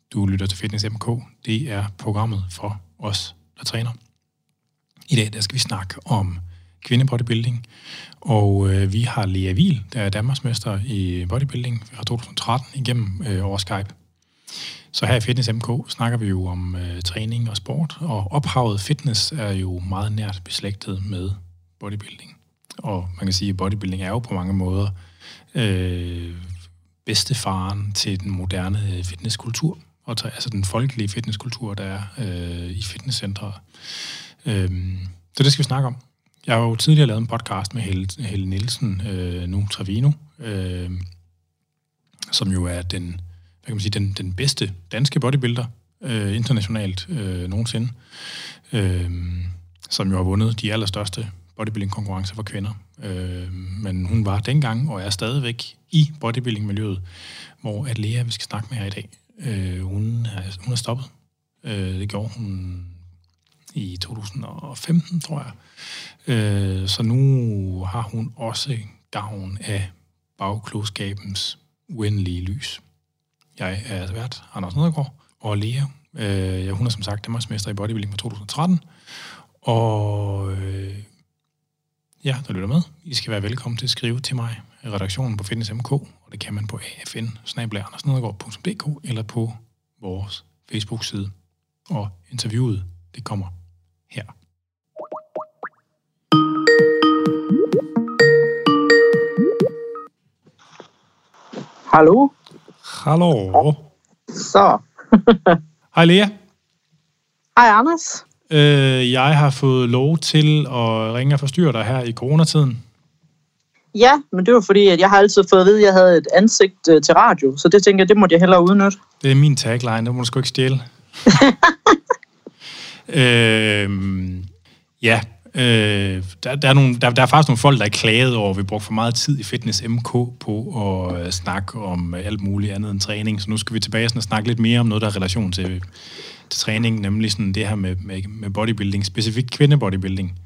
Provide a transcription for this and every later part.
Du lytter til Fitness MK. Det er programmet for os, der træner. I dag der skal vi snakke om kvindebodybuilding, og vi har Lea Wiel, der er danmarksmester i bodybuilding fra 2013 igennem over Skype. Så her i Fitness MK snakker vi jo om træning og sport, og ophavet fitness er jo meget nært beslægtet med bodybuilding. Og man kan sige, at bodybuilding er jo på mange måder bedstefaren til den moderne fitnesskultur, og altså den folkelige fitnesskultur, der er i fitnesscentre. Så det skal vi snakke om. Jeg har jo tidligere lavet en podcast med Helle Nielsen, nu Trevino, som jo er den bedste danske bodybuilder internationalt nogensinde, som jo har vundet de allerstørste bodybuilding-konkurrencer for kvinder. Men hun var dengang, og er stadigvæk i bodybuilding-miljøet, hvor at Lea, vi skal snakke med her i dag, hun er stoppet. Det gjorde hun i 2015, tror jeg. Så nu har hun også gavn af bagklogskabens uendelige lys. Jeg er vært Anders Nedergaard, og Lea, hun er som sagt danmarksmester i bodybuilding fra 2013, og ja, der lytter med. I skal være velkommen til at skrive til mig i redaktionen på Fitness MK, og det kan man på afn@andersnedergaard.dk eller på vores Facebook-side. Og interviewet, det kommer her. Hallo? Hallo. Så. Hej Lea. Hej Anders. Jeg har fået lov til at ringe og forstyrre dig her i coronatiden. Ja, men det var fordi, at jeg har altid fået at vide, at jeg havde et ansigt til radio, så det tænker jeg, det måtte jeg hellere udnytte. Det er min tagline, det må du sgu ikke stjæle. Der er faktisk nogle folk, der er klaget over, at vi bruger for meget tid i Fitness MK på at snakke om alt muligt andet end træning. Så nu skal vi tilbage og snakke lidt mere om noget, der er relation til træning, nemlig sådan det her med bodybuilding, specifikt kvindebodybuilding.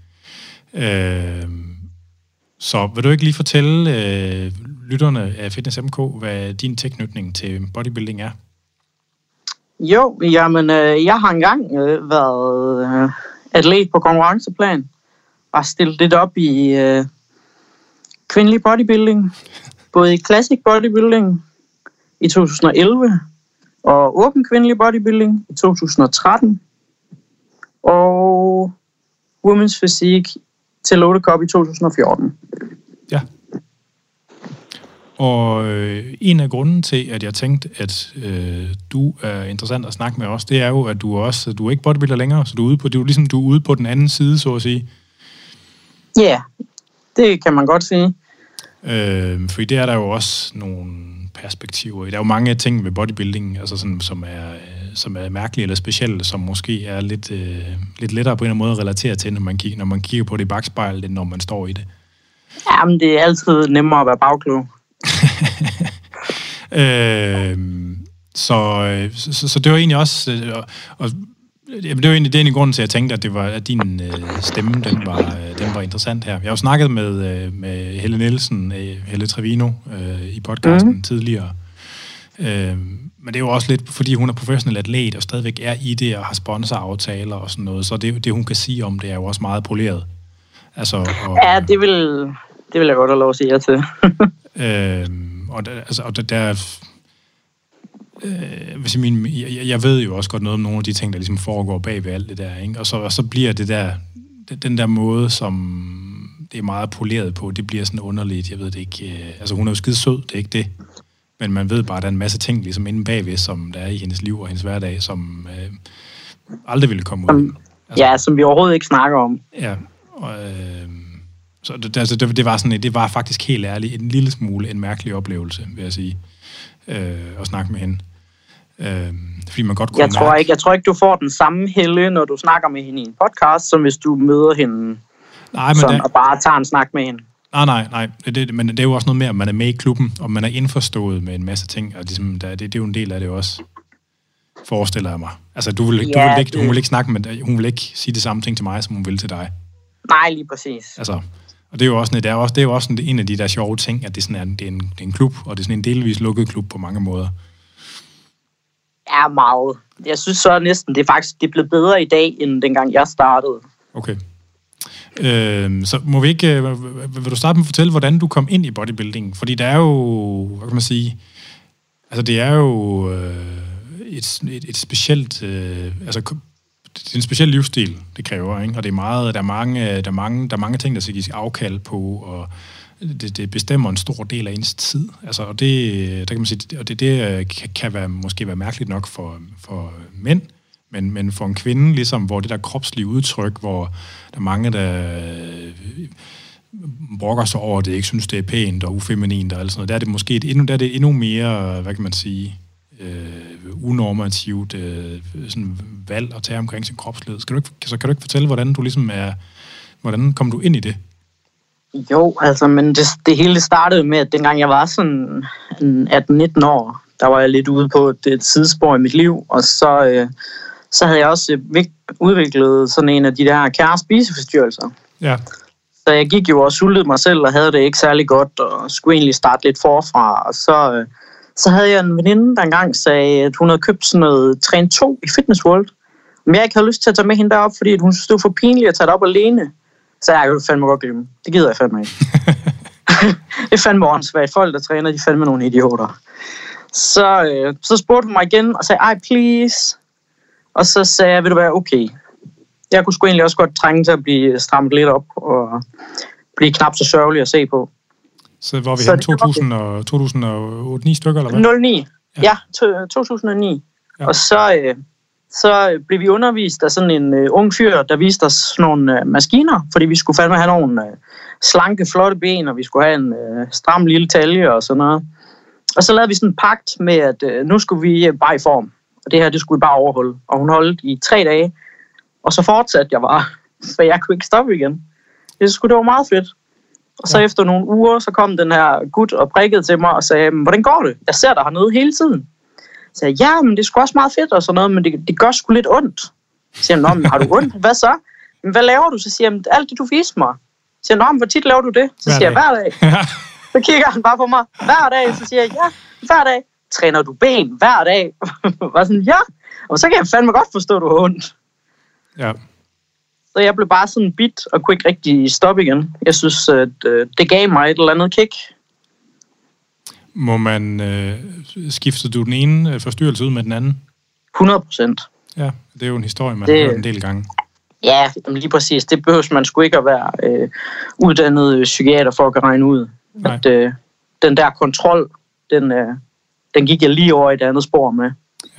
Så vil du ikke lige fortælle lytterne af Fitness MK, hvad din tilknytning til bodybuilding er? Jo, jamen, jeg har engang været atlet på konkurrenceplan og stillet lidt op i kvindelig bodybuilding, både i classic bodybuilding i 2011 og åben kvindelig bodybuilding i 2013 og women's physique til Lotte Cup i 2014. Ja. Og en af grunden til, at jeg tænkte, at du er interessant at snakke med os, det er jo, at du er ikke bodybuilder længere, så du er ude på den anden side, så at sige. Ja, yeah, det kan man godt sige. Fordi der er der jo også nogle perspektiver. Der er jo mange ting ved bodybuilding, altså sådan, som er mærkelige eller specielle, som måske er lidt lettere på en eller anden måde at relatere til, når man kigger på det i bakspejlet, end når man står i det. Jamen, det er altid nemmere at være bagklog. Så det var egentlig også, det var egentlig grunden til, at jeg tænkte, at din stemme, den var interessant her. Jeg har jo snakket med Helle Nielsen, Helle Trevino, i podcasten tidligere. Men det er jo også lidt, fordi hun er professionel atlet, og stadigvæk er i det, og har sponsoraftaler og sådan noget. Så det hun kan sige om det, er jo også meget poleret. Ja, det vil jeg godt have lov at sige ja til. Jeg ved jo også godt noget om nogle af de ting, der ligesom foregår bag ved alt det der, ikke? Og så bliver det der, den der måde, som det er meget poleret på, det bliver sådan underligt, jeg ved det ikke. Hun er jo skide sød, det er ikke det. Men man ved bare, at der er en masse ting ligesom inde bagved, som der er i hendes liv og hendes hverdag, som aldrig ville komme ud. Som vi overhovedet ikke snakker om. Ja, så det var faktisk helt ærligt en lille smule en mærkelig oplevelse, vil jeg sige, at snakke med hende. Fordi man godt kunne jeg tror ikke, du får den samme Helle, når du snakker med hende i en podcast, som hvis du møder hende og bare tager en snak med hende. Nej. Men det er jo også noget mere, at man er med i klubben, og man er indforstået med en masse ting, og ligesom, det er jo en del af det også, forestiller jeg mig. Altså, hun vil ikke snakke med, hun vil ikke sige det samme ting til mig, som hun vil til dig. Nej, lige præcis. Altså, og det er jo også en af de der sjove ting, at det er en klub, og det er sådan en delvis lukket klub på mange måder. Ja, meget. Jeg synes så næsten, det er blevet bedre i dag, end dengang jeg startede. Okay. Så må vi ikke... vil du starte med at fortælle, hvordan du kom ind i bodybuilding? Fordi der er jo... Hvad kan man sige? Altså, det er jo et specielt... altså, det er en speciel livsstil, det kræver, ikke? Og det er meget... Der er mange ting, der skal gives afkald på, og det bestemmer en stor del af ens tid. Altså, og det, der kan man sige, og det kan være, måske være mærkeligt nok for mænd, men for en kvinde, ligesom, hvor det der kropslige udtryk, hvor der er mange, der brokker sig over, det ikke synes, det er pænt og ufeminint og alt sådan noget, der er det måske endnu mere, hvad kan man sige, unormativt sådan valg at tage omkring sin kropsled. Kan du ikke fortælle, hvordan du ligesom hvordan kom du ind i det? Jo, altså, men det hele startede med, at dengang jeg var sådan 18-19 år, der var jeg lidt ude på et sidespor i mit liv, og så havde jeg også udviklet sådan en af de der kære spiseforstyrrelser. Ja. Så jeg gik jo og sultede mig selv, og havde det ikke særlig godt, og skulle egentlig starte lidt forfra, og så havde jeg en veninde, der engang sagde, at hun havde købt sådan noget Træn 2 i Fitness World, men jeg ikke havde lyst til at tage med hende derop, fordi hun synes, det var for pinligt at tage det op alene. Så jeg kunne fandme godt glemme. Det gider jeg fandme ikke. Det er fandme åndssvagt. Folk, der træner, de er fandme nogle idioter. Så spurgte hun mig igen og sagde, ej, please. Og så sagde jeg, vil du være okay? Jeg kunne sgu egentlig også godt trænge til at blive strammet lidt op og blive knap så sørgelig at se på. Så var vi hen 2008-9 stykker, eller hvad? 09. Ja, 2009. Ja. Og så blev vi undervist af sådan en ung fyr, der viste os sådan nogle maskiner, fordi vi skulle fandme have nogle slanke, flotte ben, og vi skulle have en stram lille talje og sådan noget. Og så lavede vi sådan en pagt med, at nu skulle vi bare i form, og det her, det skulle vi bare overholde. Og hun holdt i 3 dage, og så fortsatte jeg bare, for jeg kunne ikke stoppe igen. Det var meget fedt. Og så efter nogle uger, så kom den her gut og prikkede til mig og sagde, hvordan går det? Jeg ser dig hernede hele tiden. Så sagde jeg, ja, men det er sgu også meget fedt og sådan noget, men det gør sgu lidt ondt. Så siger han, har du ondt? Hvad så? Men hvad laver du? Så siger jeg, alt det du viste mig. Så siger han, hvor tit laver du det? Så siger jeg, hver dag. Så kigger han bare på mig, hver dag. Så siger jeg, ja, hver dag. Træner du ben hver dag? Var sådan, ja. Og så kan jeg fandme godt forstå, at du har ondt. Ja. Så jeg blev bare sådan bit og kunne ikke rigtig stoppe igen. Jeg synes, at det gav mig et eller andet kick. Må man skifte du den ene forstyrrelse ud med den anden? 100%. Ja, det er jo en historie, man har hørt en del gange. Ja, lige præcis. Det behøver man sgu ikke at være uddannet psykiater for at kunne regne ud. At, den der kontrol, den gik jeg lige over i et andet spor med.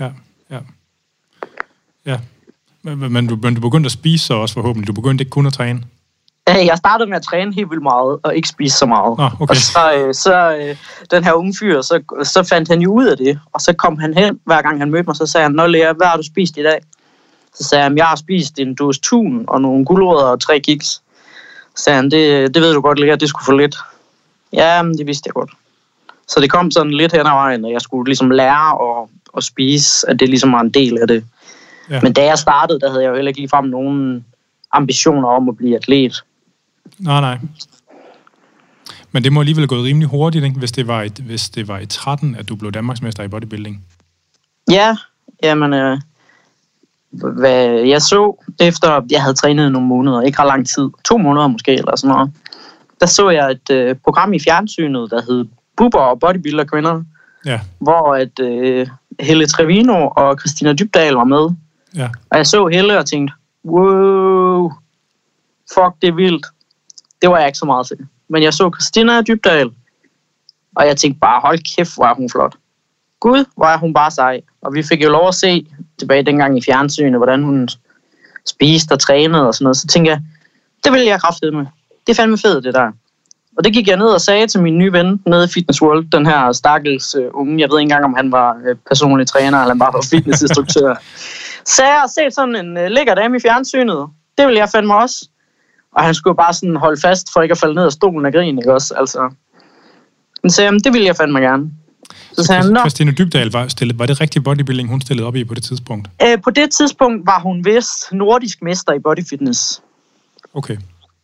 Ja. Men du begyndte at spise så også forhåbentlig. Du begyndte ikke kun at træne? Jeg startede med at træne helt vildt meget, og ikke spise så meget. Okay. Og så den her unge fyr, så fandt han jo ud af det. Og så kom han hen, hver gang han mødte mig, så sagde han, nå Lea, hvad har du spist i dag? Så sagde han, jeg har spist en dåse tun og nogle gulerødder og 3 kiks. Så sagde han, det ved du godt, Lea, det skulle for lidt. Ja, men det vidste jeg godt. Så det kom sådan lidt hen ad vejen, og jeg skulle ligesom lære at spise, at det ligesom var en del af det. Ja. Men da jeg startede, der havde jeg jo heller ikke ligefrem nogen ambitioner om at blive atlet. Nej. Men det må alligevel gået rimelig hurtigt, ikke? Hvis det var i 13, at du blev danmarksmester i bodybuilding. Ja, jamen, hvad jeg så, efter jeg havde trænet nogle måneder, ikke ret lang tid, 2 måneder måske, eller sådan noget, der så jeg et program i fjernsynet, der hed Bubber og Bodybuilder Kvinder, hvor at Helle Trevino og Christina Dybdahl var med. Ja. Og jeg så Helle og tænkte, wow, fuck, det er vildt. Det var jeg ikke så meget til. Men jeg så Christina Dybdahl, og jeg tænkte bare, hold kæft, hvor er hun flot. Gud, hvor er hun bare sej. Og vi fik jo lov at se tilbage dengang i fjernsynet, hvordan hun spiste og trænede og sådan noget. Så tænkte jeg, det vil jeg kraftedeme med. Det er fandme fedt, det der. Og det gik jeg ned og sagde til min nye ven nede i Fitness World, den her stakkels unge. Jeg ved ikke engang, om han var personlig træner, eller han bare var fitnessinstruktør. Så jeg har set sådan en lækker dame i fjernsynet. Det vil jeg fandme også. Og han skulle bare sådan holde fast, for ikke at falde ned af stolen af grin, ikke også? Altså. Men så sagde, det vil jeg fandme gerne. Så sagde han, Christina Dybdahl var det rigtig bodybuilding, hun stillede op i på det tidspunkt? På det tidspunkt var hun vist nordisk mester i bodyfitness. Okay.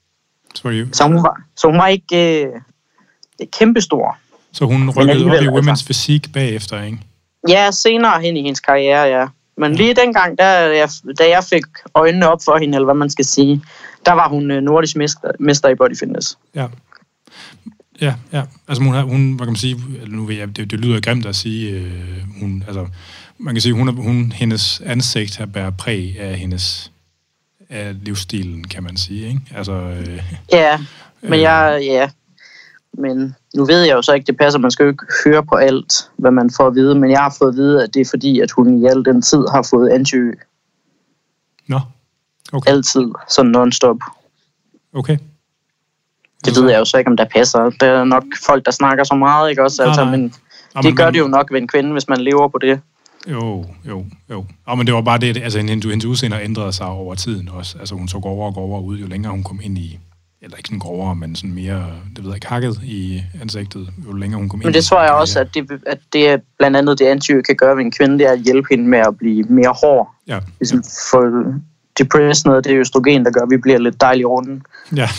Så hun var ikke kæmpestor. Så hun rykkede op i women's fysik bagefter, ikke? Ja, senere hen i hendes karriere, ja. Men lige dengang, da jeg fik øjnene op for hende, eller hvad man skal sige, der var hun nordisk mester i body fitness. Ja. Ja. Altså hun hvad kan man sige, nu ved jeg, det lyder grimt at sige, hun, altså, man kan sige, hendes ansigt har bærer præg af hendes af livsstilen, kan man sige, ikke? Altså, ja, men men nu ved jeg jo så ikke, det passer, man skal jo ikke høre på alt, hvad man får at vide, men jeg har fået at vide, at det er fordi, at hun i al den tid har fået anti-ø. Nå, okay. Altid, sådan non-stop. Okay. Det ved jeg jo så ikke, om der passer. Der er nok folk, der snakker så meget, ikke også? Altså, men det gør det jo nok ved en kvinde, hvis man lever på det. Jo. Men det var bare det, altså hendes udseende ændrede sig over tiden også. Altså hun så grovere ud, jo længere hun kom ind i, eller ikke sådan grovere, men sådan mere, det ved jeg ikke, hakket i ansigtet, jo længere hun kom ind i. Men det tror jeg også, at det blandt andet det anti kan gøre ved en kvinde, det er at hjælpe hende med at blive mere hård. Ja. Ligesom for depression, det er østrogen, der gør, at vi bliver lidt dejlige runde. Ja.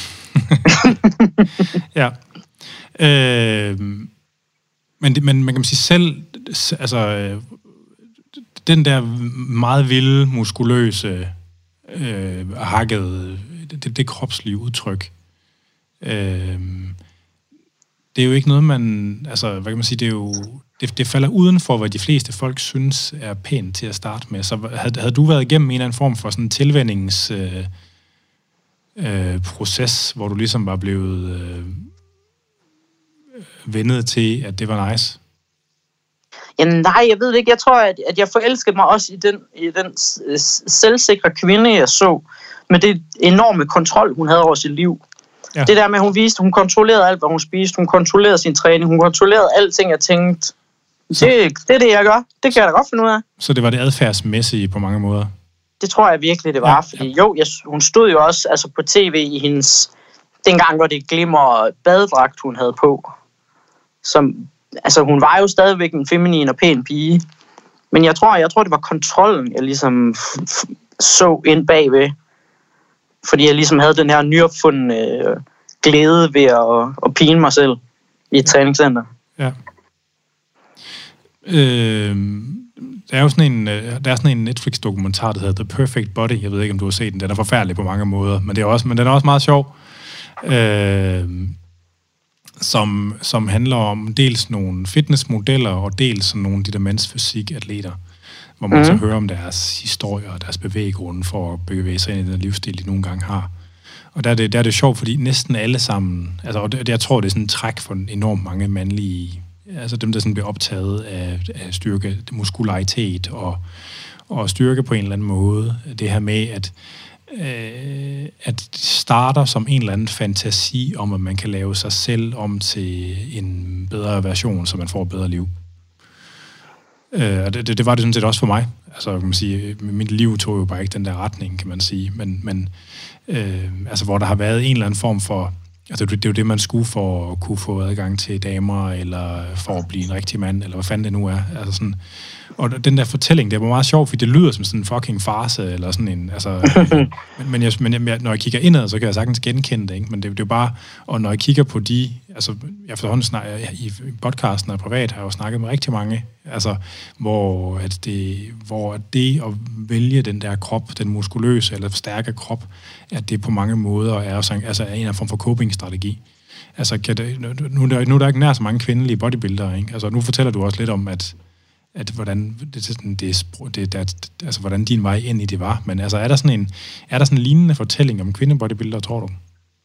Ja. Men man kan sige selv, altså den der meget vilde, muskuløse, hakkede, det kropslige udtryk, det er jo ikke noget, man, altså, hvad kan man sige, det er jo, det falder uden for, hvad de fleste folk synes er pænt til at starte med. Så havde du været igennem en eller anden form for sådan en tilvændings proces, hvor du ligesom var blevet vendet til, at det var nice? Ja, nej, jeg ved det ikke. Jeg tror, at jeg forelskede mig også i den selvsikre kvinde, jeg så, med det enorme kontrol, hun havde over sit liv. Ja. Det der med, hun kontrollerede alt, hvad hun spiste, hun kontrollerede sin træning, hun kontrollerede alting, jeg tænkte, det er det, jeg gør. Det kan jeg da godt finde ud af. Så det var det adfærdsmæssige på mange måder? Det tror jeg virkelig, det var. Ja. Fordi hun stod jo også altså på tv i hendes, dengang hvor det glimmer badedragt, hun havde på. Altså hun var jo stadigvæk en feminin og pæn pige. Men jeg tror, det var kontrollen, jeg ligesom så ind bagved. Fordi jeg ligesom havde den her nyopfundne glæde ved at pine mig selv i et træningscenter. Ja. Der er sådan en Netflix-dokumentar, der hedder The Perfect Body. Jeg ved ikke, om du har set den. Den er forfærdelig på mange måder, men den er også meget sjov. Som handler om dels nogle fitnessmodeller, og dels sådan nogle af de der mandsfysik-atleter, hvor man så hører om deres historier og deres bevæggrunde for at bevæge sig ind i den livsstil, de nogle gange har. Og der er det sjovt, fordi næsten alle sammen, altså, jeg tror, det er sådan en træk for enormt mange mandlige, altså dem, der sådan bliver optaget af styrke, muskularitet og styrke på en eller anden måde. Det her med, at det starter som en eller anden fantasi om, at man kan lave sig selv om til en bedre version, så man får et bedre liv. Det var det sådan set også for mig. Altså, kan man sige, mit liv tog jo bare ikke den der retning, kan man sige. Men altså, hvor der har været en eller anden form for, altså det er jo det, man skulle for at kunne få adgang til damer, eller for at blive en rigtig mand, eller hvad fanden det nu er. Altså sådan, og den der fortælling, det var meget sjovt, fordi det lyder som sådan en fucking farce, eller sådan en, altså, men når jeg kigger indad, så kan jeg sagtens genkende det, ikke? Men det er jo bare, og når jeg kigger på de, altså, jeg efterhånden i podcasten og privat har jeg jo snakket med rigtig mange, altså, hvor det at vælge den der krop, den muskuløse eller stærke krop, at det på mange måder er sådan, altså en eller anden form for coping-strategi. Altså, nu er der ikke nær så mange kvindelige bodybuildere, ikke? Altså, nu fortæller du også lidt om, at hvordan altså hvordan din vej ind i det var, men altså er der sådan en lignende fortælling om kvindebodybuildere, tror du?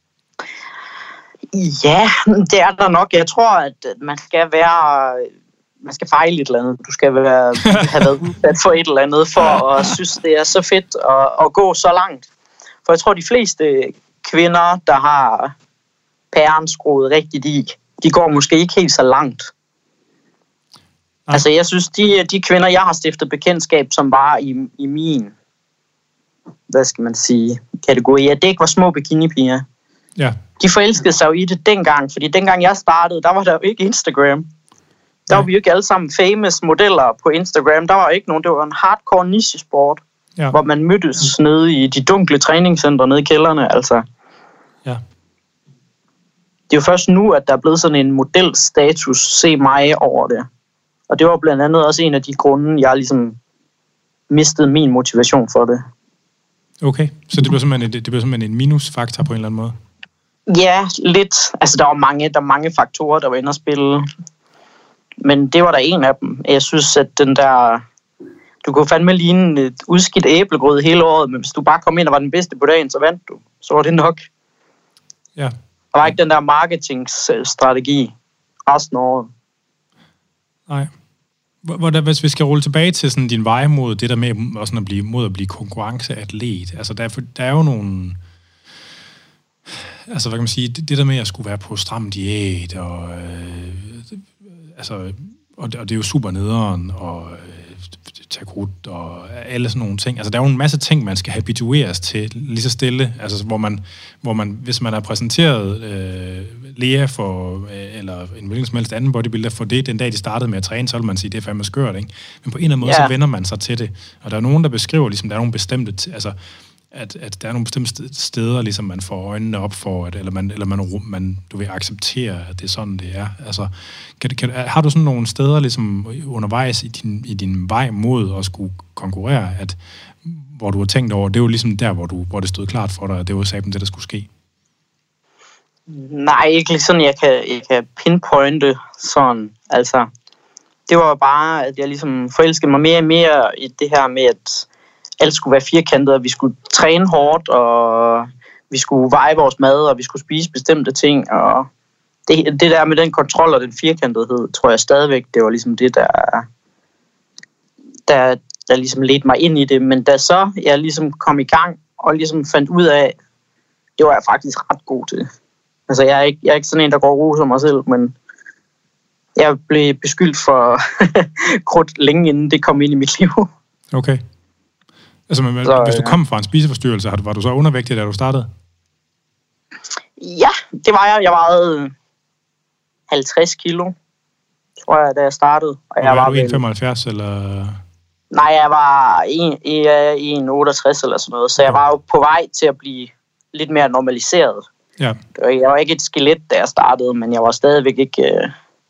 Ja, det er der nok. Jeg tror, at man skal fejle et eller andet. Du skal have været udsat for et eller andet for at synes, det er så fedt at gå så langt. For jeg tror, de fleste kvinder, der har pæren skruet rigtigt i, de går måske ikke helt så langt. Nej. Altså, jeg synes, de kvinder, jeg har stiftet bekendtskab, som var i min, hvad skal man sige, kategori, at det ikke var små bikinipiger. Ja. De forelskede sig jo i det dengang, fordi dengang jeg startede, der var der jo ikke Instagram. Der var vi jo ikke alle sammen famous modeller på Instagram. Der var ikke nogen, det var en hardcore niche-sport, hvor man mødtes nede i de dunkle træningscenter nede i kælderne, altså. Ja. Det er jo først nu, at der er blevet sådan en modelstatus, se mig over det. Og det var blandt andet også en af de grunde, jeg ligesom mistede min motivation for det. Okay, så det blev simpelthen en minusfaktor på en eller anden måde? Ja, lidt. Altså, der var mange faktorer, der var inde at spille. Men det var der en af dem. Jeg synes, at den der... Du kunne fandme ligne et udskidt æblegrød hele året, men hvis du bare kom ind og var den bedste på dagen, så vandt du. Så var det nok. Ja. Der var ikke den der marketingstrategi resten af året. Nej. Hvis vi skal rulle tilbage til sådan din vej mod det der med også at blive konkurrenceatlet, altså der er jo nogle, altså hvad kan man sige, det der med at skulle være på stram diæt og og det er jo super nederen og tagrut og alle sådan nogle ting. Altså der er jo en masse ting, man skal habitueres til lige så stille, altså hvor man hvis man har præsenteret Lea for eller en hvilken som helst anden bodybuilder for det, den dag de startede med at træne, så vil man sige, det er fandme skørt, ikke? Men på en eller anden måde, så vender man sig til det. Og der er nogen, der beskriver, ligesom der er nogle bestemte, altså at der er nogle bestemte steder, ligesom man får øjnene op for, eller man du vil acceptere, at det er sådan, det er. Altså, har du sådan nogle steder, ligesom undervejs i din vej mod at skulle konkurrere, hvor du har tænkt over, det er jo ligesom der, hvor det stod klart for dig, at det var sammen det, der skulle ske? Nej, ikke sådan, jeg kan pinpointe sådan, altså. Det var bare, at jeg ligesom forelskede mig mere og mere i det her med, at alt skulle være firkantet, og vi skulle træne hårdt, og vi skulle veje vores mad, og vi skulle spise bestemte ting, og det der med den kontrol og den firkantethed, tror jeg stadigvæk, det var ligesom det, der ligesom ledte mig ind i det. Men da så jeg ligesom kom i gang, og ligesom fandt ud af, det var jeg faktisk ret god til. Altså, jeg er ikke sådan en, der går og roser mig selv, men jeg blev beskyldt for krudt længe inden det kom ind i mit liv. Okay. Altså, hvis du kom fra en spiseforstyrrelse, var du så undervægtig, da du startede? Ja, det var jeg. Jeg vejede 50 kilo, tror jeg, da jeg startede. Og jeg var du 1,75 eller? Nej, jeg var 1,68 eller sådan noget, så jeg var jo på vej til at blive lidt mere normaliseret. Ja. Jeg var ikke et skelet, da jeg startede, men jeg var stadigvæk ikke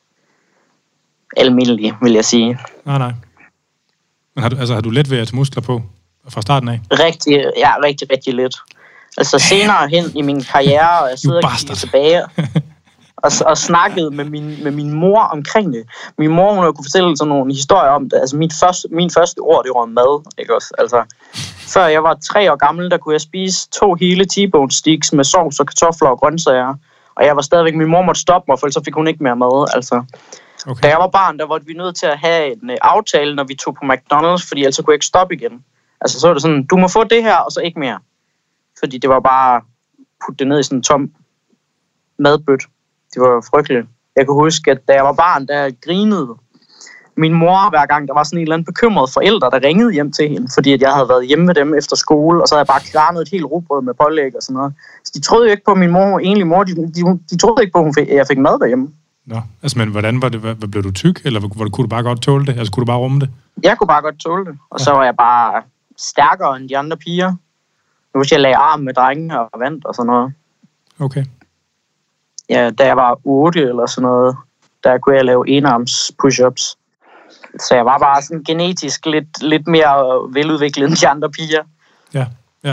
almindelig, vil jeg sige. Nej. Men har du let ved at tage muskler på fra starten af? Rigtig let. Altså senere hen i min karriere, og jeg sidder og kigger tilbage og snakkede med min mor omkring det. Min mor, hun kunne fortælle sådan nogle historier om det. Altså min første ord, det var mad, ikke også? Altså, før jeg var 3 år gammel, der kunne jeg spise 2 hele T-bone sticks med sovs og kartofler og grøntsager. Og jeg var stadigvæk, min mor måtte stoppe mig, for ellers så fik hun ikke mere mad, altså. Okay. Da jeg var barn, der var vi nødt til at have en aftale, når vi tog på McDonald's, fordi ellers kunne jeg ikke stoppe igen. Altså så var det sådan, du må få det her, og så ikke mere. Fordi det var bare putte det ned i sådan en tom madbøt. Det var frygteligt. Jeg kan huske, at da jeg var barn, der grinede min mor hver gang, der var sådan en eller anden bekymret forældre, der ringede hjem til hende, fordi at jeg havde været hjemme med dem efter skole, og så havde jeg bare klarnet et helt rugbrød med pålæg og sådan noget. Så de troede jo ikke på, at min mor, egentlig mor, de troede ikke på, at jeg fik mad derhjemme. Nå, altså men hvordan var det, blev du tyk, eller kunne du bare godt tåle det? Altså kunne du bare rumme det? Jeg kunne bare godt tåle det, og så var jeg bare stærkere end de andre piger. Nu hvis jeg lagde arm med drenge og vandt og sådan noget. Okay. Ja, da jeg var 8 eller sådan noget, der kunne jeg lave enarms push-ups. Så jeg var bare sådan genetisk lidt mere veludviklet end de andre piger. Ja.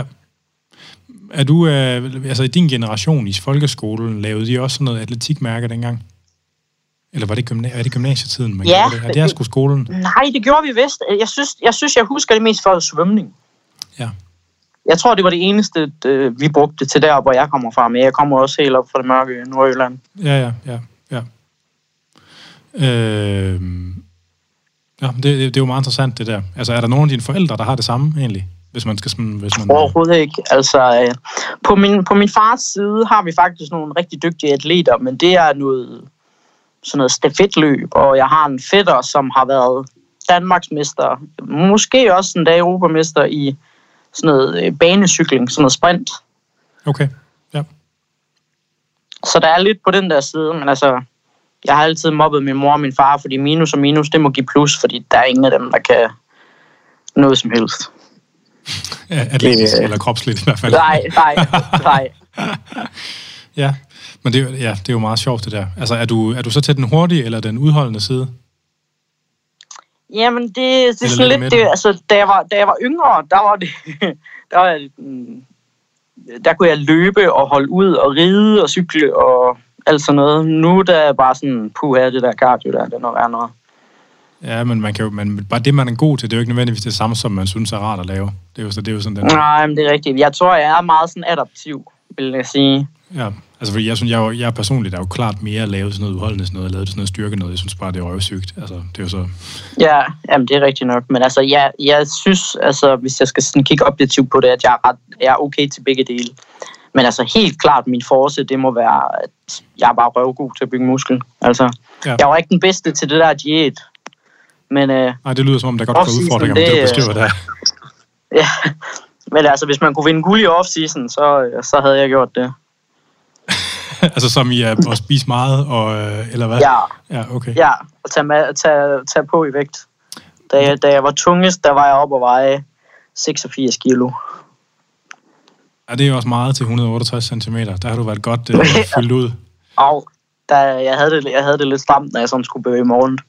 Er du, altså i din generation i folkeskolen, lavede de også sådan noget atletikmærke dengang? Eller var det gymnasietiden, man gjorde det? Er det sgu skolen? Nej, det gjorde vi vist. Jeg husker det mest for svømning. Ja. Jeg tror, det var det eneste, vi brugte til der, hvor jeg kommer fra. Men jeg kommer også helt op fra det mørke Nordjylland. Ja. Det er jo meget interessant, det der. Altså, er der nogen af dine forældre, der har det samme, egentlig? Hvis man... Overhovedet ikke. Altså, på min fars side har vi faktisk nogle rigtig dygtige atleter, men det er sådan noget stafetløb, og jeg har en fætter, som har været Danmarksmester, måske også en dag europamester i sådan noget banecykling, sådan noget sprint. Okay, ja. Så der er lidt på den der side, men altså, jeg har altid mobbet min mor og min far, fordi minus og minus, det må give plus, fordi der er ingen af dem, der kan noget som helst. Ja, atletisk eller kropsligt i hvert fald. Nej. Ja, men det er jo meget sjovt det der. Altså, er du så til den hurtige eller den udholdende side? Jamen, det er sådan lidt... Det, altså, da jeg var yngre, der kunne jeg løbe og holde ud og ride og cykle og alt sådan noget. Nu der er bare sådan, det der cardio der, det er noget værd noget. Ja, men bare det, man er god til, det er jo ikke nødvendigvis det samme, som man synes er rart at lave. Det er jo sådan den. Nej, men det er rigtigt. Jeg tror, jeg er meget sådan adaptiv, vil jeg sige. Ja, altså fordi jeg personligt er jo klart mere at lave sådan noget udholdendes noget, lave sådan noget styrke noget. Jeg synes bare, det er røvsygt. Altså, det er jo så... Ja, jamen, det er rigtigt nok. Men altså, jeg synes, altså, hvis jeg skal sådan kigge objektivt på det, at jeg er okay til begge dele. Men altså, helt klart, min force, det må være, at jeg er bare røvgod til at bygge muskel. Altså, jeg var ikke den bedste til det der diæt. Men, nej, det lyder som om, der godt kan udfordringer, men det beskriver det her. Ja, men altså, hvis man kunne vinde guld i off-season, så havde jeg gjort det. Altså, som I at spise meget, eller hvad? Ja, okay. Ja, og tage på i vægt. Da jeg var tungest, der var jeg oppe og veje 86 kilo. Ja, det er jo også meget til 168 cm. Der har du været godt fyldt ud. Og jeg havde det lidt stramt, når jeg sådan skulle bevæge mig rundt.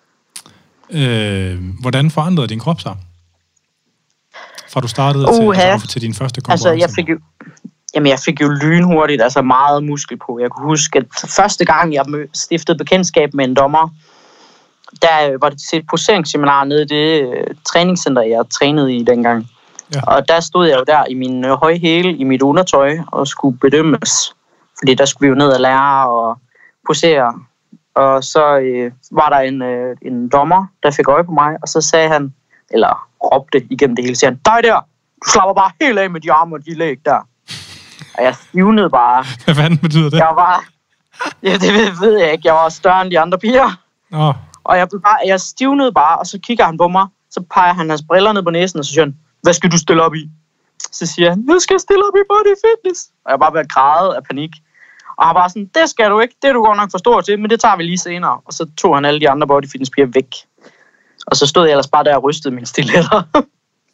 Hvordan forandrede din krop sig? Fra du startede til din første konkurrence? Altså, jeg fik jo lynhurtigt, altså meget muskel på. Jeg kunne huske, at første gang, jeg stiftede bekendtskab med en dommer, der var det til et poseringsseminar nede i det træningscenter, jeg trænede i dengang. Ja. Og der stod jeg jo der i min høje hæle, i mit undertøj, og skulle bedømmes. Fordi der skulle vi jo ned og lære og posere. Og så var der en dommer, der fik øje på mig, og så sagde han, eller råbte igennem det hele, siger han, dig der, du slapper bare helt af med de arme og de læg der. Og jeg stivnede bare. Hvad fanden betyder det? Ja, det ved jeg ikke. Jeg var større end de andre piger. Oh. Og jeg stivnede bare, og så kigger han på mig, så peger han hans briller ned på næsen, og så siger han, hvad skal du stille op i? Så siger han, nu skal jeg stille op i body fitness. Og jeg bare ved at græde af panik. Og han bare sådan, det skal du ikke, det er du godt nok for stor til, men det tager vi lige senere. Og så tog han alle de andre body fitness piger væk. Og så stod jeg ellers bare der og rystede mine stiletter.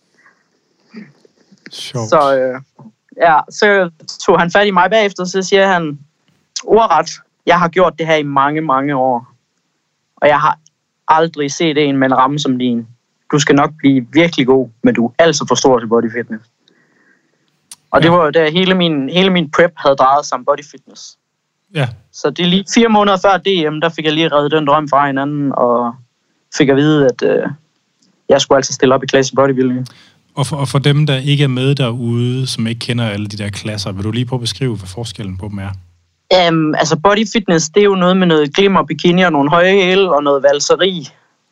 Sjovt. Så tog han fat i mig bagefter, så siger han, ordret, jeg har gjort det her i mange, mange år. Og jeg har aldrig set en med en ramme som din. Du skal nok blive virkelig god, men du er altså for stor til body fitness. Og det var jo der hele min prep havde drejet sig om body fitness. Ja. Så det er lige 4 måneder før DM, der fik jeg lige reddet den drøm fra hinanden, og fik at vide, at jeg skulle altså stille op i classic bodybuilding. Og for dem, der ikke er med derude, som ikke kender alle de der klasser, vil du lige prøve at beskrive, hvad forskellen på dem er? Altså body fitness, det er jo noget med noget glimmer, bikini og nogle høje hæle og noget valseri.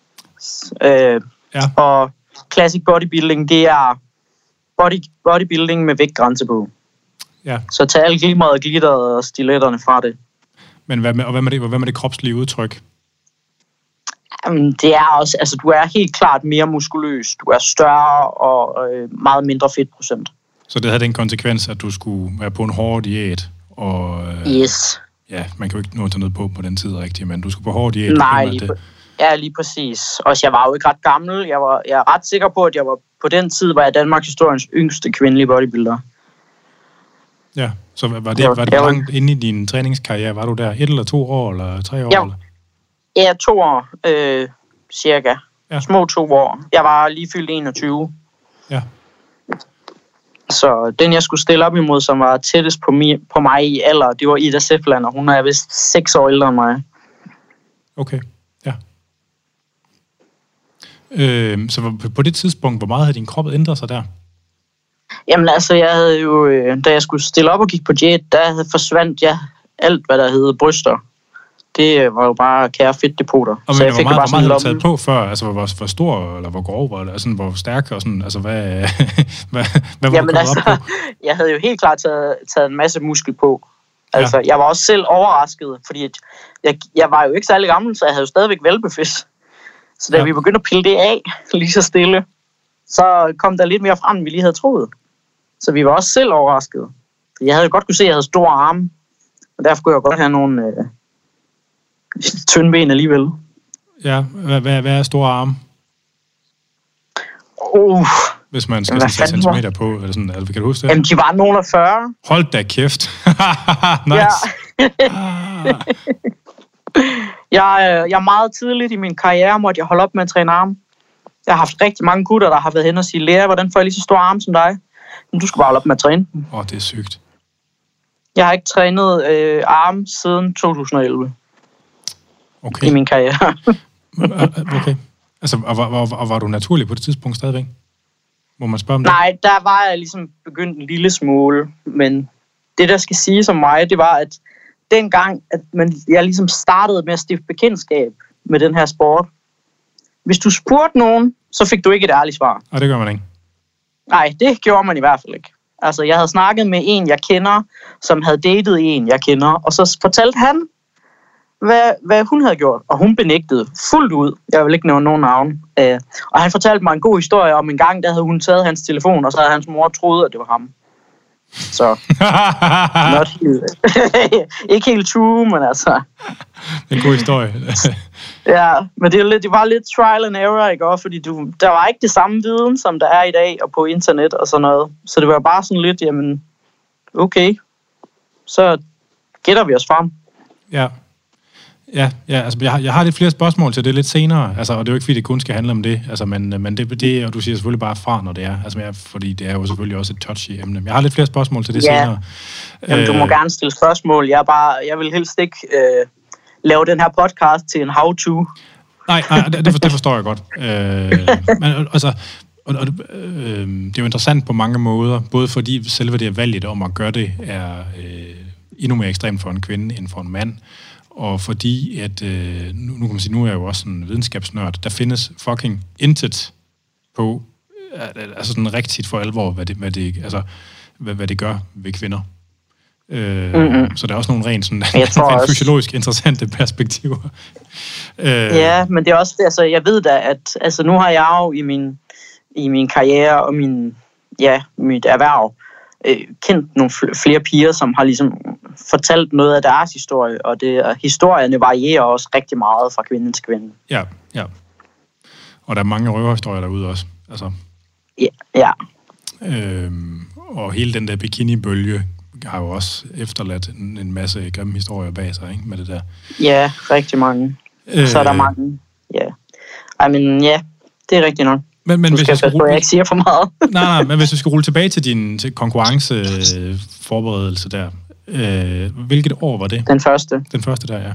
Og classic bodybuilding, det er bodybuilding med vægtgrænse på. Ja. Så tag alle glimmeret og glitteret og stiletterne fra det. Men hvad med det kropslige udtryk? Det er også, altså du er helt klart mere muskuløs. Du er større og meget mindre fedtprocent. Så det havde den konsekvens, at du skulle være på en hård diæt? Og, yes. Ja, man kan jo ikke nå til noget på den tid rigtigt, men du skulle på hård diæt. Nej, lige præcis. Og jeg var jo ikke ret gammel. Jeg er ret sikker på, at jeg var på den tid, var jeg Danmarks historiens yngste kvindelige bodybuilder. Ja, så var det langt inde i din træningskarriere? Var du der 1 eller 2 år, eller 3 år? Ja, eller? Ja, 2 år cirka. Ja. Små 2 år. Jeg var lige fyldt 21. Ja. Så den, jeg skulle stille op imod, som var tættest på mig i alder, det var Ida Sefland, og hun er vist 6 år ældre end mig. Okay, ja. Så på det tidspunkt, hvor meget havde din krop ændret sig der? Jamen altså, jeg havde jo, da jeg skulle stille op og gik på diæt, der forsvandt alt, hvad der hed bryster. Det var jo bare kære fedtdepoter. Og så jeg fik hvor meget havde du taget på før? Altså, hvor stor, eller hvor grov, eller sådan, hvor stærk, og sådan, altså, hvad var jamen, du altså, op på? Jeg havde jo helt klart taget en masse muskel på. Altså, jeg var også selv overrasket, fordi jeg var jo ikke særlig gammel, så jeg havde jo stadigvæk velbefedt. Så da vi begyndte at pille det af, lige så stille, så kom der lidt mere frem, end vi lige havde troet. Så vi var også selv overrasket. Jeg havde jo godt kunne se, at jeg havde store arme, og derfor kunne jeg godt have nogle tynde ben alligevel. Ja, hvad er store arme? Hvis man skal sætte centimeter på, eller sådan, altså, kan du huske det? Jamen, de var nogen af 40. Hold da kæft. Nice. Jeg er meget tidligt i min karriere, måtte jeg holde op med at træne arme. Jeg har haft rigtig mange gutter, der har været hen og sige, Lea, hvordan får jeg lige så store arme som dig? Men du skal bare holde op med at træne. Det er sygt. Jeg har ikke trænet arme siden 2011. Okay. I min karriere. Okay. Altså, og var du naturlig på det tidspunkt stadigvæk? Må man spørge om det? Nej, der var jeg ligesom begyndt en lille smule, men det, der skal sige som mig, det var, at dengang, at jeg ligesom startede med at stifte bekendtskab med den her sport. Hvis du spurgte nogen, så fik du ikke et ærligt svar. Og det gør man ikke? Nej, det gjorde man i hvert fald ikke. Altså, jeg havde snakket med en, jeg kender, som havde datet en, jeg kender, og så fortalte han, hvad hun havde gjort, og hun benægtede fuldt ud. Jeg vil ikke nævne nogen navn. Og han fortalte mig en god historie om en gang, der havde hun taget hans telefon, og så havde hans mor troet, at det var ham. Så ikke helt true, men altså. En god historie. Ja, men det var lidt trial and error, ikke også? Fordi der var ikke det samme viden, som der er i dag, og på internet og sådan noget. Så det var bare sådan lidt, jamen, okay, så gætter vi os frem. Ja, altså jeg har lidt flere spørgsmål til det lidt senere, altså, og det er jo ikke fordi, det kun skal handle om det, altså, men det, og du siger selvfølgelig bare fra, når det er, altså, fordi det er jo selvfølgelig også et touchy emne. Jeg har lidt flere spørgsmål til det senere. Jamen, du må gerne stille spørgsmål. Jeg vil helst ikke lave den her podcast til en how-to. Nej, det forstår jeg godt. Men altså, det er jo interessant på mange måder, både fordi selve det valget om at gøre det er endnu mere ekstremt for en kvinde end for en mand, og fordi, at nu kan man sige, nu er jeg jo også en videnskabsnørd, der findes fucking intet på, altså sådan rigtigt for alvor, hvad det gør ved kvinder. Så der er også nogle rent fysiologisk interessante perspektiver. Ja, men det er også, altså jeg ved da, at altså nu har jeg jo i min karriere og mit erhverv kendt nogle flere piger, som har ligesom fortalt noget af deres historie, og historierne varierer også rigtig meget fra kvinde til kvinde. Ja. Og der er mange røverhistorier derude også. Altså. Ja. Og hele den der bikini-bølge har jo også efterladt en masse grimme historier bag sig, ikke? Med det der. Ja, rigtig mange. Så er der mange. Ja. Det er rigtigt nok. Men hvis jeg ikke siger for meget. nej, men hvis du skal rulle tilbage til din konkurrenceforberedelse der, hvilket år var det? Den første. Den første der, ja.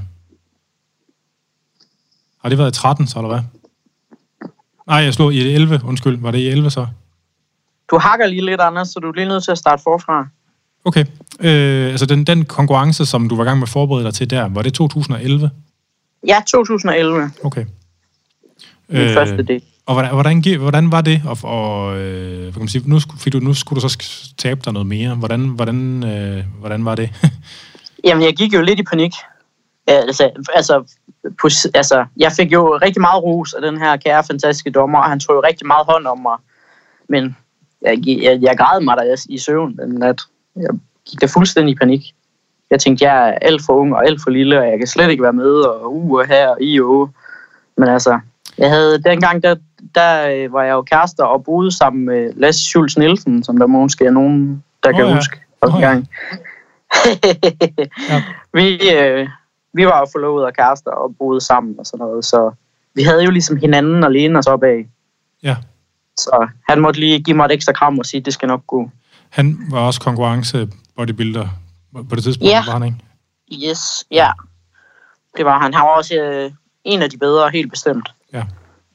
Har det været i 13, så eller hvad? Nej, jeg slog i 11, undskyld. Var det i 11 så? Du hakker lige lidt, Anders, så du er lige nødt til at starte forfra. Okay. Altså den konkurrence, som du var i gang med at forberede dig til der, var det 2011? Ja, 2011. Okay. Den første del. Og hvordan var det? Og kan man sige, nu skulle du så tabe dig noget mere. Hvordan var det? Jamen, jeg gik jo lidt i panik. Altså, jeg fik jo rigtig meget ros af den her kære, fantastiske dommer, og han tog jo rigtig meget hånd om mig. Men jeg græd mig der i søvn den nat. Jeg gik da fuldstændig i panik. Jeg tænkte, jeg er alt for ung og alt for lille, og jeg kan slet ikke være med, og her og i. Men altså, jeg havde dengang, der var jeg jo kærester og boede sammen med Lasse Schultz Nielsen, som der måske er nogen, der kan huske første gang. Ja. Vi var jo forlovet og kærester og boede sammen og sådan noget, så vi havde jo ligesom hinanden at læne os op af. Ja. Så han måtte lige give mig et ekstra kram og sige, at det skal nok gå. Han var også konkurrence bodybuilder på det tidspunkt, var han ikke? Yes, ja. Det var han. Han var også en af de bedre, helt bestemt. Ja.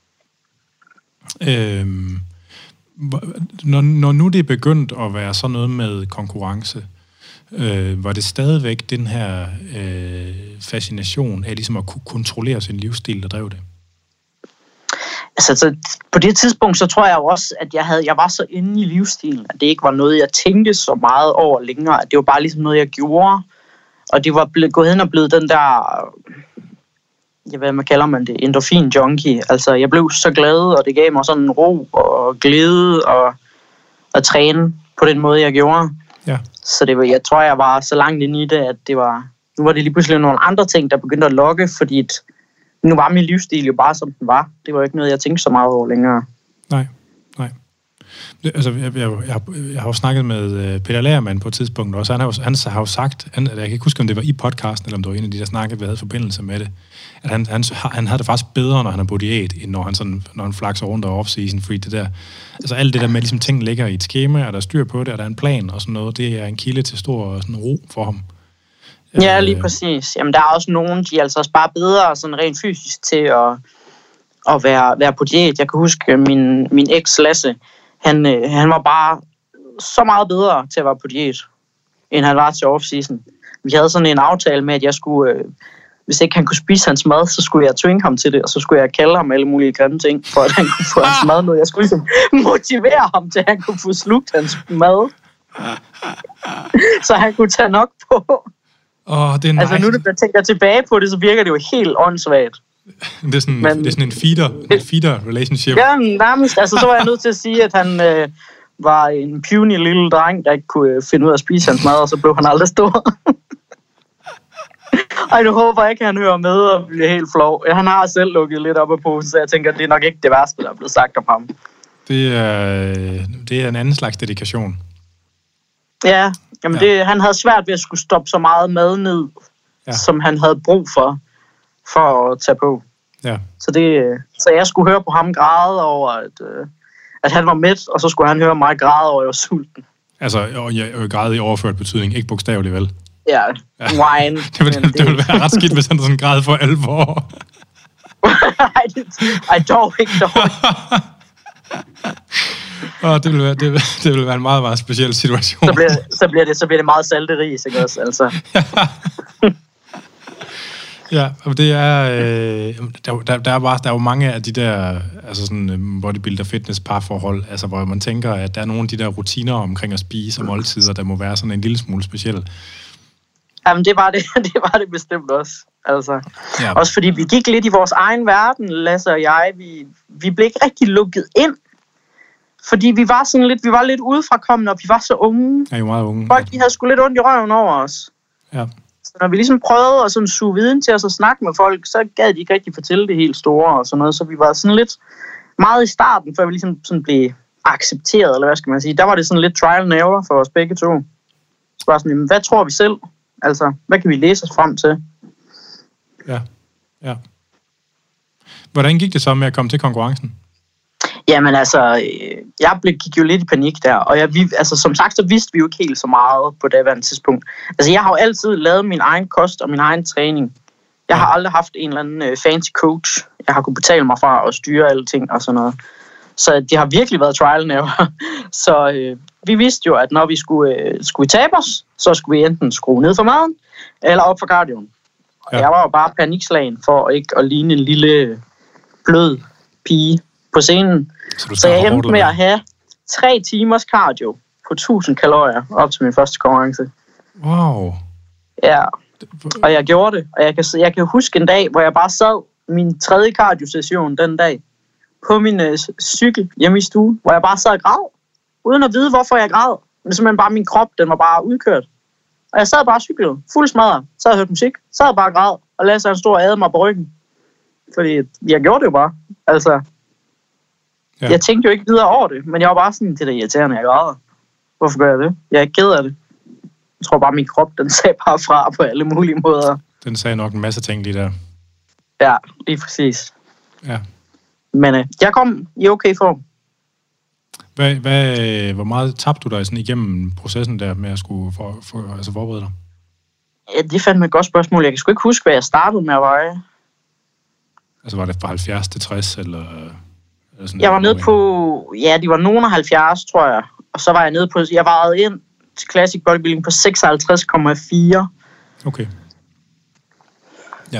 Når nu det er begyndt at være sådan noget med konkurrence, var det stadigvæk den her fascination af ligesom at kunne kontrollere sin livsstil, der drev det? Altså, på det tidspunkt, så tror jeg jo også, at jeg var så inde i livsstilen, at det ikke var noget, jeg tænkte så meget over længere. At det var bare ligesom noget, jeg gjorde. Og det var gået hen og blevet den der, hvad man kalder man det, endorfin-junkie. Altså, jeg blev så glad, og det gav mig sådan en ro og glæde og at træne på den måde, jeg gjorde. Ja. Så jeg tror, jeg var så langt inde i det, at nu var det lige pludselig nogle andre ting, der begyndte at lokke, fordi nu var min livsstil jo bare, som den var. Det var ikke noget, jeg tænkte så meget over længere. Nej. Altså, jeg har jo snakket med Peter Lagermand på et tidspunkt også. Han har jo sagt, jeg kan ikke huske, om det var i podcasten, eller om det var en af de der snakkede, vi havde forbindelse med det, at han havde det faktisk bedre, når han er på diæt, end når han flakser rundt og off-season, fordi det der, altså alt det der med, ligesom ting ligger i et skema, og der er styr på det, og der er en plan og sådan noget, det er en kilde til stor sådan ro for ham. Ja, lige præcis. Jamen, der er også nogen, de er altså også bare bedre sådan rent fysisk til at være på diæt. Jeg kan huske, min eks Lasse, han var bare så meget bedre til at være på diæt, end han var til off-season. Vi havde sådan en aftale med, at jeg skulle, hvis ikke han kunne spise hans mad, så skulle jeg tvinge ham til det, og så skulle jeg kalde ham alle mulige grimme ting, for at han kunne få hans mad ned. Jeg skulle ligesom motivere ham til, at han kunne få slugt hans mad, så han kunne tage nok på. Det er nice. Altså nu, der tænker tilbage på det, så virker det jo helt åndssvagt. Det er sådan en feeder relationship. Ja, nærmest. Altså, så var jeg nødt til at sige, at han var en puny lille dreng, der ikke kunne finde ud af at spise hans mad, og så blev han aldrig stor. Ej, nu håber jeg ikke, at han hører med og bliver helt flov. Han har selv lukket lidt op af posen, så jeg tænker, at det er nok ikke det værste, der er blevet sagt om ham. Det er en anden slags dedikation. Ja, jamen han havde svært ved at skulle stoppe så meget mad ned, som han havde brug for at tage på. Ja. Så jeg skulle høre på ham græde over, at han var mæt, og så skulle han høre mig græde over, at jeg var sulten. Altså, jeg græde i overført betydning, ikke bogstaveligt, vel? Ja, wine. det ville være ret skidt, hvis han sådan græd for alvor. Ej, dog ikke. Det ville være en meget, meget speciel situation. Så bliver det meget salteris, ikke også? Altså. Ja, og det er der er jo mange af de der altså sådan bodybuilder fitness parforhold, altså hvor man tænker, at der er nogle af de der rutiner omkring at spise og måltider, der må være sådan en lille smule speciel. Jamen det var det bestemt også. Altså også fordi vi gik lidt i vores egen verden, Lasse og jeg, vi blev ikke rigtig lukket ind. Fordi vi var lidt udefrakommende, og vi var så unge. Ja, meget unge. Folk, de havde sgu lidt ondt i røven over os. Ja. Så når vi ligesom prøvede at sådan suge viden til os at snakke med folk, så gad de ikke rigtig fortælle det helt store og sådan noget. Så vi var sådan lidt meget i starten, før vi ligesom sådan blev accepteret, eller hvad skal man sige. Der var det sådan lidt trial and error for os begge to. Så var sådan, hvad tror vi selv? Altså, hvad kan vi læse os frem til? Ja. Hvordan gik det så med at komme til konkurrencen? Jamen altså, jeg gik jo lidt i panik der, og som sagt, så vidste vi jo ikke helt så meget på det tidspunkt. Altså, jeg har jo altid lavet min egen kost og min egen træning. Jeg har aldrig haft en eller anden fancy coach, jeg har kunnet betale mig fra at styre alle ting og sådan noget. Så det har virkelig været trial and error. Så vi vidste jo, at når vi skulle tabe os, så skulle vi enten skrue ned for maden, eller op for cardioen. Og jeg var jo bare panikslagen for ikke at ligne en lille blød pige på scenen. Så jeg endte med at have 3 timers cardio på 1000 kalorier op til min første konkurrence. Wow. Ja, og jeg gjorde det. Og jeg kan huske en dag, hvor jeg bare sad min 3. cardio-session den dag på min cykel hjemme i stuen, hvor jeg bare sad og græd, uden at vide, hvorfor jeg græd. Men simpelthen bare min krop, den var bare udkørt. Og jeg sad bare og cyklede, fuld smadret, sad og hørte musik, sad bare og græd, og Lasse en stor adem mig på ryggen. Fordi jeg gjorde det jo bare. Altså, jeg tænkte jo ikke videre over det, men jeg var bare sådan, det der irriterende, jeg græder. Hvorfor gør jeg det? Jeg er ikke ked af det. Jeg tror bare, min krop, den sagde bare fra på alle mulige måder. Den sagde nok en masse ting lige der. Ja, lige præcis. Ja. Men jeg kom i okay form. Hvor meget tabte du dig sådan igennem processen der med at skulle forberede dig? Ja, det fandt mig et godt spørgsmål. Jeg kan sgu ikke huske, hvad jeg startede med at veje. Altså var det fra 70 til 60, eller sådan? Jeg var nede på, de var nogen af 70, tror jeg. Og så var jeg nede på, jeg vejede ind til Classic Bodybuilding på 56,4. Okay. Ja.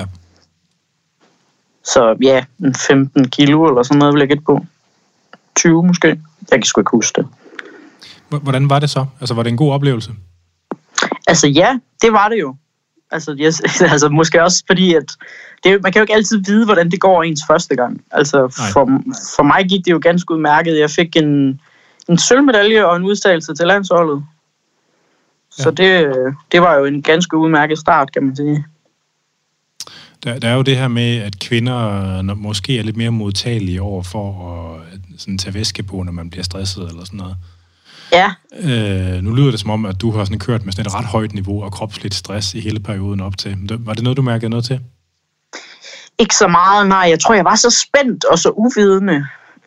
Så ja, 15 kilo eller sådan noget vil jeg gætte på. 20 måske. Jeg kan sgu ikke huske det. Hvordan var det så? Altså, var det en god oplevelse? Altså ja, det var det jo. Altså måske også fordi, at man kan jo ikke altid vide, hvordan det går ens første gang. Altså for mig gik det jo ganske udmærket. Jeg fik en sølvmedalje og en udstagelse til landsholdet. Ja. Så det var jo en ganske udmærket start, kan man sige. Der er jo det her med, at kvinder måske er lidt mere modtagelige over for at sådan, tage væske på, når man bliver stresset eller sådan noget. Ja. Nu lyder det som om, at du har sådan kørt med sådan et ret højt niveau af kropsligt stress i hele perioden op til. Var det noget, du mærkede noget til? Ikke så meget, nej. Jeg tror, jeg var så spændt og så uvidende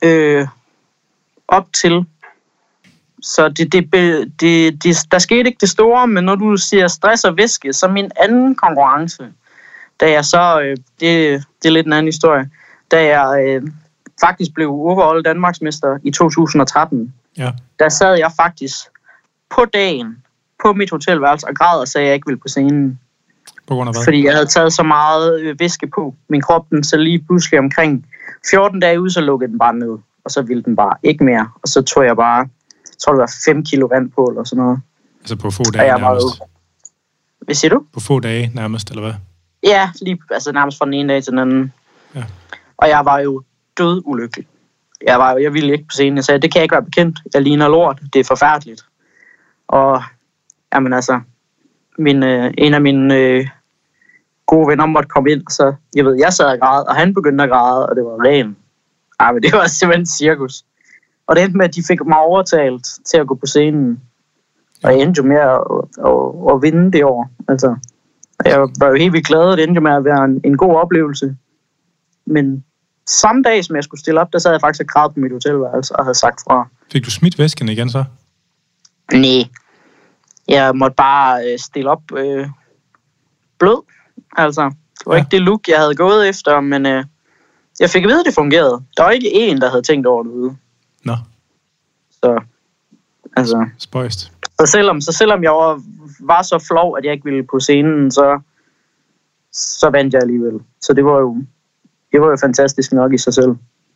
op til. Så der skete ikke det store, men når du siger stress og væske, så min anden konkurrence, da jeg så, det er lidt en anden historie, da jeg faktisk blev overall Danmarksmester i 2013, der sad jeg faktisk på dagen på mit hotelværelse og græd og sagde, at jeg ikke ville på scenen. På grund af hvad? Fordi jeg havde taget så meget væske på. Min krop, den så lige pludselig omkring 14 dage ud, så lukkede den bare ned. Og så ville den bare ikke mere. Og så tog jeg bare, jeg tror det var 5 kilo vand på, eller sådan noget. Altså på få dage nærmest? Hvad siger du? På få dage nærmest, eller hvad? Ja, altså nærmest fra den ene dag til den anden. Ja. Og jeg var jo død ulykkelig. Jeg ville ikke på scenen. Jeg sagde, det kan jeg ikke være bekendt. Jeg ligner lort. Det er forfærdeligt. Og jamen altså, en af mine gode venner måtte komme ind, så jeg sad og græd, og han begyndte at græde, og det var ren. Men det var simpelthen cirkus. Og det endte med, at de fik mig overtalt til at gå på scenen. Og jeg endte jo med at vinde det år. Altså, jeg var jo helt vildt glad, og det endte jo med at være en god oplevelse. Men samme dag, som jeg skulle stille op, der sad jeg faktisk og græd på mit hotelværelse og havde sagt fra. Fik du smidt væsken igen så? Nej. Jeg måtte bare stille op blød. Altså, det var ikke det look, jeg havde gået efter, men jeg fik at vide, at det fungerede. Der var ikke en, der havde tænkt over det ude. Nå. Så, altså... Spøjst. Så selvom jeg var så flov, at jeg ikke ville på scenen, så vandt jeg alligevel. Så det var jo fantastisk nok i sig selv.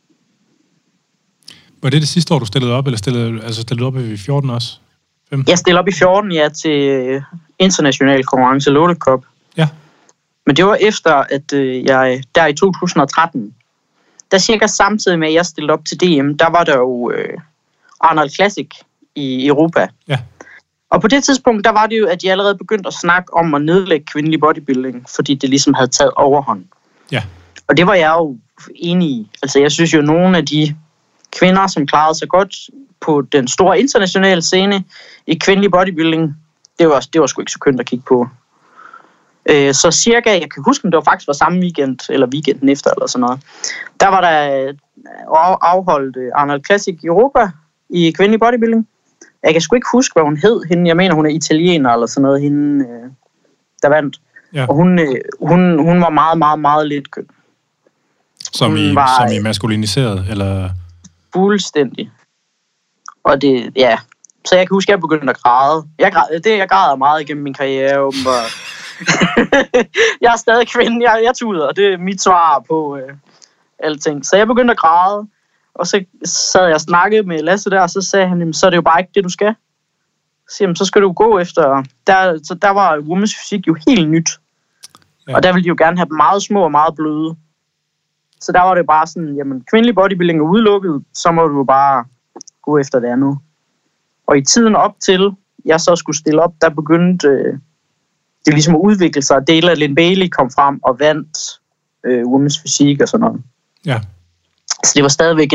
Var det sidste år, du stillede op, eller stillede op i 14 også? 15? Jeg stillede op i 14, ja, til international konkurrence, Lotte Cup. Ja. Men det var efter, at jeg der i 2013, der cirka samtidig med, at jeg stillede op til DM, der var der jo Arnold Classic i Europa. Ja. Og på det tidspunkt, der var det jo, at de allerede begyndte at snakke om at nedlægge kvindelig bodybuilding, fordi det ligesom havde taget overhånd. Ja. Og det var jeg jo enig i. Altså, jeg synes jo, at nogle af de kvinder, som klarede sig godt på den store internationale scene i kvindelig bodybuilding, det var sgu ikke så kønt at kigge på. Så cirka, jeg kan huske, det var faktisk samme weekend, eller weekenden efter, eller sådan noget. Der var der afholdt Arnold Classic i Europa i kvindelig bodybuilding. Jeg kan sgu ikke huske, hvad hun hed. Hende, jeg mener, hun er italiener, eller sådan noget, hende, der vandt. Ja. Og hun var meget, meget, meget lidt køn. Som i maskuliniseret, eller? Fuldstændig. Og det, ja. Så jeg kan huske, at jeg begyndte at græde. Jeg græder meget igennem min karriere, åbenbart. Jeg er stadig kvinde, jeg tuder, og det er mit svar på alting. Så jeg begyndte at græde, og så sad jeg og snakkede med Lasse der, og så sagde han, så er det jo bare ikke det, du skal. Så skal du gå efter. Der var women's fysik jo helt nyt. Ja. Og der ville de jo gerne have dem meget små og meget bløde. Så der var det bare sådan, jamen kvindelig bodybuilding er udelukket, så må du jo bare gå efter det andet. Og i tiden op til, jeg så skulle stille op, der begyndte det ligesom at udvikle sig. Dele af Lynn Bailey kom frem og vandt women's fysik og sådan noget. Ja. Så det var stadigvæk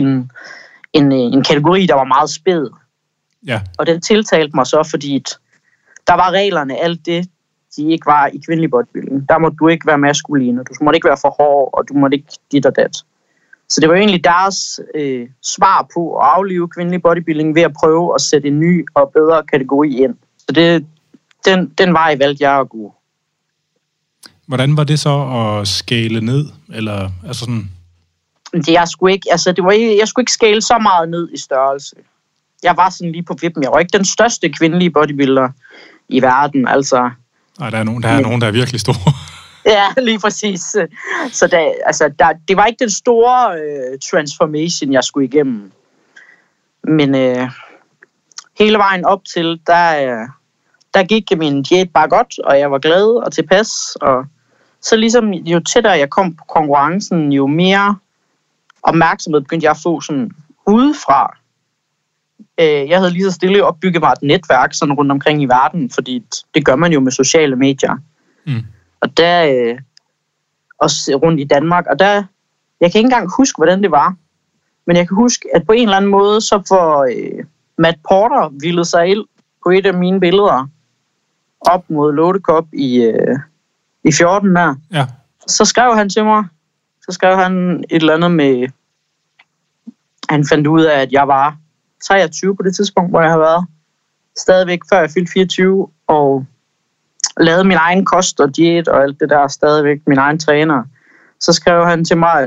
en kategori, der var meget spæd. Ja. Og den tiltalte mig så, fordi der var reglerne, alt det, de ikke var i kvindelig bodybuilding. Der måtte du ikke være maskulin, og du måtte ikke være for hård, og du måtte ikke dit og dat. Så det var egentlig deres svar på at aflive kvindelig bodybuilding ved at prøve at sætte en ny og bedre kategori ind. Så den vej valgte jeg at gå. Hvordan var det så at skale ned? Eller, altså sådan... Jeg skulle ikke skale så meget ned i størrelse. Jeg var sådan lige på vippen. Jeg var ikke den største kvindelige bodybuilder i verden, altså. Nej, der er nogen, der er virkelig store. Ja, lige præcis. Så det var ikke den store transformation, jeg skulle igennem. Men hele vejen op til, der gik min diæt bare godt, og jeg var glad og tilpas. Og så ligesom, jo tættere jeg kom på konkurrencen, jo mere opmærksomhed begyndte jeg at få sådan udefra. Jeg havde lige så stille opbygget mig et netværk sådan rundt omkring i verden, fordi det gør man jo med sociale medier. Mm. Og også rundt i Danmark. Og der, jeg kan ikke engang huske, hvordan det var. Men jeg kan huske, at på en eller anden måde, så får Matt Porter villet sig ind på et af mine billeder op mod Lotte Cup i 14 der. Ja. Så skrev han til mig. Så skrev han et eller andet med... Han fandt ud af, at jeg var 23 på det tidspunkt, hvor jeg har været. Stadigvæk før jeg fyldte 24, og lavede min egen kost og diæt og alt det der, stadigvæk min egen træner. Så skrev han til mig,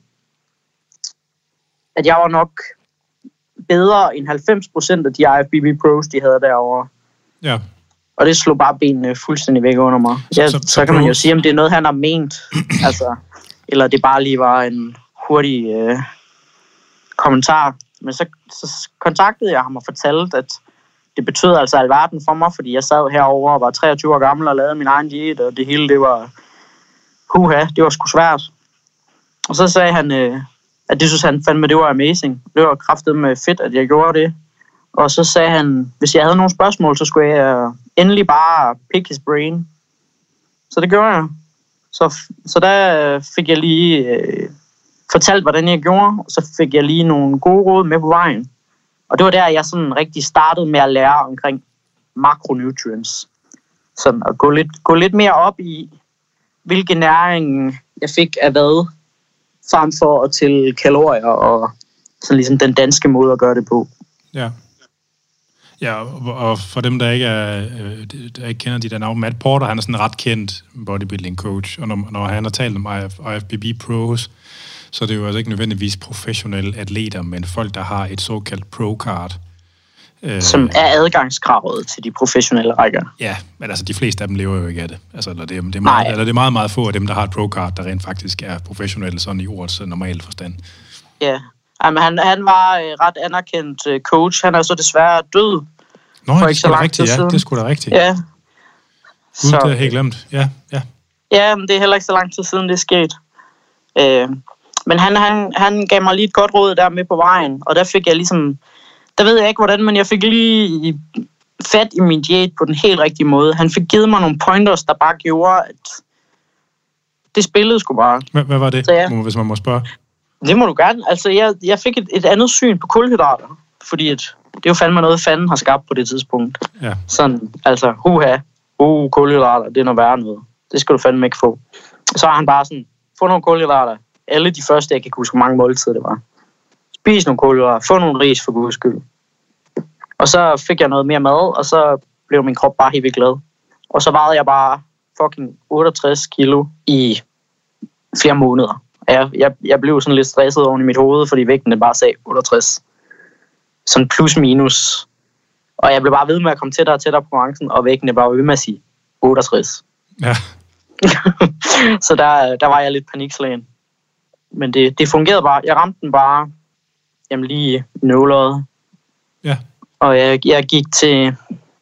at jeg var nok bedre end 90% af de IFBB Pros, de havde derovre. Ja. Og det slog bare benene fuldstændig væk under mig. Så kan man jo sige, om det er noget, han har ment. Altså, eller det bare lige var en hurtig kommentar. Men så kontaktede jeg ham og fortalte, at det betød altså alverden for mig, fordi jeg sad herovre og var 23 år gammel og lavede min egen diæt, og det hele, det var det var sgu svært. Og så sagde han, at det synes han fandme, det var amazing. Det var kraftedeme fedt, at jeg gjorde det. Og så sagde han, hvis jeg havde nogle spørgsmål, så skulle jeg endelig bare pick his brain. Så det gjorde jeg. Så der fik jeg lige fortalt, hvordan jeg gjorde, og så fik jeg lige nogle gode råd med på vejen. Og det var der, jeg sådan rigtig startede med at lære omkring makronutrients. Sådan at gå lidt mere op i, hvilken næring jeg fik af hvad, frem for at tælle kalorier og sådan ligesom den danske måde at gøre det på. Ja. Ja, og for dem, der ikke kender de der navn, Matt Porter, han er sådan en ret kendt bodybuilding coach, og når han har talt om IFBB Pros, så er det jo altså ikke nødvendigvis professionelle atleter, men folk, der har et såkaldt pro-card. Som er adgangskravet til de professionelle rækker. Ja, men altså de fleste af dem lever jo ikke af det. Altså, eller det er meget, meget få af dem, der har et pro-card, der rent faktisk er professionelle, sådan i ordets normale forstand. Ja, jamen, han var ret anerkendt coach. Han er så desværre død. Nå, det skulle da rigtigt, ja. Det skulle da rigtigt. Ja. Gud, det er helt glemt. Ja. Ja, men det er heller ikke så lang tid siden, det er sket. Men han gav mig lige et godt råd der med på vejen, og der fik jeg ligesom, der ved jeg ikke hvordan, men jeg fik lige fat i min diæt på den helt rigtige måde. Han fik givet mig nogle pointers, der bare gjorde, at det spillede sgu bare. Hvad var det, ja, hvis man må spørge? Det må du gerne. Altså, jeg fik et andet syn på kulhydrater, fordi det er jo fandme noget, fanden har skabt på det tidspunkt. Ja. Sådan, altså, kulhydrater, det er noget værre noget. Det skal du fandme ikke få. Så har han bare sådan, få nogle kulhydrater. Alle de første, jeg kan huske, hvor mange måltider det var. Spis nogle kulhydrater, få nogle ris for guds skyld. Og så fik jeg noget mere mad, og så blev min krop bare helt vildt glad. Og så vejede jeg bare fucking 68 kilo i flere måneder. Jeg blev sådan lidt stresset oven i mit hoved, fordi vægten den bare sagde 68. Sådan plus minus. Og jeg blev bare ved med at komme tættere og tættere på konkurrencen, og vægten er bare ved med at sige 68. Ja. Så der var jeg lidt panikslagen. Men det fungerede bare. Jeg ramte den bare lige i nåløjet. Ja. Og jeg gik til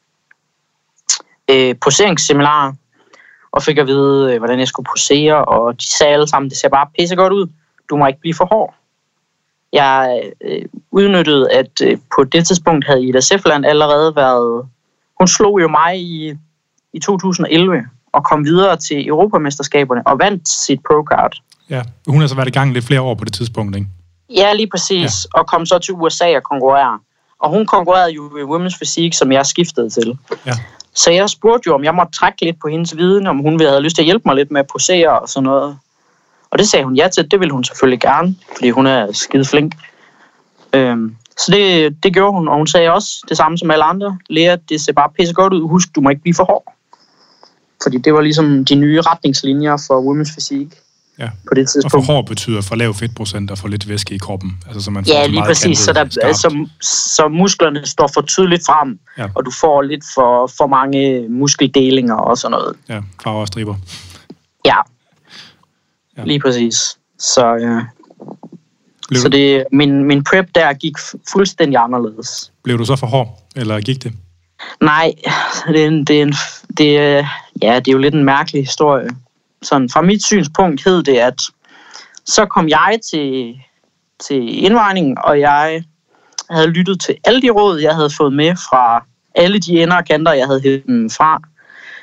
poseringsseminarer og fik at vide, hvordan jeg skulle posere, og de sagde alle sammen, det ser bare pissegodt ud. Du må ikke blive for hård. Jeg udnyttede, at på det tidspunkt havde Ida Sefland allerede været... Hun slog jo mig i 2011 og kom videre til Europamesterskaberne og vandt sit pro-card. Ja, hun har så været i gang lidt flere år på det tidspunkt, ikke? Ja, lige præcis. Ja. Og kom så til USA og konkurrere. Og hun konkurrerede jo i Women's Physique, som jeg skiftede til. Ja. Så jeg spurgte jo, om jeg måtte trække lidt på hendes viden, om hun havde lyst til at hjælpe mig lidt med at posere og sådan noget. Og det sagde hun ja til, det ville hun selvfølgelig gerne, fordi hun er skide flink. Så det gjorde hun, og hun sagde også det samme som alle andre. Lea, det ser bare pissegodt ud. Husk, du må ikke blive for hård. Fordi det var ligesom de nye retningslinjer for Women's Physique. Ja. På det tidspunkt. Og for hård betyder for lav fedtprocent og for lidt væske i kroppen. Altså, så man får lige præcis. Så musklerne står for tydeligt frem, ja. Og du får lidt for mange muskeldelinger og sådan noget. Ja, farver og striber. Ja. Lige præcis. Så det, min prep der gik fuldstændig anderledes. Blev du så for hård, eller gik det? Nej, det er jo lidt en mærkelig historie. Sådan, fra mit synspunkt hed det, at så kom jeg til indvejningen, og jeg havde lyttet til alle de råd, jeg havde fået med fra alle de ender og kanter, jeg havde hævet dem fra.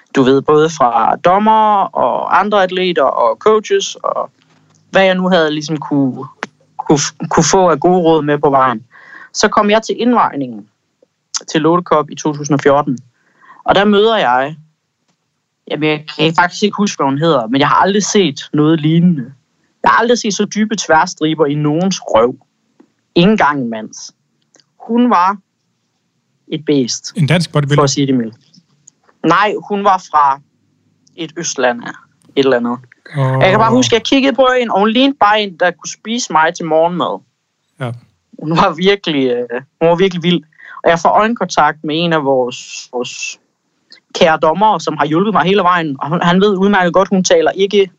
du ved, både fra dommer og andre atleter og coaches, og hvad jeg nu havde ligesom kunne få af gode råd med på vejen. Så kom jeg til indvejningen til Lotte Cup i 2014, og der møder jeg kan faktisk ikke huske, hvad hun hedder, men jeg har aldrig set noget lignende. Jeg har aldrig set så dybe tværstriber i nogens røv. Ingen gang en mands. Hun var et bæst. En dansk bodybuilder? For at sige det mildt. Nej, hun var fra et østland af. Et eller andet. Jeg kan bare huske, at jeg kiggede på hende, og hun lignede bare en, der kunne spise mig til morgenmad. Ja. Hun var virkelig vild. Og jeg får øjenkontakt med en af vores kære dommere, som har hjulpet mig hele vejen. Og han ved udmærket godt, hun taler ikke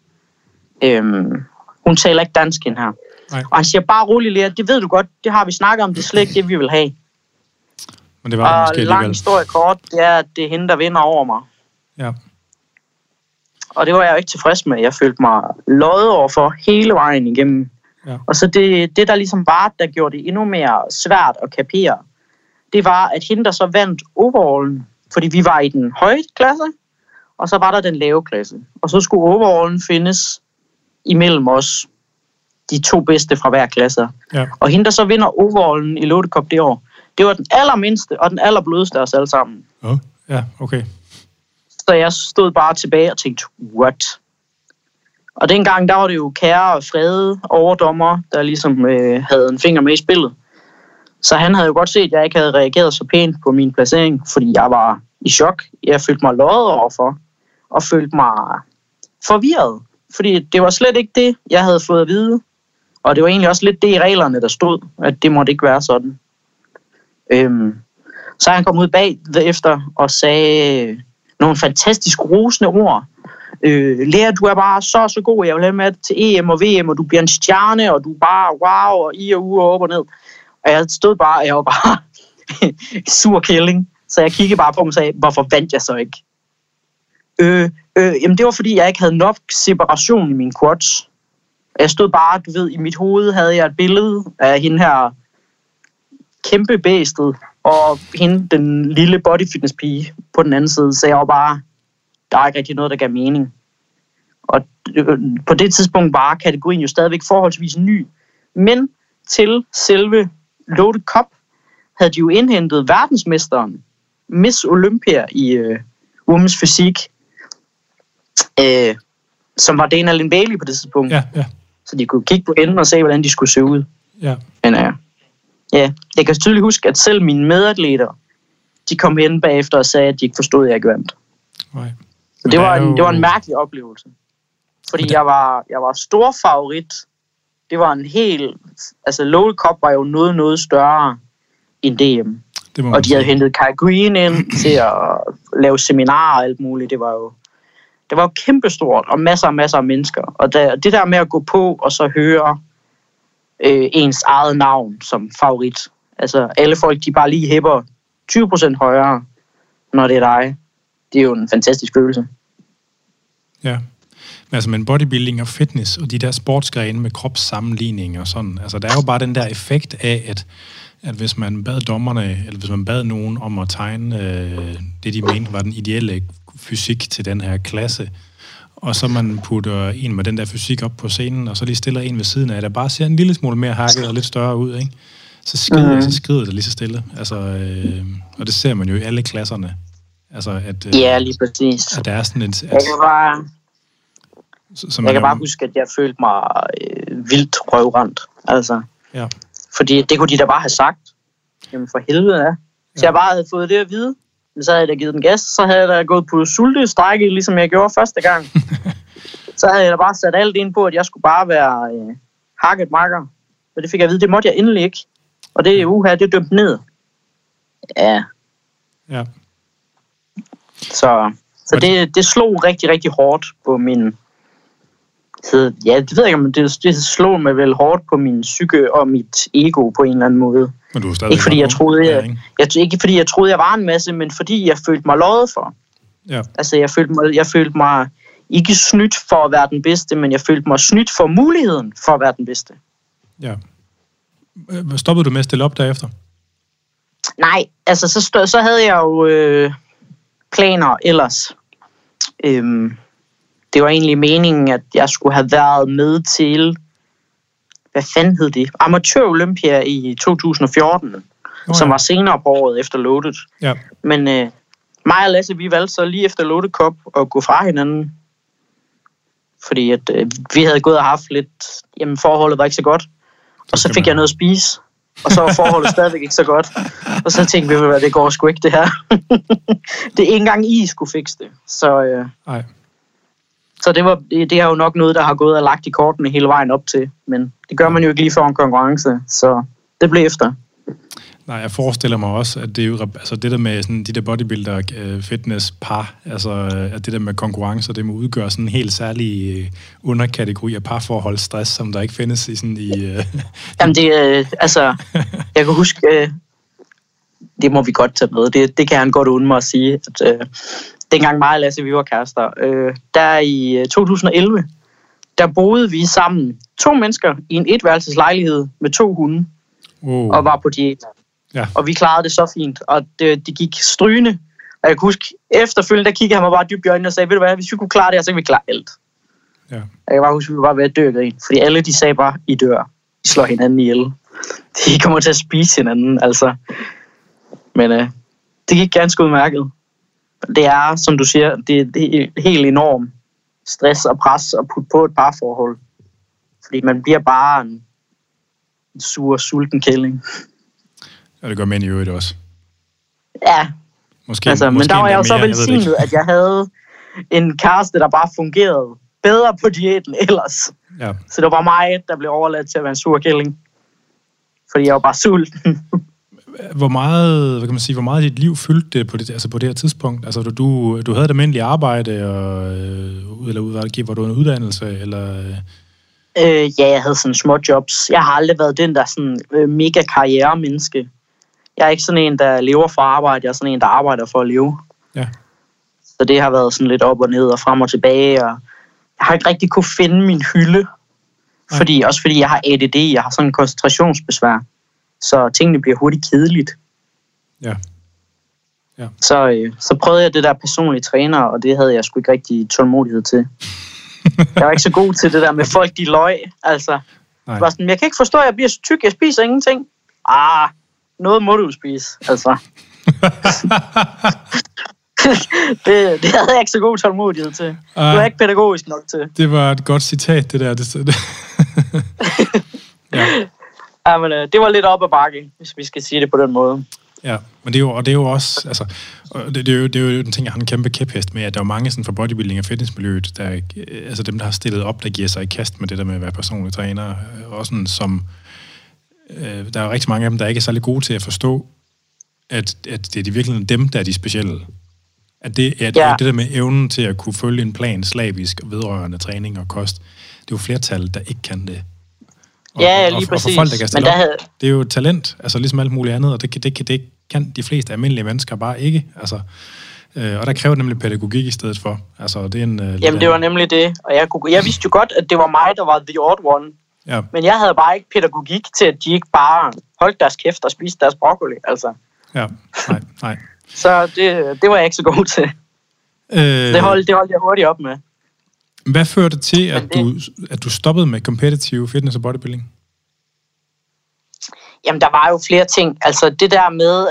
dansk ind her. Nej. Og han siger bare roligt, Lea, det ved du godt, det har vi snakket om, det er slet ikke det, vi vil have. Men det var og lang historie kort, det er, at det er hende, der vinder over mig. Ja. Og det var jeg jo ikke tilfreds med. Jeg følte mig løjet over for hele vejen igennem. Ja. Og så det, der ligesom var, der gjorde det endnu mere svært at kapere, det var, at hende, der så vandt overallen, fordi vi var i den høje klasse, og så var der den lave klasse. Og så skulle overallen findes imellem os, de to bedste fra hver klasse. Ja. Og hende, der så vinder overallen i Lotte Cup det år, det var den allermindste og den allerblødeste af os alle sammen. Ja, okay. Så jeg stod bare tilbage og tænkte, what? Og dengang, der var det jo kære og Frede overdommer, der ligesom havde en finger med i spillet. Så han havde jo godt set, at jeg ikke havde reageret så pænt på min placering, fordi jeg var i chok. Jeg følte mig løjet overfor, og følte mig forvirret. Fordi det var slet ikke det, jeg havde fået at vide. Og det var egentlig også lidt det i reglerne, der stod, at det måtte ikke være sådan. Så han kom ud bag efter og sagde nogle fantastisk rosende ord. Lea, du er bare så god, jeg vil have med til EM og VM, og du bliver en stjerne, og du er bare wow, og i og uge og op og ned. Og jeg stod bare, og jeg var bare sur kælling. Så jeg kiggede bare på mig og sagde, hvorfor vandt jeg så ikke? Jamen det var fordi, jeg ikke havde nok separation i mine quads. Jeg stod bare, du ved, i mit hoved havde jeg et billede af hende her kæmpe bæstet, og hende, den lille bodyfitness pige på den anden side, så jeg var bare, der er ikke rigtig noget, der gav mening. Og på det tidspunkt var kategorien jo stadigvæk forholdsvis ny. Men til selve Lotte Cup havde de jo indhentet verdensmesteren, Miss Olympia i Women's Fysik, som var Dana Lynn Bailey på det tidspunkt. Ja. Så de kunne kigge på hende og se, hvordan de skulle se ud. Ja. Men jeg kan tydeligt huske, at selv mine medatleter, de kom hen bagefter og sagde, at de ikke forstod, at jeg ikke vandt. Nej. Så det var en mærkelig oplevelse. Fordi jeg var stor favorit. Det var en helt... Altså, Lotte Cup var jo noget større end DM. Og de havde hentet Kai Green ind til at lave seminarer og alt muligt. Det var jo kæmpestort, og masser af mennesker. Og det der med at gå på og så høre ens eget navn som favorit. Altså, alle folk, de bare lige hæpper 20% højere, når det er dig. Det er jo en fantastisk følelse. Ja. Men bodybuilding og fitness og de der sportsgrene med kropssammenligning og sådan, altså der er jo bare den der effekt af, at hvis man bad dommerne, eller hvis man bad nogen om at tegne det, de mente var den ideelle fysik til den her klasse, og så man putter en med den der fysik op på scenen, og så lige stiller en ved siden af, der bare ser en lille smule mere hakket og lidt større ud, ikke? Så skrider det lige så stille. Altså, og det ser man jo i alle klasserne. Altså, at, ja, lige præcis. At der er sådan et... Jeg kan bare huske, at jeg følte mig vildt røvrendt. Altså. Ja. Fordi det kunne de da bare have sagt. Jamen for helvede, ja. Så jeg bare havde fået det at vide. Men så havde jeg da givet den gas. Så havde jeg da gået på sultestrække, ligesom jeg gjorde første gang. Så havde jeg da bare sat alt ind på, at jeg skulle bare være hakket makker. Og det fik jeg at vide, det måtte jeg endelig ikke. Og det det dømte ned. Ja. Ja. Så det slog rigtig, rigtig hårdt på min... Så, ja, det ved jeg ikke, men det slog mig vel hårdt på min psyke og mit ego på en eller anden måde. Men du ikke fordi jeg troede, ikke fordi jeg troede, jeg var en masse, men fordi jeg følte mig løjet for. Ja. Altså, jeg følte mig ikke snydt for at være den bedste, men jeg følte mig snydt for muligheden for at være den bedste. Ja. Stoppede du med at stille op derefter? Nej, altså så havde jeg jo planer ellers. det var egentlig meningen, at jeg skulle have været med til, hvad fanden hed det? Amatør Olympia i 2014, som var senere på året efter Loaded. Ja. Men mig og Lasse, vi valgte så lige efter Loaded Cup at gå fra hinanden. Fordi at vi havde gået og haft lidt, jamen forholdet var ikke så godt. Og så fik jeg noget at spise. Og så var forholdet stadigvæk ikke så godt. Og så tænkte vi, at det går sgu ikke det her. Det er ikke engang I skulle fikse det. Så det er jo nok noget, der har gået og lagt i kortene hele vejen op til. Men det gør man jo ikke lige for en konkurrence. Så det blev efter. Nej, jeg forestiller mig også, at det er jo, altså det der med sådan, de der bodybuilder fitness par, altså at det der med konkurrencer, det må udgøre sådan en helt særlig underkategori af parforholdsstress, som der ikke findes i sådan i... Jamen det, jeg kan huske, det må vi godt tage med. Det kan han godt undre mig at sige, at dengang mig og Lasse, vi var kærester, der i 2011, der boede vi sammen 2 mennesker i en etværelseslejlighed med 2 hunde, og var på diæt. Ja. Og vi klarede det så fint, og det gik strygende. Og jeg kan huske, efterfølgende, der kiggede han mig bare dybt i øjnene og sagde, ved du hvad, hvis vi kunne klare det her, så kan vi klare alt. Ja. Jeg kan bare huske, vi var bare ved at dø af grin, fordi alle de sagde bare, I dør. I slår hinanden ihjel. De kommer til at spise hinanden, altså. Men det gik ganske udmærket. Det er, som du siger, det er helt enormt stress og pres at putte på et parforhold. Fordi man bliver bare en sur, sulten kælling. Ja, det gør mænd i øvrigt også. Ja, måske, altså, men der var jeg jo så velsignet, at jeg havde en kæreste, der bare fungerede bedre på diæten ellers. Ja. Så det var mig, der blev overladt til at være en sur kælling. Fordi jeg var bare sulten. Hvor meget af dit liv fyldte det på det her tidspunkt? Altså, du havde et almindeligt arbejde, var du en uddannelse, eller... Ja, jeg havde sådan små jobs. Jeg har aldrig været den der sådan mega karrieremenneske. Jeg er ikke sådan en, der lever for arbejde. Jeg er sådan en, der arbejder for at leve. Ja. Så det har været sådan lidt op og ned og frem og tilbage. Og jeg har ikke rigtig kunne finde min hylde. Fordi jeg har ADD. Jeg har sådan en koncentrationsbesvær. Så tingene bliver hurtigt kedeligt. Ja. Ja. Så prøvede jeg det der personlige træner, og det havde jeg sgu ikke rigtig tålmodighed til. Jeg var ikke så god til det der med folk, de løg. Altså, var sådan, jeg kan ikke forstå, at jeg bliver så tyk, jeg spiser ingenting. Noget må du spise, altså. det havde jeg ikke så god tålmodighed til. Det var ikke pædagogisk nok til. Det var et godt citat, det der. Ja, men det var lidt op ad bakke, hvis vi skal sige det på den måde. Ja, men det er jo også, altså, det er jo en ting, jeg har en kæmpe kæphest med, at der er mange sådan fra bodybuilding og fitnessmiljøet, der, altså dem, der har stillet op, der giver sig i kast med det der med at være personlig træner, og sådan som, der er rigtig mange af dem, der ikke er særlig gode til at forstå, at det er i virkeligheden dem, der er de specielle. At det der med evnen til at kunne følge en plan slavisk og vedrørende træning og kost, det er jo flertal, der ikke kan det. Lige præcis. Og for folk, der kan stille op, det er jo et talent, altså ligesom alt muligt andet, og det kan de fleste almindelige mennesker bare ikke. Altså, og der kræver nemlig pædagogik i stedet for. Altså, det er Jamen, det var nemlig det. Og jeg vidste jo godt, at det var mig, der var the odd one. Ja. Men jeg havde bare ikke pædagogik til, at de ikke bare holdt deres kæft og spiste deres broccoli. Altså. Ja, nej. Så det var jeg ikke så god til. Det holdt jeg hurtigt op med. Hvad førte til, at du stoppede med competitive fitness og bodybuilding? Jamen, der var jo flere ting. Altså, det der med,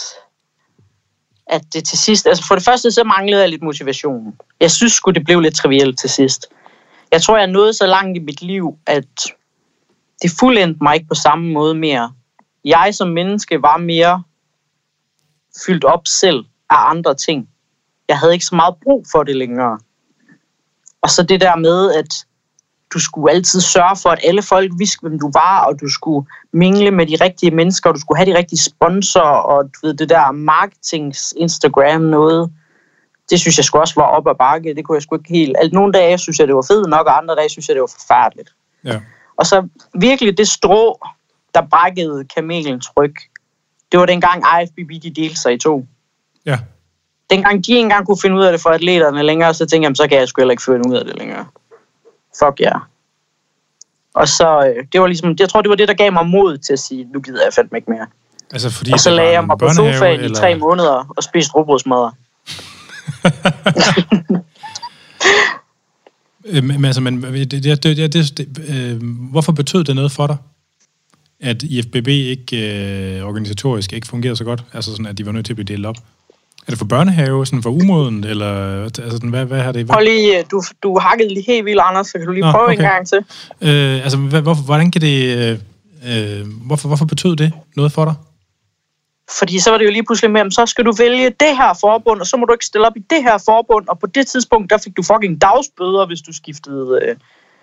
at det til sidst... Altså, for det første, så manglede jeg lidt motivation. Jeg synes sgu, det blev lidt trivielt til sidst. Jeg tror, jeg nåede så langt i mit liv, at det fuldendte mig ikke på samme måde mere. Jeg som menneske var mere fyldt op selv af andre ting. Jeg havde ikke så meget brug for det længere. Og så det der med, at du skulle altid sørge for, at alle folk vidste, hvem du var, og du skulle mingle med de rigtige mennesker, og du skulle have de rigtige sponsorer, og du ved, det der marketings Instagram noget, det synes jeg sgu også var op ad bakke. Det kunne jeg sgu ikke helt... Nogle dage synes jeg, det var fedt nok, og andre dage synes jeg, det var forfærdeligt. Ja. Og så virkelig det strå, der brækkede kamelens ryg, det var dengang IFBB, de delte sig i 2. Ja. Dengang de ikke engang kunne finde ud af det for atleterne længere, så tænkte jeg, så kan jeg sgu heller ikke finde ud af det længere. Fuck ja. Og så, det var ligesom, jeg tror, det var det, der gav mig mod til at sige, nu gider jeg fandme ikke mere. Altså, fordi og så lagde jeg mig på sofaen i 3 måneder og spiste rugbrødsmadder. Hvorfor betød det noget for dig, at IFBB ikke organisatorisk ikke fungerede så godt? Altså sådan, at de var nødt til at blive delt op? Er det for børnehave, sådan for umoden, eller altså sådan, hvad har det? Prøv lige, du hakkede lige helt vildt, Anders, så kan du lige prøve en gang til. Hvordan kan det... Hvorfor betød det noget for dig? Fordi så var det jo lige pludselig med, så skal du vælge det her forbund, og så må du ikke stille op i det her forbund, og på det tidspunkt, der fik du fucking dagsbøder, hvis du skiftede,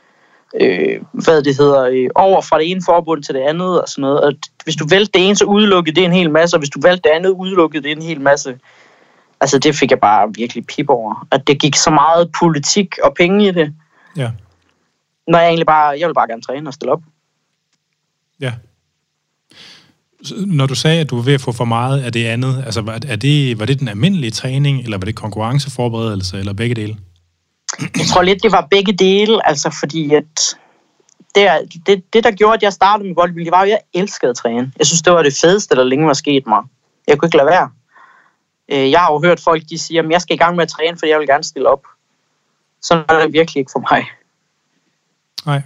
over fra det ene forbund til det andet, og sådan noget. Og hvis du valgte det ene, så udelukkede det en hel masse, og hvis du valgte det andet, udelukkede det en hel masse. Altså, det fik jeg bare virkelig pip over. At det gik så meget politik og penge i det. Ja. Når jeg vil bare gerne træne og stille op. Ja. Når du sagde, at du var ved at få for meget af det andet, altså var det den almindelige træning, eller var det konkurrenceforberedelse, eller begge dele? Jeg tror lidt, det var begge dele, altså fordi at det der gjorde, at jeg startede med bodybuilding, det var jo, at jeg elskede at træne. Jeg synes, det var det fedeste, der længe var sket mig. Jeg kunne ikke lade være. Jeg har jo hørt folk, de siger, at jeg skal i gang med at træne, fordi jeg vil gerne stille op. Sådan er det virkelig ikke for mig. Nej.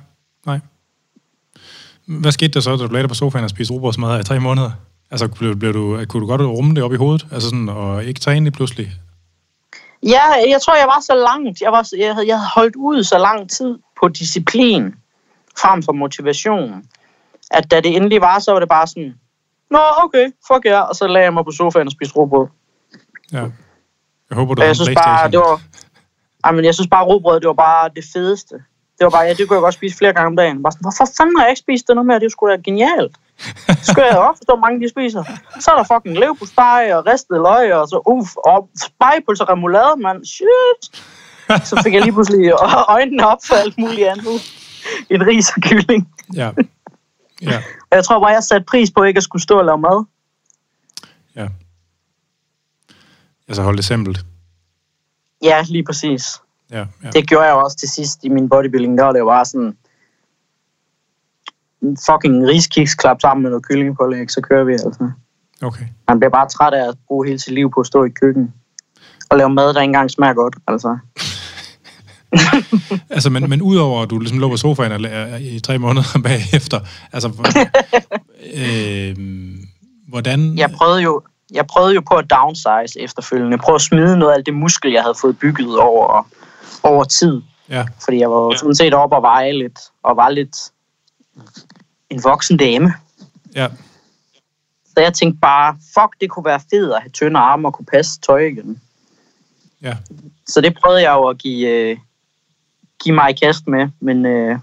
Hvad skete der så, da du lagde dig på sofaen og spiste rugbrødsmad i 3 måneder? Altså, kunne du godt rumme det op i hovedet? Altså sådan, og ikke træne lige pludselig? Ja, jeg tror, jeg var så langt. Jeg havde holdt ud så lang tid på disciplin frem for motivation, at da det endelig var, så var det bare sådan, nå, okay, fuck ja, og så lagde jeg mig på sofaen og spiste rugbrød. Ja. Jeg håber, du har en PlayStation. Jeg synes bare, rugbrød, det var bare det fedeste. Det var bare, det kunne jeg godt spise flere gange om dagen. Bare sådan, hvorfor fanden har jeg ikke spist det noget mere? Det skulle da genialt. Så skulle jeg også forstå, hvor mange de spiser. Så er der fucking leverpostej og ristet løg, og så og spegepølse og remoulade, mand. Shit. Så fik jeg lige pludselig øjnene op for alt muligt andet. En ris og kylling. Ja. Og jeg tror bare, jeg satte pris på ikke at skulle stå og lave mad. Ja. Altså holde det simpelt. Ja, lige præcis. Ja. Det gjorde jeg også til sidst i min bodybuilding. Der var det jo bare sådan en fucking riskiksklap sammen med noget kyllingepålæg, så kører vi altså. Okay. Man bliver bare træt af at bruge hele sit liv på at stå i køkken og lave mad, der ikke engang smager godt, altså. Altså, men udover at du ligesom lå på sofaen i 3 måneder bagefter, altså, hvordan... Jeg prøvede jo på at downsize efterfølgende. Prøve at smide noget af alt det muskel, jeg havde fået bygget over tid. Ja. Fordi jeg var sådan set oppe og veje lidt, og var lidt en voksen dame. Ja. Så jeg tænkte bare, fuck, det kunne være fedt at have tynde arme og kunne passe tøj igen. Ja. Så det prøvede jeg jo at give mig i kast med, men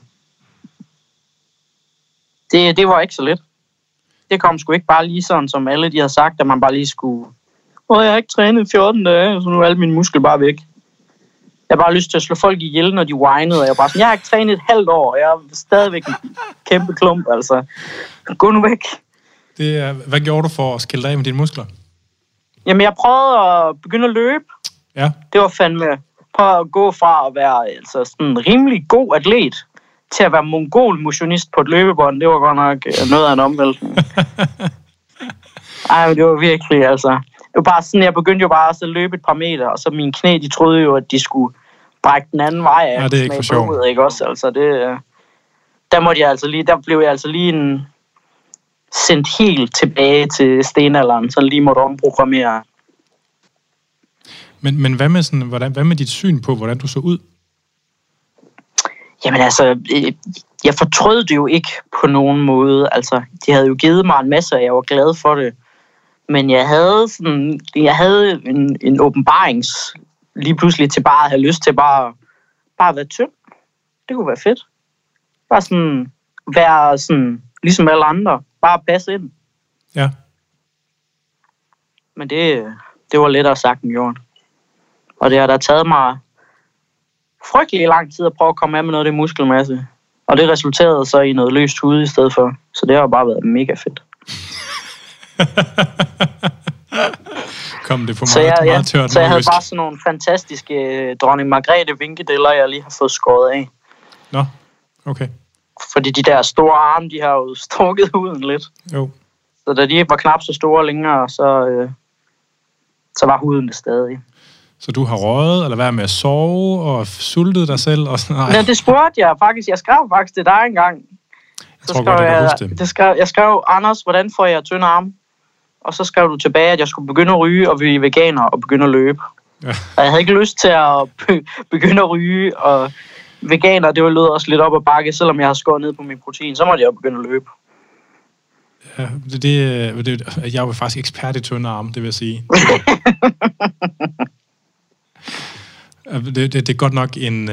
det var ikke så let. Det kom sgu ikke bare lige sådan, som alle de har sagt, at man bare lige skulle... jeg har ikke trænet 14 dage, så nu er alle mine muskler bare væk. Jeg har bare lyst til at slå folk ihjel, når de whinede, og jeg bare sådan, jeg har ikke trænet et halvt år, og jeg er stadigvæk en kæmpe klump, altså. Gå nu væk. Hvad gjorde du for at skille dig af med dine muskler? Jamen, jeg prøvede at begynde at løbe. Ja. Det var fandme... Prøv at gå fra at være altså, sådan en rimelig god atlet, til at være mongol-motionist på et løbebånd. Det var godt nok noget af en omvæltning. Ej, men det var virkelig, altså... Det var bare sådan, jeg begyndte jo bare at løbe et par meter, og så mine knæ, de troede jo, at de skulle brække den anden vej af. Ja, det er ikke for sjovt. Ikke også? Altså, der blev jeg altså lige sendt helt tilbage til stenalderen, så lige måtte omprogrammere. Men hvad med, hvad med dit syn på, hvordan du så ud? Jamen altså, jeg fortrød det jo ikke på nogen måde. Altså, de havde jo givet mig en masse, og jeg var glad for det. Men jeg havde en åbenbarings lige pludselig til bare at have lyst til bare at være tynd. Det kunne være fedt. Bare sådan være sådan ligesom alle andre. Bare passe ind. Ja. Men det var lettere sagt end gjort. Og det har da taget mig frygtelig lang tid at prøve at komme af med noget af det muskelmasse. Og det resulterede så i noget løst hud i stedet for. Så det har bare været mega fedt. Kom det for meget tørt? Så jeg havde bare sådan nogle fantastiske dronning Margrethe vinkedeller, jeg lige har fået skåret af. Nå, okay. Fordi de der store arme, de har jo strukket huden lidt. Jo. Så da de ikke var knap så store længere, så var huden det stadig. Så du har røget, eller været med at sove, og sultet dig selv? Og sådan, ja, det spurgte jeg faktisk. Jeg skrev faktisk til dig engang. Jeg tror godt, jeg kan huske det. Jeg skrev, Anders, hvordan får jeg tynde arme? Og så skrev du tilbage, at jeg skulle begynde at ryge og blive veganer og begynde at løbe. Ja. Og jeg havde ikke lyst til at begynde at ryge, og veganer, det lød også lidt op ad bakke, selvom jeg har skåret ned på min protein, så måtte jeg jo begynde at løbe. Ja, jeg er jo faktisk ekspert i tynde arme, det vil jeg sige. Det er godt nok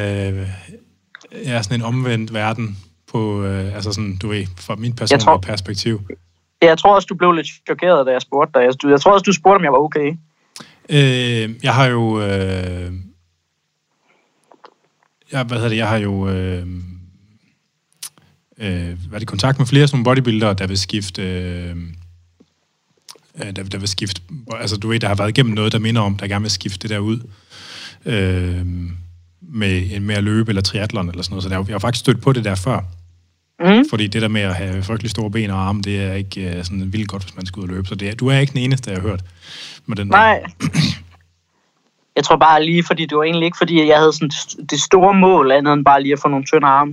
sådan en omvendt verden på, altså sådan, du ved, fra min personlige perspektiv. Jeg tror også, du blev lidt chokeret, da jeg spurgte dig. Jeg tror også, du spurgte, om jeg var okay. Jeg har jo... Jeg har jo været i kontakt med flere sådan bodybuildere, der vil skifte... der vil skifte... Altså, du ved, der har været igennem noget, der minder om, der gerne vil skifte det der ud. Med at løbe eller triathlon eller sådan noget. Så jeg har faktisk stødt på det der før. Fordi det der med at have frygtelig store ben og arme, det er ikke sådan vildt godt, hvis man skal ud og løbe. Så du er ikke den eneste, jeg har hørt med den der. Nej. Jeg tror bare lige, fordi det var egentlig ikke, fordi jeg havde sådan det store mål, andet end bare lige at få nogle tynde arme.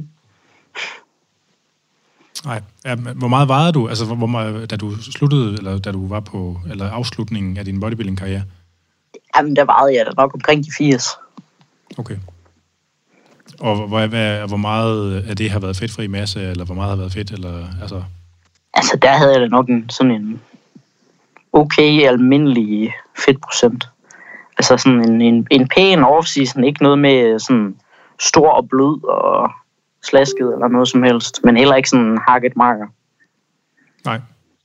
Nej. Ja, hvor meget vejede du, altså da du sluttede, eller da du var på eller afslutningen af din bodybuilding-karriere? Jamen, der vejede jeg da nok omkring de 80. Okay. Og hvor meget af det har været fedtfri masse, eller hvor meget har været fedt, eller altså? Altså, der havde jeg da nok sådan en okay, almindelig fedtprocent. Altså sådan en pæn off-season, ikke noget med sådan stor og blød og slasket eller noget som helst, men heller ikke sådan hakket marker. Nej.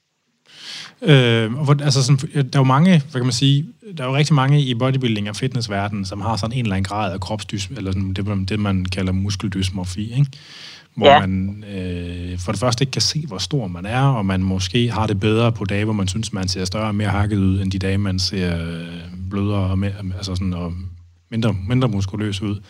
Altså sådan, der er jo mange, hvad kan man sige, der er jo rigtig mange i bodybuilding og fitnessverdenen, som har sådan en eller anden grad af kropsdysmorfi, eller sådan det man kalder muskeldysmorfi, ikke? Hvor man for det første ikke kan se, hvor stor man er, og man måske har det bedre på dage, hvor man synes, man ser større og mere hakket ud, end de dage, man ser blødere og mere, altså sådan, og mindre muskuløs ud.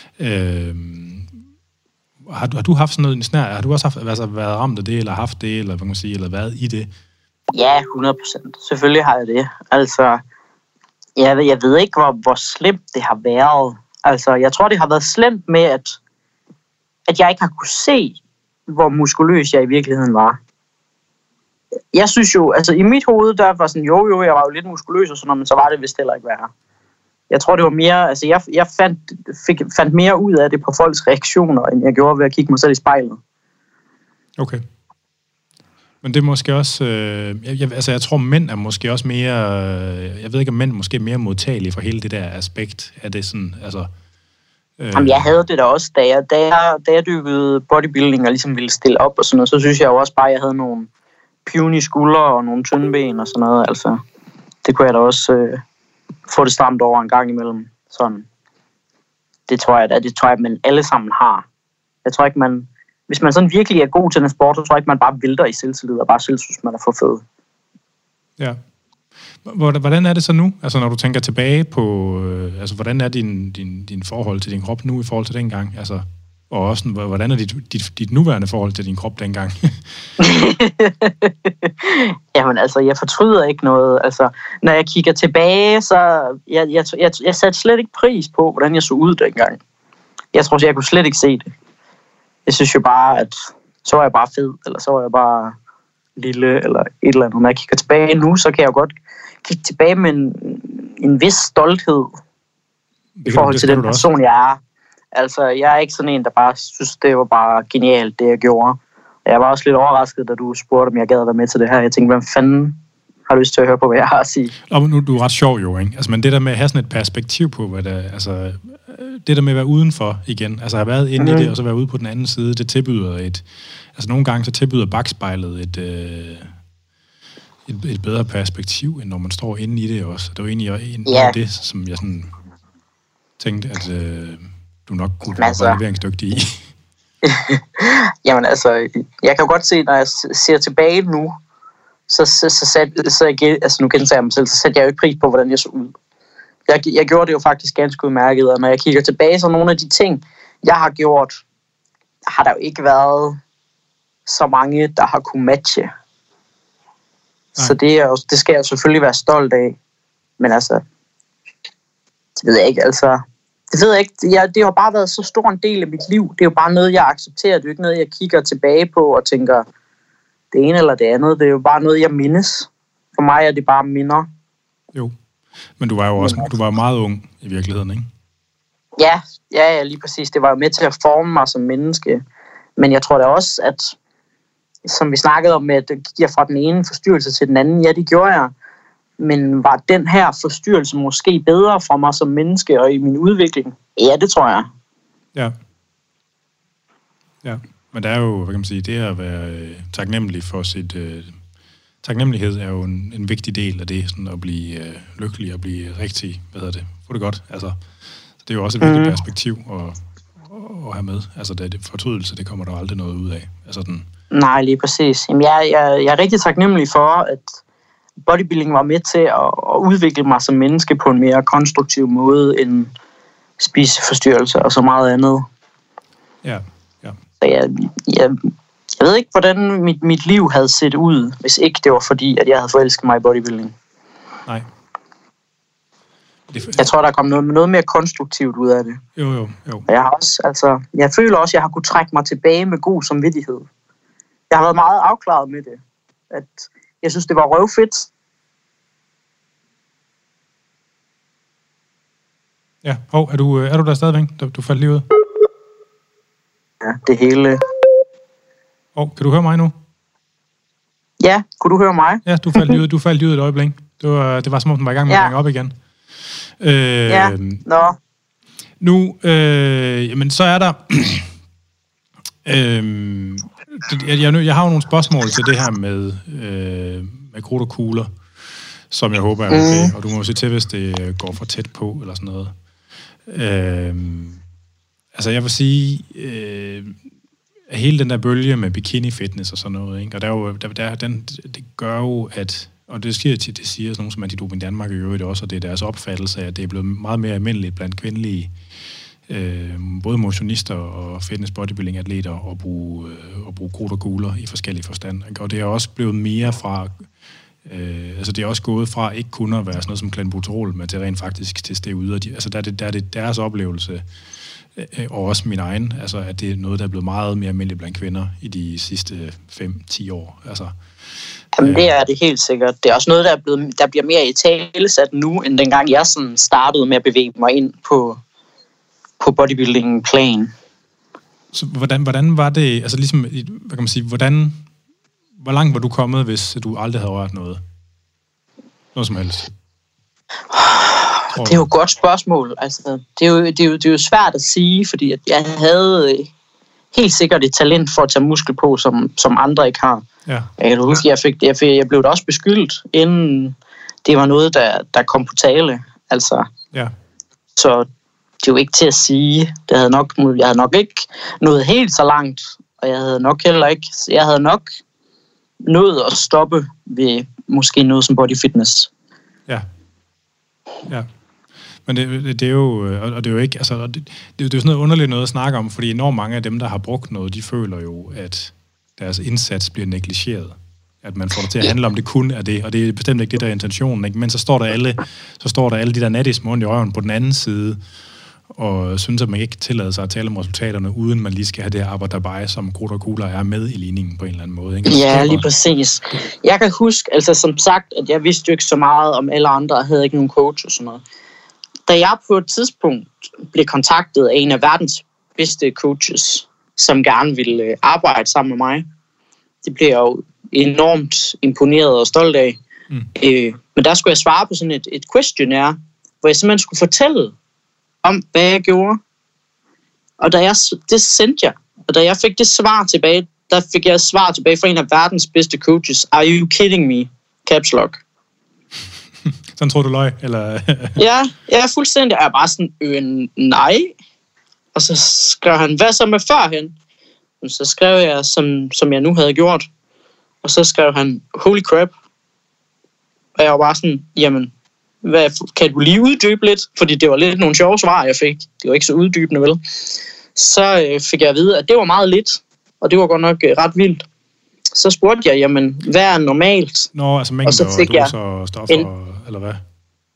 Har du haft sådan noget snær? Har du også været ramt af det, eller haft det, eller hvad kan man sige, eller været i det? Ja, 100%. Selvfølgelig har jeg det. Altså, jeg ved ikke, hvor slemt det har været. Altså, jeg tror, det har været slemt med, at jeg ikke har kunne se, hvor muskuløs jeg i virkeligheden var. Jeg synes jo, altså i mit hoved, der var sådan, jo, jeg var jo lidt muskuløs og sådan noget, men så var det vist heller ikke værre. Jeg tror, det var mere, altså jeg fandt mere ud af det på folks reaktioner, end jeg gjorde ved at kigge mig selv i spejlet. Okay. Men det er måske også, jeg tror, mænd er måske også mere, jeg ved ikke, om mænd er måske mere modtagelige for hele det der aspekt. Er det sådan, altså... Jamen, jeg havde det da også, da jeg dykkede bodybuilding og ligesom ville stille op og sådan noget, så synes jeg jo også bare, at jeg havde nogle puny skuldre og nogle tynde ben og sådan noget, altså. Det kunne jeg da også få det stramt over en gang imellem, sådan. Det tror jeg, man alle sammen har. Jeg tror ikke, hvis man sådan virkelig er god til en sport, så tror jeg ikke, man bare vælter i selvtillid og bare selv synes, man er for fed. Ja. Hvordan er det så nu? Altså, når du tænker tilbage på... altså, hvordan er din forhold til din krop nu i forhold til dengang? Altså, og også, hvordan er dit nuværende forhold til din krop dengang? Jamen, altså, jeg fortryder ikke noget. Altså, når jeg kigger tilbage, så... Jeg satte slet ikke pris på, hvordan jeg så ud dengang. Jeg tror, jeg kunne slet ikke se det. Jeg synes jo bare, at så var jeg bare fed, eller så var jeg bare lille, eller et eller andet. Når jeg kigger tilbage nu, så kan jeg jo godt kigge tilbage med en vis stolthed i forhold til den person, jeg er. Altså, jeg er ikke sådan en, der bare synes, det var bare genialt, det jeg gjorde. Og jeg var også lidt overrasket, da du spurgte, om jeg gad at være med til det her. Jeg tænkte, hvem fanden har lyst til at høre på, hvad jeg har at sige? Og nu du er ret sjov jo, ikke? Altså, men det der med at have sådan et perspektiv på, hvad der, altså, det der med at være udenfor igen, altså have været inde i det, og så være ude på den anden side, det tilbyder altså nogle gange så tilbyder bagspejlet et bedre perspektiv, end når man står inde i det også. Det var egentlig en af det, som jeg sådan tænkte, at du nok kunne være leveringsdygtig i. Jamen altså, jeg kan jo godt se, når jeg ser tilbage nu, så nu gentager jeg mig selv, så satte jeg jo ikke pris på, hvordan jeg så ud. Jeg gjorde det jo faktisk ganske udmærket, og når jeg kigger tilbage, så nogle af de ting, jeg har gjort, har der jo ikke været så mange, der har kunne matche. Nej. Så det skal jeg selvfølgelig være stolt af. Men altså, Det ved jeg ikke, altså. Det ved jeg ikke. Det har bare været så stor en del af mit liv. Det er jo bare noget, jeg accepterer. Det er jo ikke noget, jeg kigger tilbage på og tænker, det ene eller det andet. Det er jo bare noget, jeg mindes. For mig er det bare minder. Jo, men du var jo også du var meget ung i virkeligheden, ikke? Ja, lige præcis. Det var jo med til at forme mig som menneske. Men jeg tror da også, at som vi snakkede om, at det gik jeg fra den ene forstyrrelse til den anden. Ja, det gjorde jeg. Men var den her forstyrrelse måske bedre for mig som menneske og i min udvikling? Ja, det tror jeg. Ja, men der er jo, hvad kan man sige, det at være taknemmelig for sit... Taknemmelighed er jo en vigtig del af det, sådan at blive lykkelig og blive rigtig, få det godt. Altså, det er jo også et vigtigt perspektiv at have med. Altså, det fortrydelse, det kommer der aldrig noget ud af. Altså, Nej, lige præcis. Jamen, jeg er rigtig taknemmelig for, at bodybuilding var med til at udvikle mig som menneske på en mere konstruktiv måde end spiseforstyrrelser og så meget andet. Ja. Så jeg ved ikke, hvordan mit liv havde set ud, hvis ikke det var fordi, at jeg havde forelsket mig i bodybuilding. Nej. Jeg tror, der kom noget mere konstruktivt ud af det. Jo. Jeg har også, jeg føler også, at jeg har kunnet trække mig tilbage med god samvittighed. Jeg har været meget afklaret med det. At jeg synes, det var røvfedt. Ja, er du der stadigvæk? Du faldt lige ud. Ja, det hele. Kan du høre mig nu? Ja, kunne du høre mig? Ja, du faldt lige ud et øjeblik. Det var som om, den var i gang med at ringe op igen. Nu, jamen, så er der... jeg har jo nogle spørgsmål til det her med krudt og kugler, som jeg håber er okay, og du må se til, hvis det går for tæt på, eller sådan noget. Altså, jeg vil sige... hele den der bølge med bikini-fitness og sådan noget, ikke? Og det gør jo, at... Og det siger sådan nogen som Antidoping Danmark i øvrigt også, og det er deres opfattelse af, at det er blevet meget mere almindeligt blandt kvindelige både motionister og fitness bodybuilding-atleter at bruge krudt og kugler i forskellige forstand. Ikke? Og det er også blevet mere fra... det er også gået fra ikke kun at være sådan noget som clenbuterol, men til rent faktisk til steroider. Der er det deres oplevelse, og også min egen, altså at det er noget, der er blevet meget mere almindeligt blandt kvinder i de sidste 5-10 år. Altså, jamen, det er det helt sikkert. Det er også noget, der bliver mere italesat nu, end dengang jeg sådan startede med at bevæge mig ind på bodybuilding-plan. Så hvordan var det, altså ligesom, hvad kan man sige, hvor langt var du kommet, hvis du aldrig havde rørt noget? Noget som helst? Det er jo et godt spørgsmål. Altså, det er jo svært at sige, fordi at jeg havde helt sikkert et talent for at tage muskel på, som andre ikke har. Ja. Jeg kan huske, jeg blev da også beskyldt, inden det var noget, der kom på tale. Altså, ja. Så det er jo ikke til at sige. Jeg havde nok ikke nået helt så langt, og jeg havde nok nået at stoppe ved måske noget som body fitness. Ja. Men det er jo, og det er jo ikke, altså, det er jo sådan noget underligt noget at snakke om, fordi enormt mange af dem, der har brugt noget, de føler jo, at deres indsats bliver negligeret. At man får det til at handle om, det kun er det, og det er bestemt ikke det, der er intentionen, ikke? Men så står der alle de der nattisme rundt i øjen på den anden side, og synes, at man ikke tillader sig at tale om resultaterne, uden man lige skal have det her arbejde, som krudt og kugler er med i ligningen på en eller anden måde. Ikke? Ja, lige præcis. Jeg kan huske, altså som sagt, at jeg vidste jo ikke så meget om alle andre, og havde ikke nogen coach og sådan noget. Da jeg på et tidspunkt blev kontaktet af en af verdens bedste coaches, som gerne ville arbejde sammen med mig, det blev jeg jo enormt imponeret og stolt af. Men der skulle jeg svare på sådan et questionnaire, hvor jeg simpelthen skulle fortælle om, hvad jeg gjorde. Og det sendte jeg. Og da jeg fik det svar tilbage, der fik jeg et svar tilbage fra en af verdens bedste coaches. Are you kidding me? Caps lock. Sådan tror du løg, eller? ja, fuldstændig. Jeg er bare sådan, nej. Og så skrev han, hvad så med førhen? Og så skrev jeg, som jeg nu havde gjort. Og så skrev han, holy crap. Og jeg var bare sådan, jamen, kan du lige uddybe lidt? Fordi det var lidt nogle sjove svar, jeg fik. Det var ikke så uddybende, vel? Så fik jeg at vide, at det var meget lidt. Og det var godt nok ret vildt. Så spurgte jeg, jamen, hvad er normalt? Altså mængder og doser og stoffer, eller hvad?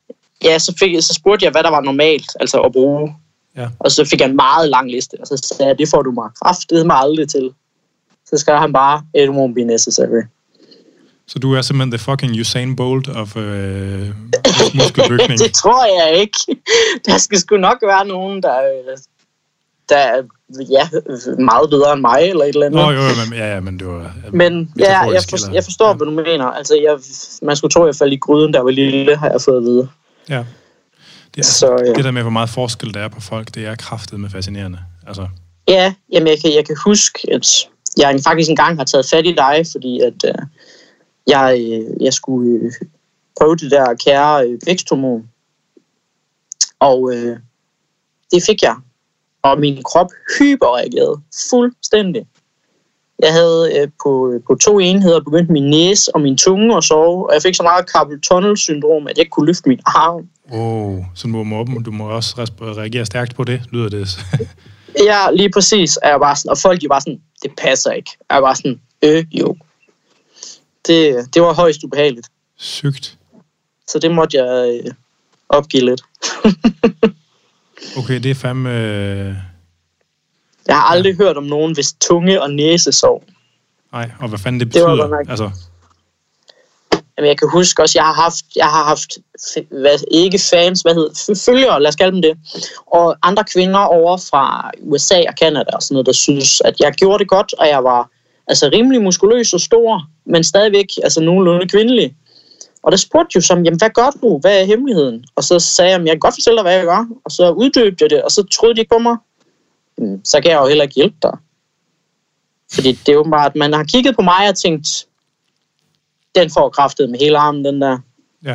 Ja, så spurgte jeg, hvad der var normalt, altså at bruge. Ja. Og så fik jeg en meget lang liste, og så sagde jeg, det får du mig kraftedeme aldrig til. Så skrev han bare, it won't be necessary. Så du er simpelthen the fucking Usain Bolt of muskelbygning? Det tror jeg ikke. Der skal sgu nok være nogen, der er meget bedre end mig, eller et eller andet. Men det var... Men jeg forstår, hvad du mener. Altså, man skulle tro, at jeg faldt i gryden, der var lille, har jeg fået at vide. Ja. Det der med, hvor meget forskel der er på folk, det er kraftedeme fascinerende. Altså. Ja, jamen jeg kan huske, at jeg faktisk engang har taget fat i dig, fordi at jeg skulle prøve det der kære væksthormon. Og det fik jeg. Og min krop hyperreagerede fuldstændig. Jeg havde på 2 enheder begyndt min næse og min tunge at sove, og jeg fik så meget carpal tunnel syndrom, at jeg ikke kunne løfte min arm. Så du må også reagere stærkt på det, lyder det. Ja, lige præcis. Er jeg bare sådan, og folk er bare sådan, det passer ikke. Jeg er bare sådan, jo. Det var højst ubehageligt. Sygt. Så det måtte jeg opgive lidt. Okay, det er fandme... Jeg har aldrig hørt om nogen, hvis tunge og næse sov. Nej, og hvad fanden det betyder? Altså... Jamen, jeg kan huske også, jeg har haft ikke fans, følgere, lad os kalde dem det, og andre kvinder over fra USA og Canada og sådan noget, der synes, at jeg gjorde det godt, og jeg var altså rimelig muskuløs og stor, men stadigvæk altså nogenlunde kvindelig. Og der spurgte jo som, jamen hvad gør du? Hvad er hemmeligheden? Og så sagde jeg, jeg kan godt fortælle dig, hvad jeg gør. Og så uddybte jeg det, og så troede de ikke på mig. Så kan jeg jo heller ikke hjælpe dig. Fordi det er jo bare, at man har kigget på mig og tænkt, den får kraftet med hele armen, den der. Ja.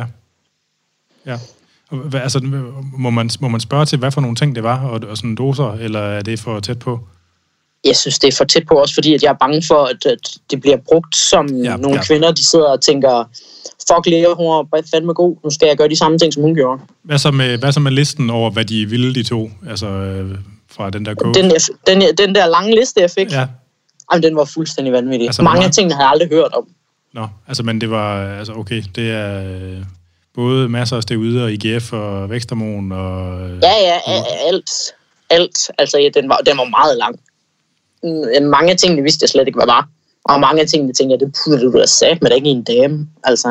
Altså, må man spørge til, hvad for nogle ting det var, og sådan doser, eller er det for tæt på? Jeg synes, det er for tæt på også, fordi at jeg er bange for, at det bliver brugt som nogle kvinder, de sidder og tænker, fuck Lea, hun er fandme god, nu skal jeg gøre de samme ting, som hun gjorde. Hvad så med listen over, hvad de ville, de to, altså fra den der coach? Den der lange liste, jeg fik, ja. Jamen, den var fuldstændig vanvittig. Altså, mange af tingene havde jeg aldrig hørt om. Nå, altså, men det var, altså okay, det er både masser af steroider og IGF og væksthormon og... Ja, alt. Altså, den var meget lang. Mange af tingene vidste jeg slet ikke, hvad var. Og mange af tingene tænkte jeg, det putter du da sagt, men det er ikke en dame, altså.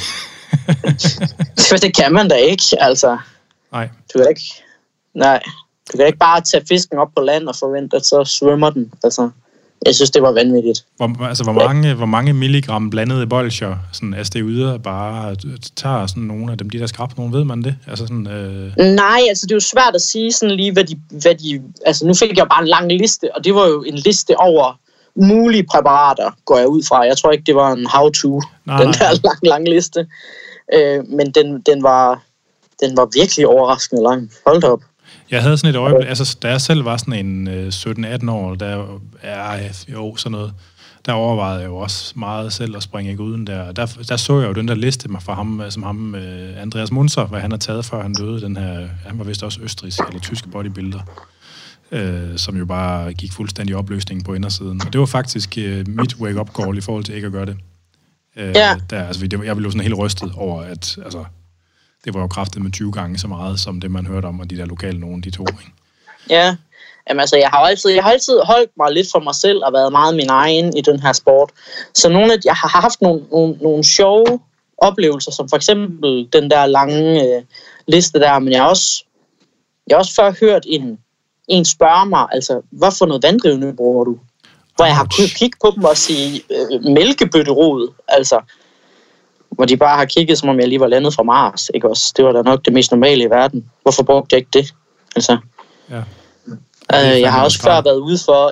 Det kan man da ikke, altså. Nej. Du kan ikke bare tage fisken op på land og forvente, at så svømmer den, altså. Jeg synes, det var vanvittigt. Hvor mange milligram blandede bolsjer, sådan steroider, bare tager sådan nogle af dem, de der skrab, nogen ved man det? Altså sådan, Nej, altså det er jo svært at sige sådan lige, hvad de... Altså nu fik jeg bare en lang liste, og det var jo en liste over mulige præparater, går jeg ud fra. Jeg tror ikke, det var en how-to, der lang liste. Men den var virkelig overraskende lang. Hold da op. Jeg havde sådan et øjeblik, altså da jeg selv var sådan en 17-18 år, sådan noget, der overvejede jeg jo også meget selv at springe ikke uden der. Der så jeg jo den der liste fra ham, som ham Andreas Munzer, hvad han har taget før han døde, den her, han var vist også østrigsk eller tyske bodybuilder, som jo bare gik fuldstændig opløsning på indersiden. Og det var faktisk mit wake-up call i forhold til ikke at gøre det. Jeg blev jo sådan helt rystet over, at altså, det var jo kraftigt med 20 gange så meget, som det man hørte om, og de der lokale nogen, de to, ikke? Ja, jamen altså, jeg har altid holdt mig lidt for mig selv, og været meget min egen i den her sport. Så jeg har haft nogle sjove oplevelser, som for eksempel den der lange liste der, men jeg har også før hørt en spørge mig, altså, hvad for noget vanddrivende bruger du? Hvor jeg har kunnet kigge på dem og sige, mælkebøtterod, altså, hvor de bare har kigget, som om jeg lige var landet fra Mars, ikke også? Det var da nok det mest normale i verden. Hvorfor brugte jeg ikke det? Altså. Ja. Jeg har også før været ude for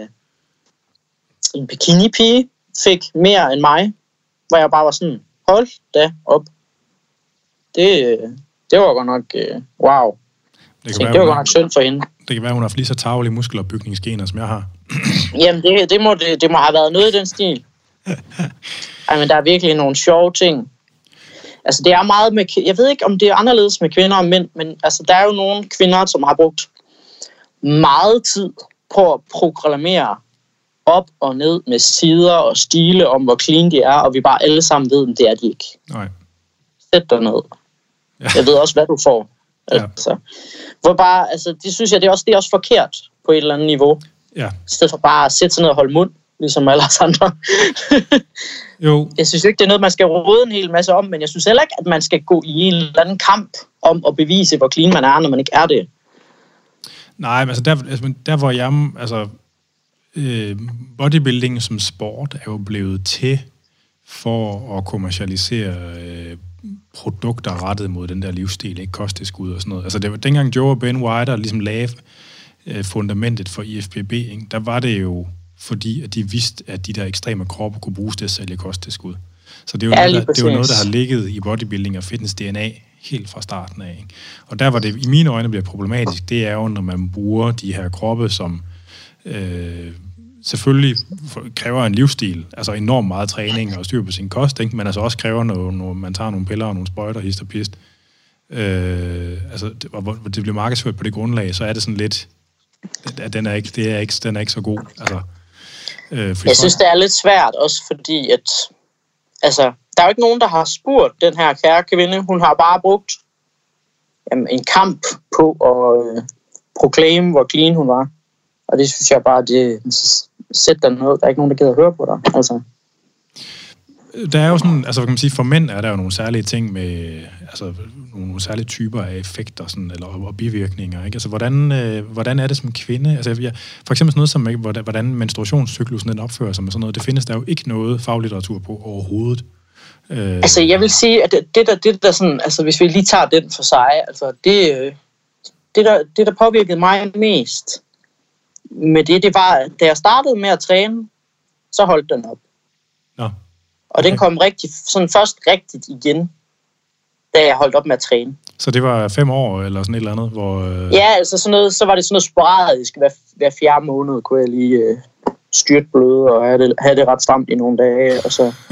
en bikini-pige, fik mere end mig, hvor jeg bare var sådan, hold da op. Det var godt nok, wow. Det var godt nok synd for hende. Det kan være, hun har lige så tarvelige muskler og bygningsgener, som jeg har. Jamen, det må have været noget i den stil. Ej, men der er virkelig nogle sjove ting. Altså, det er meget med... Jeg ved ikke, om det er anderledes med kvinder og mænd, men altså, der er jo nogle kvinder, som har brugt meget tid på at proklamere op og ned med sider og stile om, hvor clean de er, og vi bare alle sammen ved, at det er de ikke. Nej. Sæt dig ned. Jeg ved også, hvad du får. Altså, hvor bare, altså, det synes jeg, det er også forkert på et eller andet niveau. Ja. I stedet for bare at sætte sig ned og holde mund, ligesom alle os andre. Jo. Jeg synes ikke, det er noget, man skal råde en hel masse om, men jeg synes heller ikke, at man skal gå i en eller anden kamp om at bevise, hvor clean man er, når man ikke er det. Nej, men altså der hvor jeg... Altså, bodybuilding som sport er jo blevet til for at kommercialisere produkter rettet mod den der livsstil, ikke kosttilskud og sådan noget. Altså det var dengang Joe og Ben Weider ligesom lagde fundamentet for IFBB, ikke? Der var det jo fordi, at de vidste, at de der ekstreme kroppe kunne bruges til at sælge kosttilskud. Så det er jo noget, der har ligget i bodybuilding og fitness DNA helt fra starten af. Ikke? Og der, hvor det i mine øjne bliver problematisk, det er jo, når man bruger de her kroppe, som selvfølgelig kræver en livsstil, altså enormt meget træning og styr på sin kost, ikke? Men altså også kræver, når man tager nogle piller og nogle sprøjter, hist og pist. Altså, det bliver markedsført på det grundlag, så er det sådan lidt, at den er ikke så god. Altså, jeg synes, det er lidt svært også, fordi at, altså, der er jo ikke nogen, der har spurgt den her kære kvinde. Hun har bare brugt en kamp på at proclaim, hvor clean hun var. Og det synes jeg bare, det sætter noget. Der er ikke nogen, der gider at høre på dig. Altså. Der er jo sådan, altså kan man sige, for mænd er der jo nogle særlige ting med, altså nogle særlige typer af effekter, sådan, eller og bivirkninger, ikke? Altså hvordan er det som kvinde? Altså for eksempel sådan noget som, hvordan menstruationscyklusen den opfører sig med sådan noget, det findes der jo ikke noget faglitteratur på overhovedet. Altså jeg vil sige, at det der sådan, altså hvis vi lige tager den for sig, altså det der påvirkede mig mest med det var, da jeg startede med at træne, så holdt den op. Nå. Og den kom først rigtigt igen, da jeg holdt op med at træne. Så det var 5 år eller sådan et eller andet, hvor... Ja, altså sådan noget, så var det sådan noget sporadisk. Hver 4. måned kunne jeg lige styrtbløde og have det ret stramt i nogle dage, og så...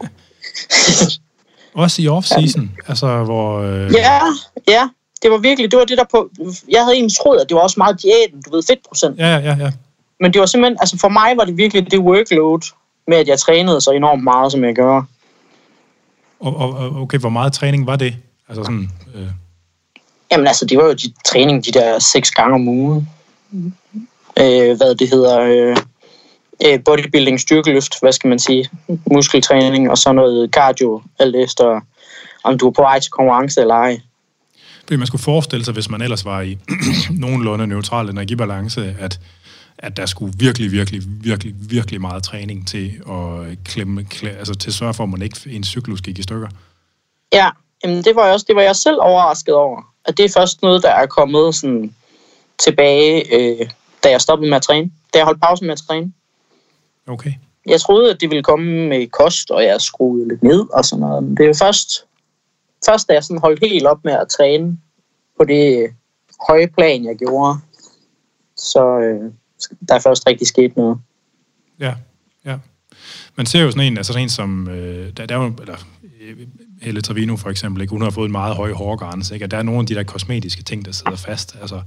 Også i off-season, altså hvor... Ja, det var virkelig, det var det der på... Jeg havde egentlig troet, at det var også meget diæten, du ved, fedtprocent. Ja. Men det var simpelthen, altså for mig var det virkelig det workload, med at jeg trænede så enormt meget, som jeg gør. Og okay, hvor meget træning var det? Altså sådan... Jamen altså, det var jo træning de der 6 gange om ugen. Hvad det hedder... bodybuilding, styrkeløft, hvad skal man sige, muskeltræning og så noget cardio, alt efter om du er på vej til konkurrence eller ej. Man skulle forestille sig, hvis man ellers var i nogenlunde neutral energibalance, at der skulle virkelig meget træning til at klemme, altså til at sørge for, at man ikke en cyklus gik i stykker. Ja, jamen det var jeg selv overrasket over, at det er først noget, der er kommet sådan tilbage, da jeg stoppede med at træne, da jeg holdt pause med at træne. Okay. Jeg troede, at det ville komme med kost, og jeg skruede lidt ned og sådan noget. Men det er jo først da jeg sådan holdt helt op med at træne på det høje plan, jeg gjorde, så der er først rigtig sket noget. Ja. Man ser jo sådan en som, der er jo, eller Helle Trevino for eksempel, ikke? Hun har fået en meget høj hårgrænse, ikke? Og der er nogle af de der kosmetiske ting, der sidder fast. Altså,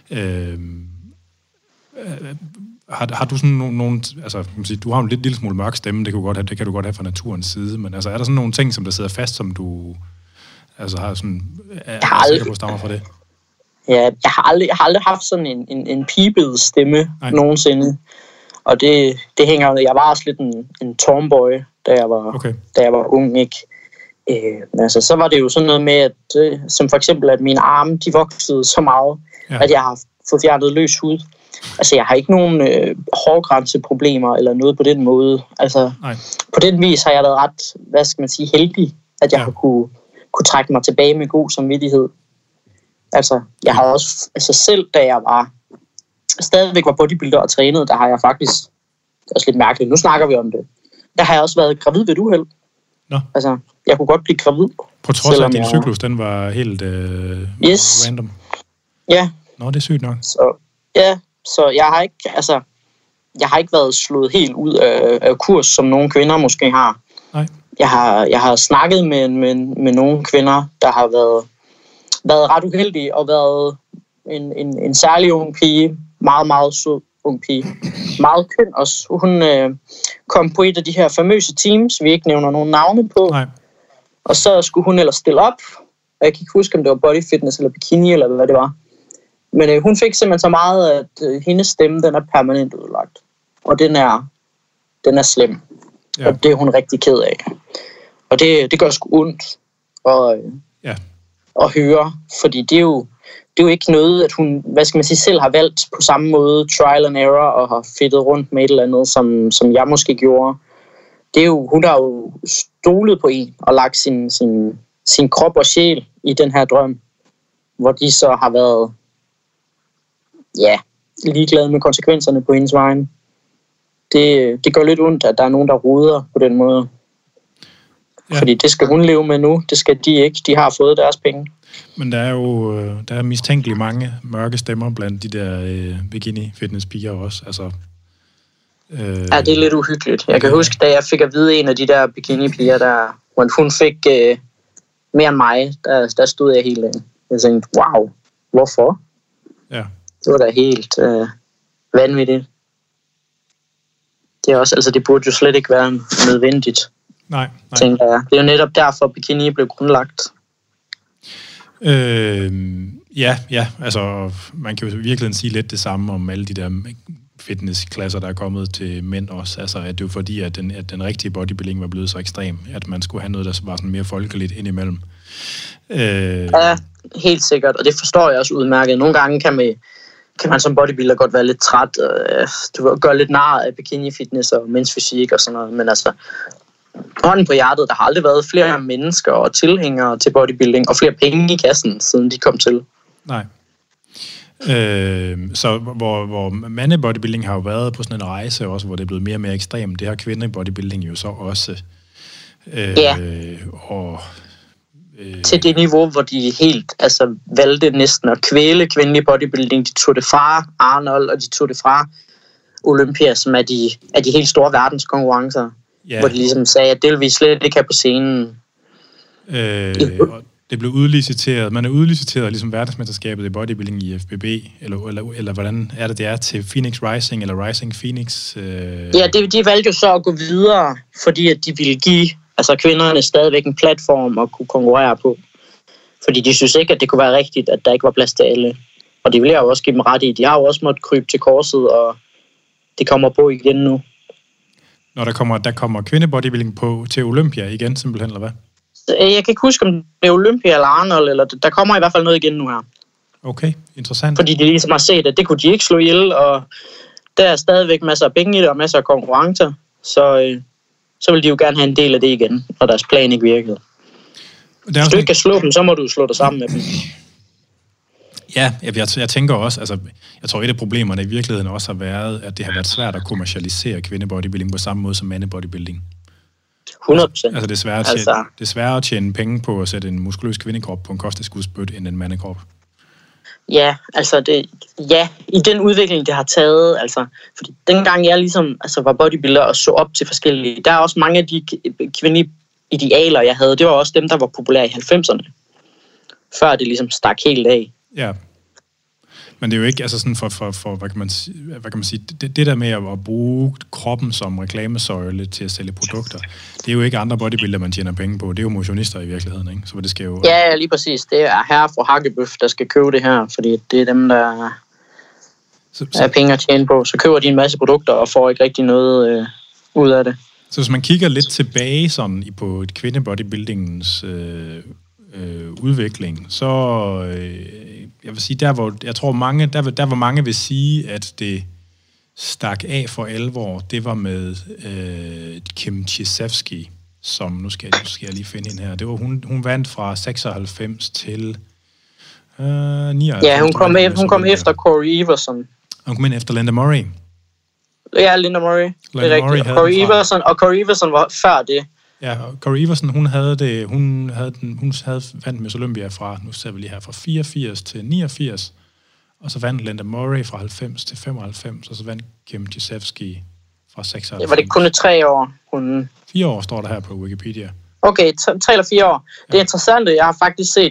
har du sådan nogle altså, du har en lille smule mørk stemme, det kan du godt have fra naturens side, men altså, er der sådan nogle ting, som der sidder fast, som du altså har sådan, er sikker på stammer fra det? Ja, jeg har aldrig haft sådan en pibet stemme nogensinde, og det hænger, jeg var også lidt en tomboy, da jeg var ung, ikke? Altså, så var det jo sådan noget med, at som for eksempel, at mine arme, de voksede så meget, at jeg har fået fjernet løs hud. Altså, jeg har ikke nogen hårgrænseproblemer eller noget på den måde. Altså, på den vis har jeg været ret, hvad skal man sige, heldig, at jeg har kunne trække mig tilbage med god samvittighed. Altså, jeg har også, altså selv da jeg stadigvæk var bodybuilder og trænede, der har jeg faktisk, det er også lidt mærkeligt, nu snakker vi om det, der har jeg også været gravid ved et uheld. Nå. Altså, jeg kunne godt blive gravid. På trods af, at din cyklus, den var helt random? Ja. Nå, det er sygt nok. Så jeg har ikke været slået helt ud af kurs, som nogle kvinder måske har. Nej. Jeg har snakket med nogle kvinder, der har været ret uheldige og været en særlig ung pige, meget, meget sød ung pige. Meget køn også. Hun kom på et af de her famøse teams, vi ikke nævner nogen navne på. Nej. Og så skulle hun ellers stille op, Jeg kan ikke huske, om det var body fitness eller bikini, eller hvad det var. Men hun fik simpelthen så meget, at hendes stemme, den er permanent ødelagt. Og den er slem. Ja. Og det er hun rigtig ked af. Og det gør sgu ondt at høre, fordi det er jo ikke noget, at hun, hvad skal man sige, selv har valgt på samme måde, trial and error, og har fedtet rundt med et eller andet, som jeg måske gjorde. Det er jo, hun har jo stolet på en, og lagt sin krop og sjæl i den her drøm, hvor de så har været, ligeglade med konsekvenserne på hendes vejen. Det gør lidt ondt, at der er nogen, der roder på den måde. Ja. Fordi det skal hun leve med nu, det skal de ikke. De har fået deres penge. Men der er jo der er mistænkeligt mange mørke stemmer blandt de der bikini-fitness-piger også. Altså, ja, det er lidt uhyggeligt. Jeg kan huske, da jeg fik at vide en af de der bikini-piger, hvor hun fik mere end mig, der stod jeg helt ind. Jeg tænkte, wow, hvorfor? Ja. Det var da helt vanvittigt. Det er også, altså det burde jo slet ikke være nødvendigt. Nej. Tænker jeg. Det er jo netop derfor, bikini blev grundlagt. Altså man kan jo virkelig sige lidt det samme om alle de der fitnessklasser, der er kommet til mænd også. Altså at det er jo fordi, at den rigtige bodybuilding var blevet så ekstrem, at man skulle have noget, der var sådan mere folkeligt indimellem. Ja, helt sikkert, og det forstår jeg også udmærket. Nogle gange kan man som bodybuilder godt være lidt træt, du gør lidt nar af bikini-fitness og mænds fysik og sådan noget, men altså, hånden på hjertet, der har aldrig været flere mennesker og tilhængere til bodybuilding, og flere penge i kassen, siden de kom til. Nej. Så hvor mandebodybuilding har jo været på sådan en rejse også, hvor det er blevet mere og mere ekstremt, det har kvindebodybuilding jo så også. Til det niveau, hvor de helt valgte næsten at kvæle kvindelig bodybuilding. De tog det fra Arnold, og de tog det fra Olympia, som er de helt store verdenskonkurrencer. Yeah. Hvor de ligesom sagde, at det vil vi slet ikke have på scenen. Det blev udliciteret. Man er udliciteret ligesom verdensmesterskabet i bodybuilding i FBB, eller hvordan er det er til Phoenix Rising, eller Rising Phoenix? Ja, de valgte jo så at gå videre, fordi at de ville give kvinderne stadigvæk en platform at kunne konkurrere på. Fordi de synes ikke, at det kunne være rigtigt, at der ikke var plads til alle. Og det vil jeg jo også give dem ret i. De har jo også måttet krybe til korset, og det kommer på igen nu. Når der kommer kvindebodybuilding på til Olympia igen, simpelthen, eller hvad? Jeg kan ikke huske, om det er Olympia eller Arnold, eller der kommer i hvert fald noget igen nu her. Okay, interessant. Fordi de ligesom har set, at det kunne de ikke slå ihjel, og der er stadigvæk masser af penge i det, og masser af konkurrencer, så vil de jo gerne have en del af det igen, når deres plan ikke virkede. Hvis du ikke kan slå dem, så må du slå dig sammen med dem. Ja, jeg tænker også, jeg tror et af problemerne i virkeligheden også har været, at det har været svært at kommercialisere kvindebodybuilding på samme måde som mandebodybuilding. 100%. Altså det er sværere at tjene penge på at sætte en muskuløs kvindekrop på en kosttilskudsbøtte end en mandekrop. Ja, i den udvikling, det har taget, fordi dengang jeg ligesom var bodybuilder og så op til forskellige, der er også mange af de kvindelige idealer, jeg havde, det var også dem, der var populære i 90'erne, før det ligesom stak helt af. Ja, men det er jo ikke, sådan for hvad kan man sige, det der med at bruge kroppen som reklamesøjle til at sælge produkter, det er jo ikke andre bodybuilder, man tjener penge på, det er jo motionister i virkeligheden, ikke? Så det skal jo... Ja, lige præcis, det er herre fra Hakkebøf, der skal købe det her, fordi det er dem, der er penge at tjene på, så køber de en masse produkter og får ikke rigtig noget ud af det. Så hvis man kigger lidt tilbage sådan på et kvindebodybuildingens udvikling, så jeg vil sige, jeg tror mange, der var mange vil sige, at det stak af for alvor, det var med Kim Chizevsky, som nu skal jeg lige finde hende her. Det var hun vandt fra 96 til 99. Ja, hun kom efter Corey Everson. Hun kom ind efter Linda Murray. Ja, Linda Murray. Det er rigtigt. Corey Everson var før det. Ja, Corey Everson, hun vandt Miss Olympia fra, nu ser vi lige her, fra 84 til 89, og så vandt Linda Murray fra 90 til 95, og så vandt Kim Chizevsky fra 96. Det var det kun 3 år? 4 år står der her på Wikipedia. Okay, 3 eller 4 år. Ja. Det er interessant, jeg har faktisk set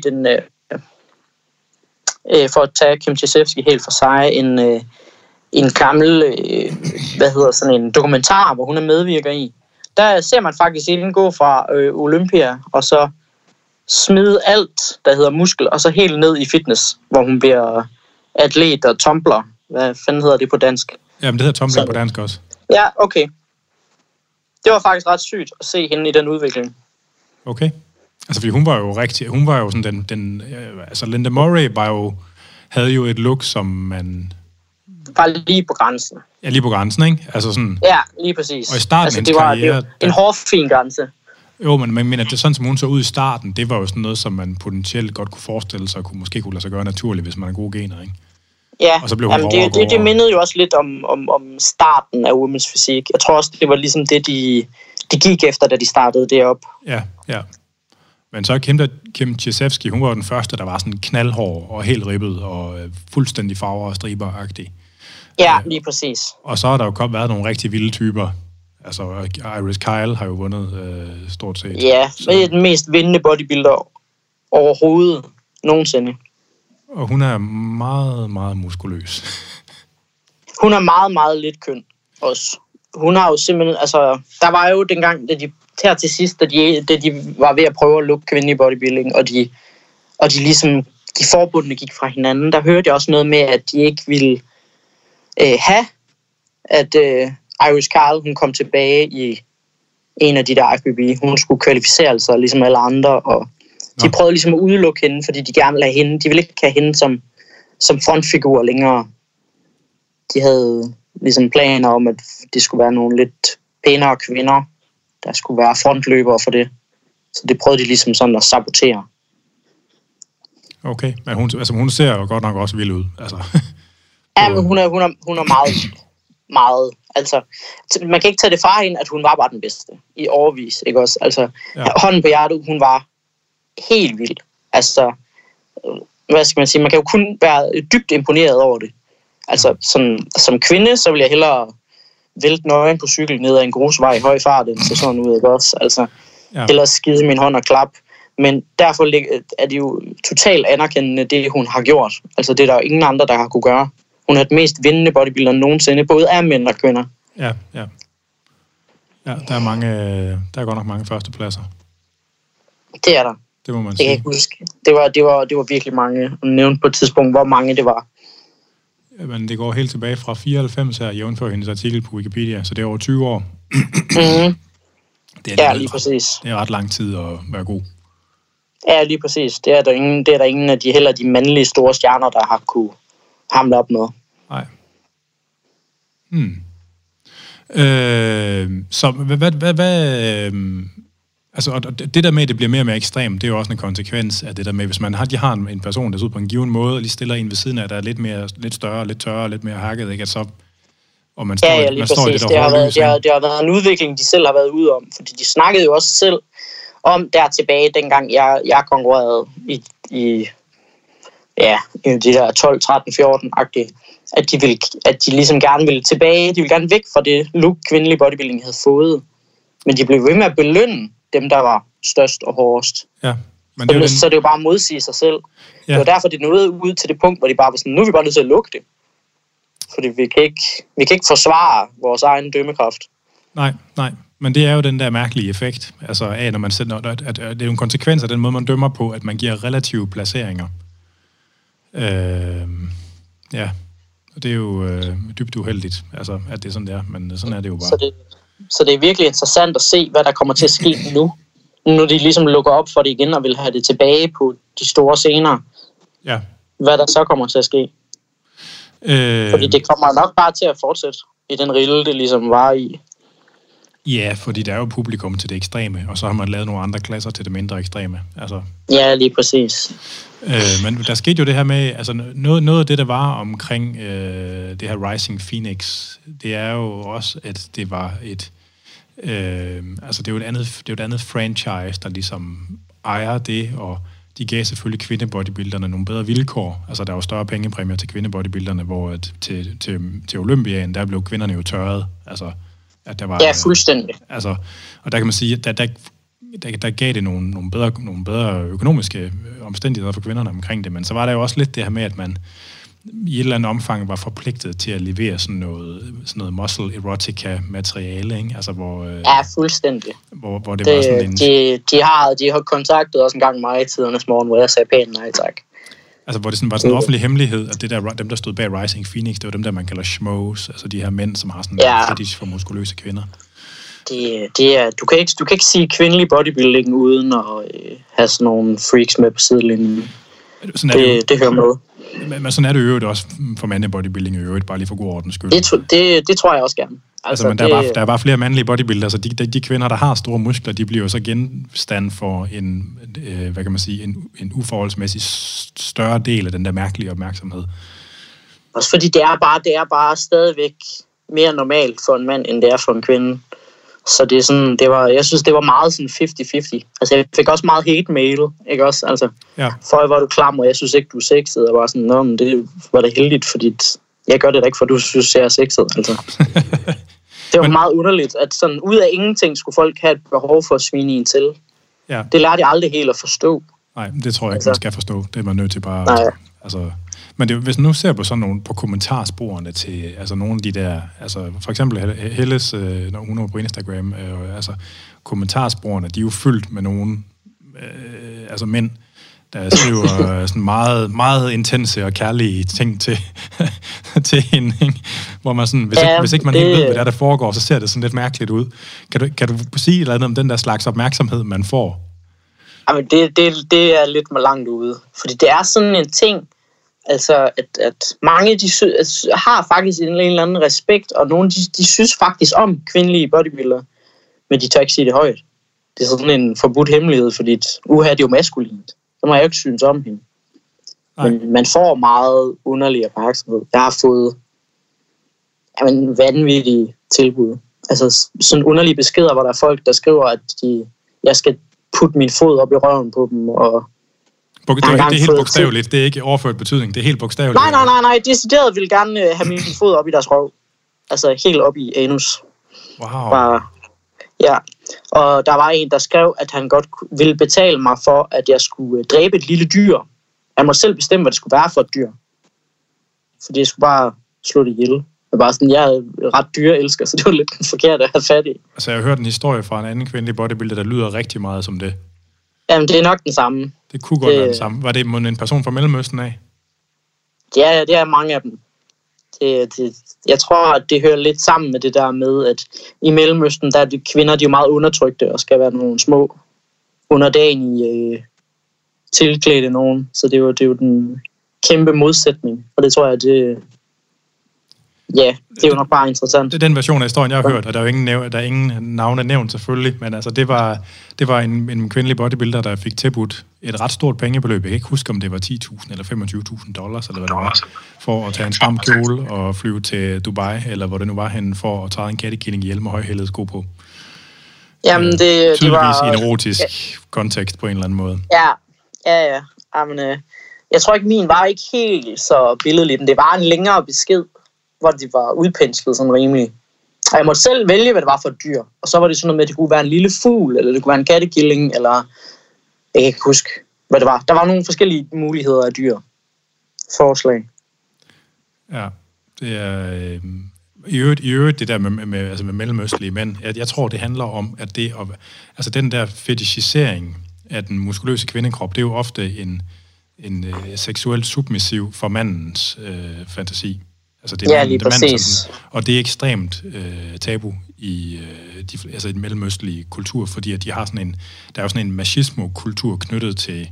for at tage Kim Chizevsky helt for sig, en gammel, en dokumentar, hvor hun er medvirker i. Der ser man faktisk inden gå fra Olympia, og så smide alt, der hedder muskel, og så helt ned i fitness, hvor hun bliver atlet og tumbler. Hvad fanden hedder det på dansk? Jamen, det hedder tumbler på dansk også. Ja, okay. Det var faktisk ret sygt at se hende i den udvikling. Okay. Altså, fordi hun var jo sådan altså Linda Murray havde jo et look, som man... Bare lige på grænsen. Ja, lige på grænsen, ikke? Altså sådan... Ja, lige præcis. Og i starten altså, det var karriere... en hårfin grænse. Jo, men at det sådan, som hun så ud i starten, det var jo sådan noget, som man potentielt godt kunne forestille sig, måske kunne lade sig gøre naturligt, hvis man har gode gener, ikke? Ja, og så blev hun det mindede jo også lidt om starten af Women's Physique. Jeg tror også, det var ligesom det, de gik efter, da de startede det op. Ja. Men så Kim Chiesewski, hun var den første, der var sådan knaldhård og helt ribbet og fuldstændig farver og striber-agtig. Ja, lige præcis. Og så har der jo været nogle rigtig vilde typer. Altså, Iris Kyle har jo vundet stort set. Ja, det er den mest vindende bodybuilder overhovedet nogensinde. Og hun er meget, meget muskuløs. Hun er meget, meget lidt køn også. Hun har jo simpelthen, altså, der var jo dengang, her til sidst, da de var ved at prøve at lukke kvindelig bodybuilding, og de ligesom, de forbundne gik fra hinanden, der hørte jeg også noget med, at de ikke ville have, at Iris Karl, hun kom tilbage i en af de der IFBB. Hun skulle kvalificere sig ligesom alle andre, og de prøvede ligesom at udelukke hende, fordi de gerne ville have hende. De ville ikke have hende som frontfigur længere. De havde ligesom planer om, at det skulle være nogle lidt pænere kvinder, der skulle være frontløbere for det. Så det prøvede de ligesom sådan at sabotere. Okay, men hun ser jo godt nok også vild ud. Altså. Ja, men hun er meget, meget, altså, man kan ikke tage det fra hende, at hun var bare den bedste i årevis, ikke også? Altså, hånden på hjertet, hun var helt vild. Altså, hvad skal man sige, man kan jo kun være dybt imponeret over det. Altså, som kvinde, så vil jeg hellere vælte nøgen på cykel ned ad en grusvej i høj fart, end så sådan ud, ikke også? Altså, hellere skide min hånd og klap. Men derfor er det jo totalt anerkendende, det hun har gjort. Altså, det er der jo ingen andre, der har kunne gøre. Hun er den mest vindende bodybuilder nogensinde, både af mænd og kvinder. Ja, der er godt nok mange førstepladser. Det er der. Det må man sige. Det kan jeg ikke huske. Det var virkelig mange. Hun nævnte på et tidspunkt, hvor mange det var. Men det går helt tilbage fra 94 her, jævnfører hendes artikel på Wikipedia, så det er over 20 år. Det er lige præcis. Det er ret lang tid at være god. Ja, lige præcis. Det er der ingen af de mandlige store stjerner, der har kunne hamle op med. Nej. Så hvad altså, og det der med, at det bliver mere og mere ekstremt, det er jo også en konsekvens af det der med, hvis de har en person, der ser ud på en given måde, og lige stiller en ved siden af, der er lidt større, lidt tørre, lidt mere hakket, ikke? At så, og man står, ja, lige præcis. Det har været en udvikling, de selv har været ude om, fordi de snakkede jo også selv om der tilbage, dengang jeg konkurrerede i de der 12, 13, 14-agtige, at de ligesom gerne ville tilbage, de ville gerne væk fra det look, kvindelig bodybuilding havde fået. Men de blev ved med at belønne dem, der var størst og hårdest. Ja, men det så det er jo bare at modsige sig selv. Ja. Det var derfor, det nåede ud til det punkt, hvor de bare var sådan, nu er vi bare nødt til at lukke det. Fordi vi kan ikke forsvare vores egen dømmekraft. Nej. Men det er jo den der mærkelige effekt. Altså af, når man sætter, at det er jo en konsekvens af den måde, man dømmer på, at man giver relative placeringer. Ja, og det er jo dybt uheldigt, altså, at det er sådan der, men sådan er det jo bare. Så det er virkelig interessant at se, hvad der kommer til at ske nu. Nu de ligesom lukker op for det igen og vil have det tilbage på de store scener. Ja. Hvad der så kommer til at ske. Fordi det kommer nok bare til at fortsætte i den rille, det ligesom var i. Ja, fordi der er jo publikum til det ekstreme, og så har man lavet nogle andre klasser til det mindre ekstreme. Altså. Ja, lige præcis. Men der skete jo det her med, altså noget af det, der var omkring det her Rising Phoenix, det er jo også, at det var et, altså det er jo et andet franchise, der ligesom ejer det, og de gav selvfølgelig kvindebodybuilderne nogle bedre vilkår. Altså der var større pengepræmier til kvindebodybuilderne, hvor til Olympiaen, der blev kvinderne jo tørret. Altså at der var, ja, fuldstændig. Altså, og der kan man sige, at der gav det nogle bedre økonomiske omstændigheder for kvinderne omkring det, men så var der jo også lidt det her med, at man, i et eller andet omfang var forpligtet til at levere sådan noget muscle erotica materiale, ikke? Altså hvor ja, fuldstændig. Hvor det var sådan en de har kontaktet også en gang mig i tidernes morgen, hvor jeg sagde pænt nej tak. Altså hvor det sådan, var sådan en offentlig hemmelighed, at det der, dem der stod bag Rising Phoenix, det var dem der man kalder schmoes, altså de her mænd, som har sådan en fetish for muskuløse kvinder. Du kan ikke sige kvindelig bodybuilding uden at have sådan nogle freaks med på sidelinjen. Det hører med. Men sådan er det jo også for mandlig bodybuilding i øvrigt, bare lige for god ordens skyld. Det tror jeg også gerne. Altså men der er bare flere mandlige bodybuildere, så de kvinder, der har store muskler, de bliver jo så genstand for en, hvad kan man sige, en uforholdsmæssig større del af den der mærkelige opmærksomhed. Også fordi det er bare stadigvæk mere normalt for en mand, end det er for en kvinde. Så det er sådan, jeg synes, det var meget sådan 50-50. Altså, jeg fik også meget hate mail, ikke også? Altså, for var du klam, og jeg synes ikke, du er sexet. Og var sådan, nå, men det var da heldigt, fordi jeg gør det da ikke, for du synes, jeg er sexet. Altså. Det var meget underligt, at sådan ud af ingenting skulle folk have et behov for at svine en til. Ja. Det lærte jeg aldrig helt at forstå. Nej, det tror jeg ikke, man skal forstå. Det er man nødt til bare... Altså, men hvis man nu ser på sådan nogle, på kommentarsporene til altså nogle af de der, altså for eksempel Helles, når hun er på Instagram, altså kommentarsporene, de er jo fyldt med nogle altså mænd, der skriver sådan meget, meget intense og kærlige ting til hende, ikke? Hvor man sådan, hvis ikke man helt ved, hvad der foregår, så ser det sådan lidt mærkeligt ud. Kan du sige noget om den der slags opmærksomhed, man får? Jamen, det er lidt langt ude, fordi det er sådan en ting, altså, at mange har faktisk en eller anden respekt, og nogle de synes faktisk om kvindelige bodybuildere, men de tør ikke sige det højt. Det er sådan en forbudt hemmelighed, fordi det er jo maskulint. Så må jeg jo ikke synes om hende. Men man får meget underlig opmærksomhed. Jeg har fået vanvittige tilbud. Altså sådan underlige beskeder, hvor der er folk, der skriver, at jeg skal putte min fod op i røven på dem, og det er helt bogstaveligt. Det er ikke overført betydning. Det er helt bogstaveligt. Nej. Decideret vil gerne have min fod op i deres røv. Altså helt op i anus. Wow. Ja. Og der var en, der skrev, at han godt ville betale mig for, at jeg skulle dræbe et lille dyr. Han må selv bestemme, hvad det skulle være for et dyr. Fordi jeg skulle bare slå det ihjel. Jeg er ret dyreelsker, så det var lidt forkert at have fat i. Altså, jeg har hørt en historie fra en anden kvindelig bodybuilder, der lyder rigtig meget som det. Jamen, det er nok den samme. Det kunne godt være den samme. Var det en person fra Mellemøsten af? Ja, det er mange af dem. Jeg tror, at det hører lidt sammen med det der med, at i Mellemøsten, der er de kvinder, de er jo meget undertrykte, og skal være nogle små underdanige tilklædte nogen. Så det er jo den kæmpe modsætning. Og det tror jeg, det er jo nok bare interessant. Det er den version af historien, jeg har hørt, og der er ingen navne nævnt selvfølgelig, men altså det var en kvindelig bodybuilder, der fik tilbudt et ret stort pengebeløb. Jeg kan ikke huske, om det var $10,000 eller $25,000, eller hvad det var, for at tage en stram kjole og flyve til Dubai, eller hvor det nu var henne, for at træde en kattekilling ihjel med højhælede sko på. Jamen, det var... i en erotisk kontekst på en eller anden måde. Ja. Jamen, jeg tror ikke, min var ikke helt så billedlig, men det var en længere besked, hvor de var udpenslet sådan rimelig. Og jeg måtte selv vælge, hvad det var for et dyr. Og så var det sådan noget med, at det kunne være en lille fugl, eller det kunne være en kattekilling, eller jeg kan ikke huske, hvad det var. Der var nogle forskellige muligheder af dyr. Forslag. Ja, det er... I øvrigt det der med mellemøstlige mænd, jeg tror, det handler om, at den der fetishisering af den muskuløse kvindekrop, det er jo ofte en seksuelt submissiv for mandens fantasi. Altså det er lige præcis. Og det er ekstremt tabu i den mellemøstlige kultur, fordi at der er jo sådan en machismo-kultur knyttet til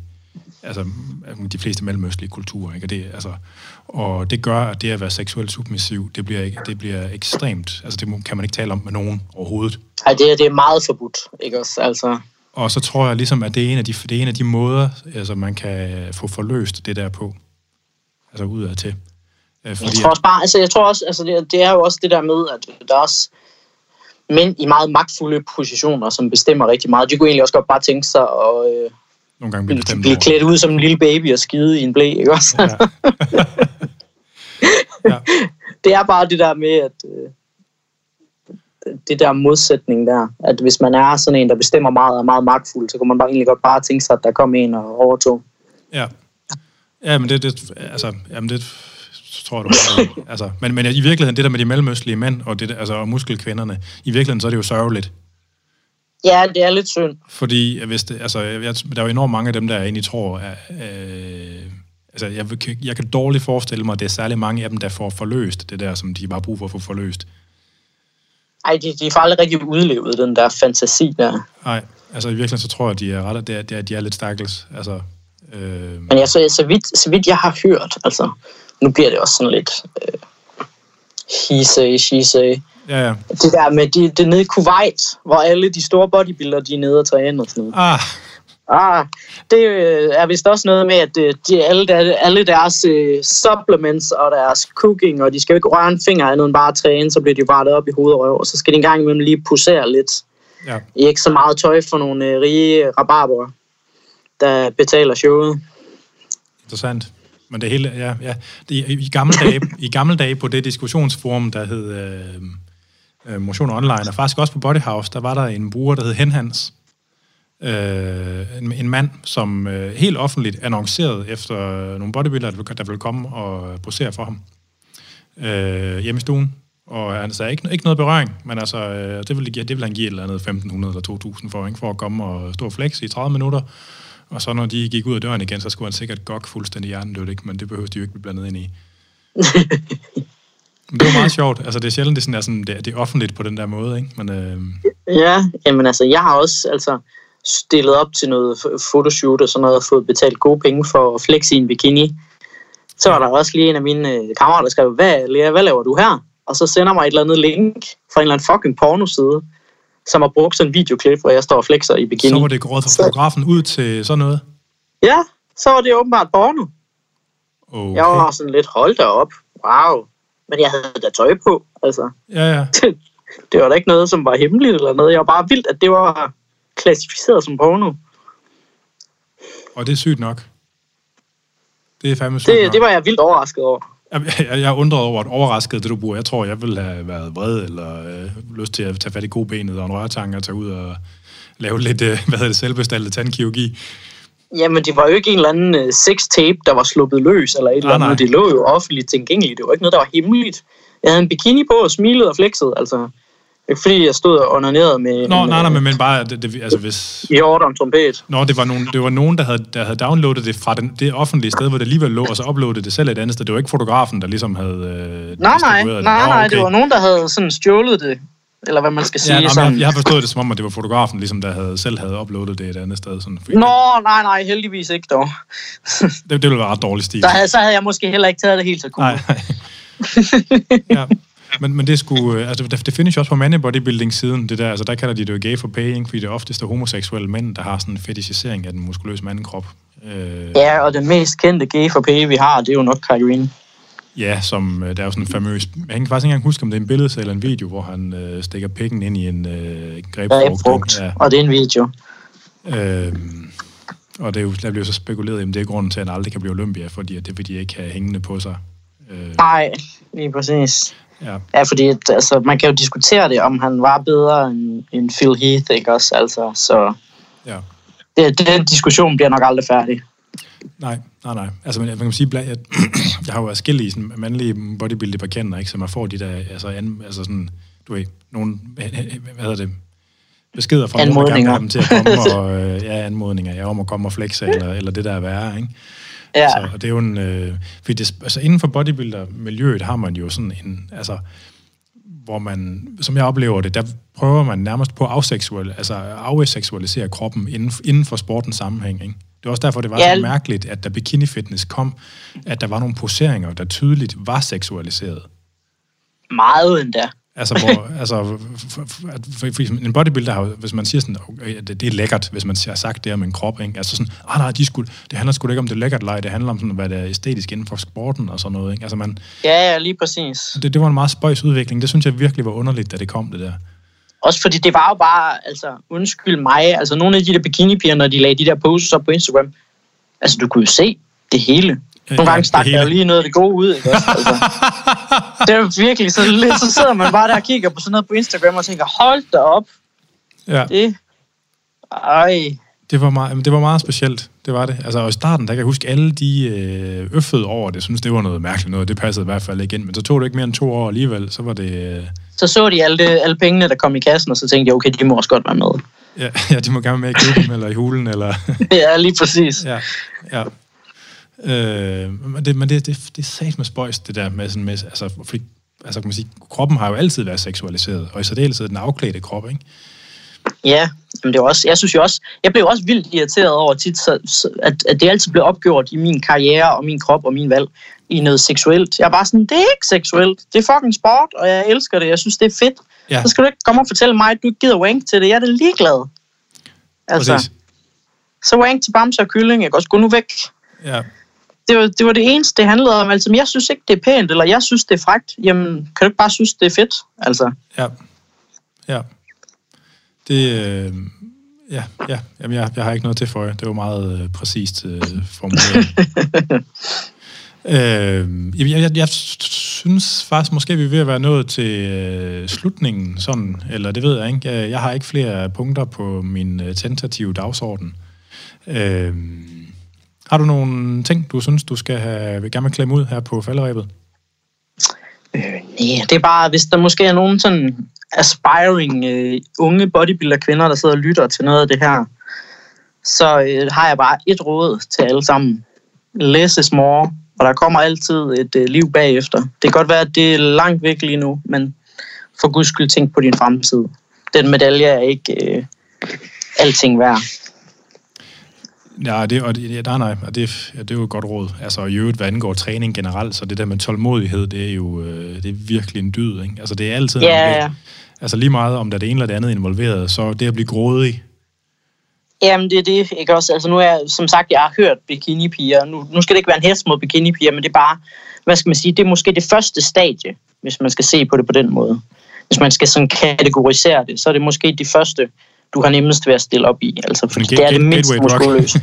de fleste mellemøstlige kulturer, ikke? Og det gør, at det at være seksuelt submissiv, det bliver ekstremt, altså det kan man ikke tale om med nogen overhovedet. Nej, det er meget forbudt, ikke også? Altså. Og så tror jeg ligesom, at det er en af de måder, altså man kan få forløst det der på, altså udad til. Jeg tror også, det er jo også det der med, at der er også mænd i meget magtfulde positioner, som bestemmer rigtig meget. De kunne egentlig også godt bare tænke sig at nogle gange blive klædt ud som en lille baby og skide i en blæ, ikke også? Ja. Ja. Det er bare det der med, at det der modsætning der, at hvis man er sådan en, der bestemmer meget og er meget magtfuld, så kunne man bare egentlig godt bare tænke sig, at der kom en og overtog. Ja. Ja, men det så tror jeg, du altså, men i virkeligheden, det der med de mellemøstlige mænd, og, det, altså, og muskelkvinderne, i virkeligheden, så er det jo sørgeligt. Ja, det er lidt synd. Fordi, hvis det, altså, der er jo enormt mange af dem, der egentlig tror, altså, jeg kan dårligt forestille mig, at det er særlig mange af dem, der får forløst det der, som de bare har brug for at få forløst. Ej, de får aldrig rigtig udlevet den der fantasi der. Nej, altså i virkeligheden, så tror jeg, at de er ret, at de er lidt stakkels. Altså, Men jeg, så vidt jeg har hørt, altså, nu bliver det også sådan lidt he say, she say. Ja. Det der med det nede i Kuwait, hvor alle de store bodybuildere, de er nede og træner og sådan noget. Det er vist også noget med, at alle deres supplements og deres cooking, og de skal jo ikke røre en finger andet end bare at træne, så bliver de bare op i hoved og røv, og så skal de engang imellem lige posere lidt. Ja. Ikke så meget tøj for nogle rige rabarber, der betaler showet. Interessant. Men det hele, ja. I gamle dage på det diskussionsforum, der hed Motion Online, og faktisk også på Bodyhouse, der var der en bruger, der hed Henhans. En mand, som helt offentligt annoncerede efter nogle bodybuildere, der ville komme og posere for ham hjemme i stuen. Og han sagde ikke noget berøring, men altså, det ville han give et eller andet 1.500 eller 2.000 for, ikke? For at komme og stå og flexe i 30 minutter. Og så når de gik ud af døren igen, så skulle han sikkert gok fuldstændig hjernedødt, ikke? Men det behøver de jo ikke blive blandet ind i. Men det var meget sjovt. Altså, det er sjældent, det er offentligt på den der måde, ikke? Men, Ja, jamen altså, jeg har også stillet op til noget fotoshoot og sådan noget, og fået betalt gode penge for at flexe i en bikini. Så var der også lige en af mine kammerater, der skrev, hvad laver du her? Og så sender mig et eller andet link fra en eller anden fucking pornoside, som har brugt sådan en videoklip, hvor jeg står og flexer i bikini. Så var det gået fra fotografen ud til sådan noget? Ja, så var det åbenbart porno. Okay. Jeg var sådan lidt, hold da op. Wow. Men jeg havde da tøj på, altså. Ja. Det var da ikke noget, som var hemmeligt eller noget. Jeg var bare vildt, at det var klassificeret som porno. Og det er sygt nok. Det er fandme sygt nok. Det var jeg vildt overrasket over. Jeg er undret over, at overrasket det, du bruger. Jeg tror, jeg ville have været vred, eller lyst til at tage fat i kobenet og en rørtang og tage ud og lave lidt, selvbestaltet tandkirurgi. Jamen, det var jo ikke en eller anden sextape, der var sluppet løs, eller et eller andet. Det lå jo offentligt tilgængeligt. Det var ikke noget, der var hemmeligt. Jeg havde en bikini på og smilede og flexede, altså. Ikke fordi jeg stod og onanerede med... men bare... altså hvis... I ordre trompet. Det var nogen, der havde downloadet det fra det offentlige sted, hvor det alligevel lå, og så uploadede det selv et andet sted. Det var ikke fotografen, der ligesom havde... Nej, det var nogen, der havde sådan stjålet det. Eller hvad man skal sige. Jeg har forstået det som om, at det var fotografen, ligesom der selv havde uploadet det et andet sted. Sådan, nej, heldigvis ikke dog. det ville være ret dårlig stil. Så havde jeg måske heller ikke taget det helt så cool. Nej. Ja. Men det skulle, altså det findes jo også på mandebodybuilding-siden, det der, altså der kalder de det jo gay for paying, fordi det er oftest er homoseksuelle mænd, der har sådan en fetishisering af den muskuløse mandekrop. Ja, og den mest kendte gay for pay, vi har, det er jo nok Kai Greene. Ja, som der er jo sådan en famøs, jeg kan faktisk ikke engang huske, om det er en billede eller en video, hvor han stikker pikken ind i en grebfrugt. Ja, og det er en video. Og det er jo, der bliver så spekuleret, at det er grunden til, at han aldrig kan blive Olympia, fordi det vil de ikke have hængende på sig. Nej, lige præcis. Ja, fordi altså, man kan jo diskutere det, om han var bedre end Phil Heath, ikke også? Altså, så den diskussion bliver nok aldrig færdig. Nej. Altså, man kan sige, jeg har jo adskillige sådan mandlige bodybuilder-bekendere, ikke, som man får de der, altså sådan, du ved, nogle, hvad hedder det, beskeder fra nogen, der gerne vil have dem til at komme, og anmodninger, om at komme og flexe, eller det der er værre, ikke? Ja. Så det er jo en... fordi altså inden for bodybuilder-miljøet har man jo sådan en... Altså, hvor man, som jeg oplever det, der prøver man nærmest på at afseksualisere kroppen inden for sportens sammenhæng, ikke? Det var også derfor, det var så mærkeligt, at da bikini fitness kom, at der var nogle poseringer, der tydeligt var seksualiseret. Meget endda. En bodybuilder har, hvis man siger sådan, okay, det er lækkert, hvis man har sagt det om en krop, ikke? Altså sådan, nej, det handler sgu ikke om det lækkert leg, det handler om sådan, hvad det er æstetisk inden for sporten og sådan noget, ikke? Altså ja, lige præcis. Det var en meget spøjs udvikling, det synes jeg virkelig var underligt, da det kom, det der. Også fordi det var jo bare, altså, undskyld mig, altså nogle af de der bikini-piger, når de lagde de der poses op på Instagram, altså du kunne jo se det hele. Nogle gange stak der jo lige noget af det gode ud, ikke også? Altså, det er jo virkelig så lidt, så sidder man bare der og kigger på sådan noget på Instagram og tænker, hold da op. Ja. Det. Ej. Det var meget specielt, det var det. Altså, og i starten, der kan jeg huske, alle de øffede over det, synes det var noget mærkeligt noget, det passede i hvert fald igen, men så tog det ikke mere end 2 år alligevel, så var det... Så de alle pengene, der kom i kassen, og så tænkte jeg, okay, de må også godt være med. Ja, de må gerne være med i klubben, eller i hulen, eller... Ja, lige præcis. Ja. Men det er sat med spøjs, det der med sådan med, altså kan man sige, kroppen har jo altid været seksualiseret, og i særdeleshed den afklædte krop, ikke? Ja, men det er også, jeg synes jo også, jeg blev også vildt irriteret over tit, at det altid blev opgjort i min karriere, og min krop, og min valg i noget seksuelt. Jeg er bare sådan, det er ikke seksuelt, det er fucking sport, og jeg elsker det, jeg synes, det er fedt. Ja. Så skal du ikke komme og fortælle mig, at du ikke gider wank til det, jeg er da ligeglad. Altså, præcis. Så wank til bamse og kylling, jeg kan også gå nu væk. Ja. Det var det eneste, det handlede om. Altså, jeg synes ikke, det er pænt, eller jeg synes, det er frækt. Jamen, kan du ikke bare synes, det er fedt? Altså. Ja. Det, Jamen, jeg har ikke noget til for jer. Det var meget præcist formuleret. Jeg synes faktisk, måske vi er ved at være nået til slutningen, sådan, eller det ved jeg ikke. Jeg har ikke flere punkter på min tentative dagsorden. Har du nogle ting, du synes, du vil gerne klemme ud her på falderebet? Nej, det er bare, hvis der måske er nogen sådan aspiring unge bodybuilder-kvinder, der sidder og lytter til noget af det her, så har jeg bare et råd til alle sammen. Less is more, og der kommer altid et liv bagefter. Det kan godt være, at det er langt væk lige nu, men for guds skyld tænk på din fremtid. Den medalje er ikke alting værd. Ja, det er jo et godt råd. Altså, i øvrigt, hvad angår træning generelt, så det der med tålmodighed, det er jo det er virkelig en dyd, ikke? Altså, det er altid... Ja. Altså, lige meget om der er det ene eller det andet involveret, så det at blive grådig. Jamen, det er det, ikke også? Altså, nu er jeg, som sagt, jeg har hørt bikinipiger. Nu skal det ikke være en hest mod bikinipiger, men det er bare, hvad skal man sige, det er måske det første stadie, hvis man skal se på det på den måde. Hvis man skal sådan kategorisere det, så er det måske det første, du har nemmest ved at stille op i. Altså, fordi det er det mindst muskuløse.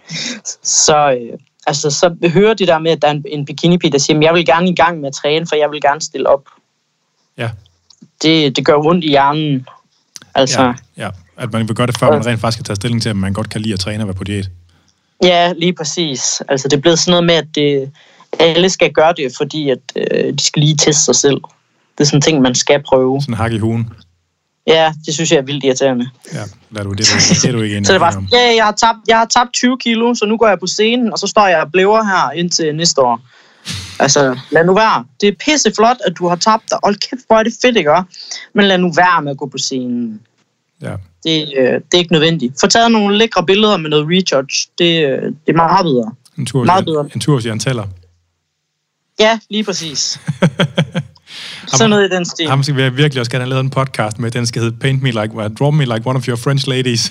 Så hører det der med, at der er en bikinipige, der siger, jeg vil gerne i gang med at træne, for jeg vil gerne stille op. Ja. Det gør ondt i hjernen. Altså, ja. At man vil gøre det, før man rent faktisk kan tage stilling til, at man godt kan lide at træne og være på diæt. Ja, lige præcis. Altså, det er blevet sådan noget med, at alle skal gøre det, fordi at, de skal lige teste sig selv. Det er sådan en ting, man skal prøve. Sådan en hak i hugen. Ja, det synes jeg er vildt irriterende. Ja, det er du ikke enig. Så det var, jeg har tabt 20 kilo, så nu går jeg på scenen, og så står jeg og blæver her indtil næste år. Altså, lad nu være. Det er pisseflot, at du har tabt dig. Hold kæft, hvor er det fedt, ikke? Men lad nu være med at gå på scenen. Ja. Det er ikke nødvendigt. Få taget nogle lækre billeder med noget retouch. Det er meget bedre. En tur hos Jan Teller. Ja, lige præcis. Sådan noget i den stil. Ham skal vi virkelig også gerne have lavet en podcast med. Den skal hedde Draw Me Like One of Your French Ladies.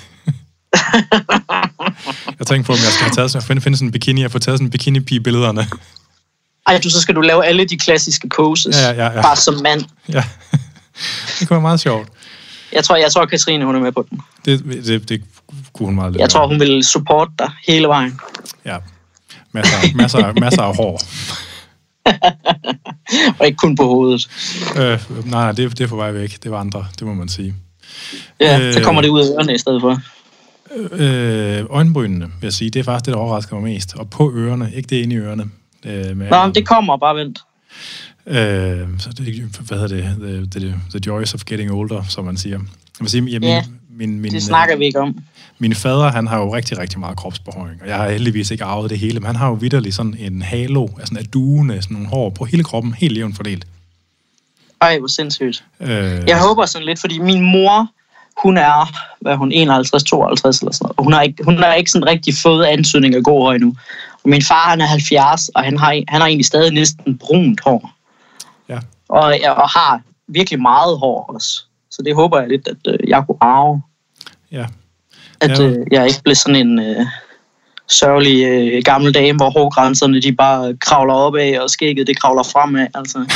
Jeg tænker på, om jeg skal have taget finde sådan en bikini og få taget sådan bikini-pige-billederne. Ej, så skal du lave alle de klassiske poses. Ja. Bare som mand. Ja, det kunne være meget sjovt. Jeg tror Katrine, hun er med på den. Det kunne hun meget lidt. Jeg tror, hun vil supporte dig hele vejen. Ja, masser af hår. Og ikke kun på hovedet. Nej, det er på vej væk. Det var andre, det må man sige. Ja, så kommer det ud af ørerne i stedet for. Øjenbrynene, vil jeg sige, det er faktisk det, der overrasker mig mest. Og på ørerne, ikke det inde i ørerne. Nå, det kommer, bare vent. Så det, hvad hedder det? The joys of getting older, som man siger. Jeg vil sige, det snakker vi ikke om. Min fader, han har jo rigtig, rigtig meget kropsbehøring, og jeg har heldigvis ikke arvet det hele, men han har jo vitterligt sådan en halo, altså en duene, sådan nogle hår på hele kroppen, helt jævnt fordelt. Ej, hvor sindssygt. Jeg håber sådan lidt, fordi min mor, hun er, 51, 52 eller sådan noget, og hun har ikke sådan rigtig fået ansøgning af god hår endnu. Og min far, han er 70, og han har egentlig stadig næsten brunt hår. Ja. Og har virkelig meget hår også. Så det håber jeg lidt, at jeg kunne arve. Ja. At jeg ikke blev sådan en sørgelig gammel dame, hvor hårgrænserne de bare kravler opad, og skægget det kravler fremad. Altså.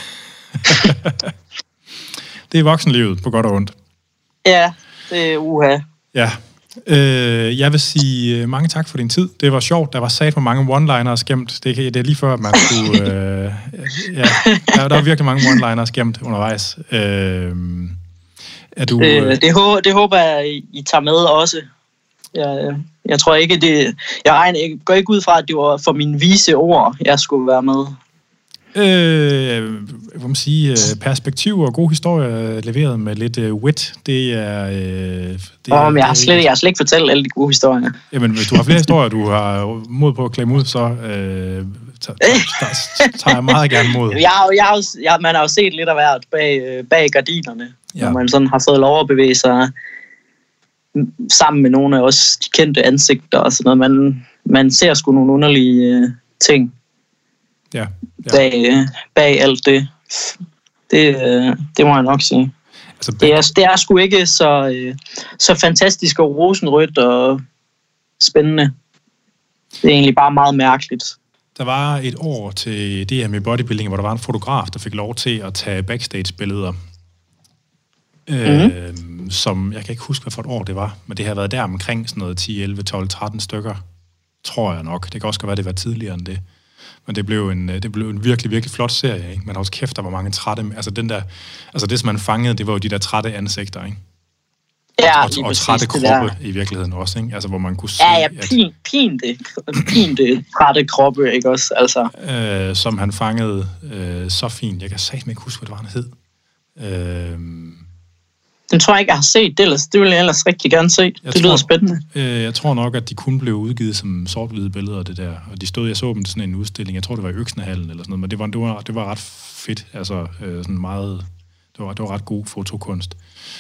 Det er voksenlivet, på godt og ondt. Ja, det er uha. Ja. Jeg vil sige mange tak for din tid. Det var sjovt. Der var sat for mange one-liners gemt. Det er lige før, at man skulle... der var virkelig mange one-liners gemt undervejs. Det håber jeg, I tager med også. Jeg tror ikke, det... Jeg går ikke ud fra, at det var for mine vise ord, jeg skulle være med. Hvad man sige, perspektiv og god historie leveret med lidt wit, det er... Men jeg har slet ikke fortalt alle de gode historier. Jamen, hvis du har flere historier, du har mod på at klemme ud, så tager jeg meget gerne mod. Man har jo set lidt af hvert bag gardinerne, når man sådan har fået lov at bevæge sig sammen med nogle af os de kendte ansigter og sådan noget. Man ser sgu nogle underlige ting. Ja. Bag alt det. Det må jeg nok sige. Altså, det er sgu ikke så fantastisk og rosenrødt og spændende. Det er egentlig bare meget mærkeligt. Der var et år til DM i bodybuilding, hvor der var en fotograf, der fik lov til at tage backstage-billeder. Som, jeg kan ikke huske, hvad for et år det var, men det har været der omkring sådan noget 10, 11, 12, 13 stykker, tror jeg nok. Det kan også være, det var tidligere end det. Men det blev en virkelig, virkelig flot serie, ikke? Men også kæft, der var mange trætte... Altså det, som man fangede, det var jo de der trætte ansigter, ikke? Ja, og trætte kroppe i virkeligheden også, ikke? Altså, hvor man kunne se... pinte trætte kroppe, ikke også? Altså. Som han fangede så fint. Jeg kan satme ikke huske, hvad det var, han hed. Den tror jeg ikke, jeg har set. Det vil jeg ellers rigtig gerne se. Det lyder spændende. Jeg tror nok, at de kun blev udgivet som sort-hvide billeder, det der. Og jeg så dem til sådan en udstilling. Jeg tror, det var i Øksnehallen eller sådan noget, men det var ret fedt. Altså, sådan meget... Det var ret god fotokunst.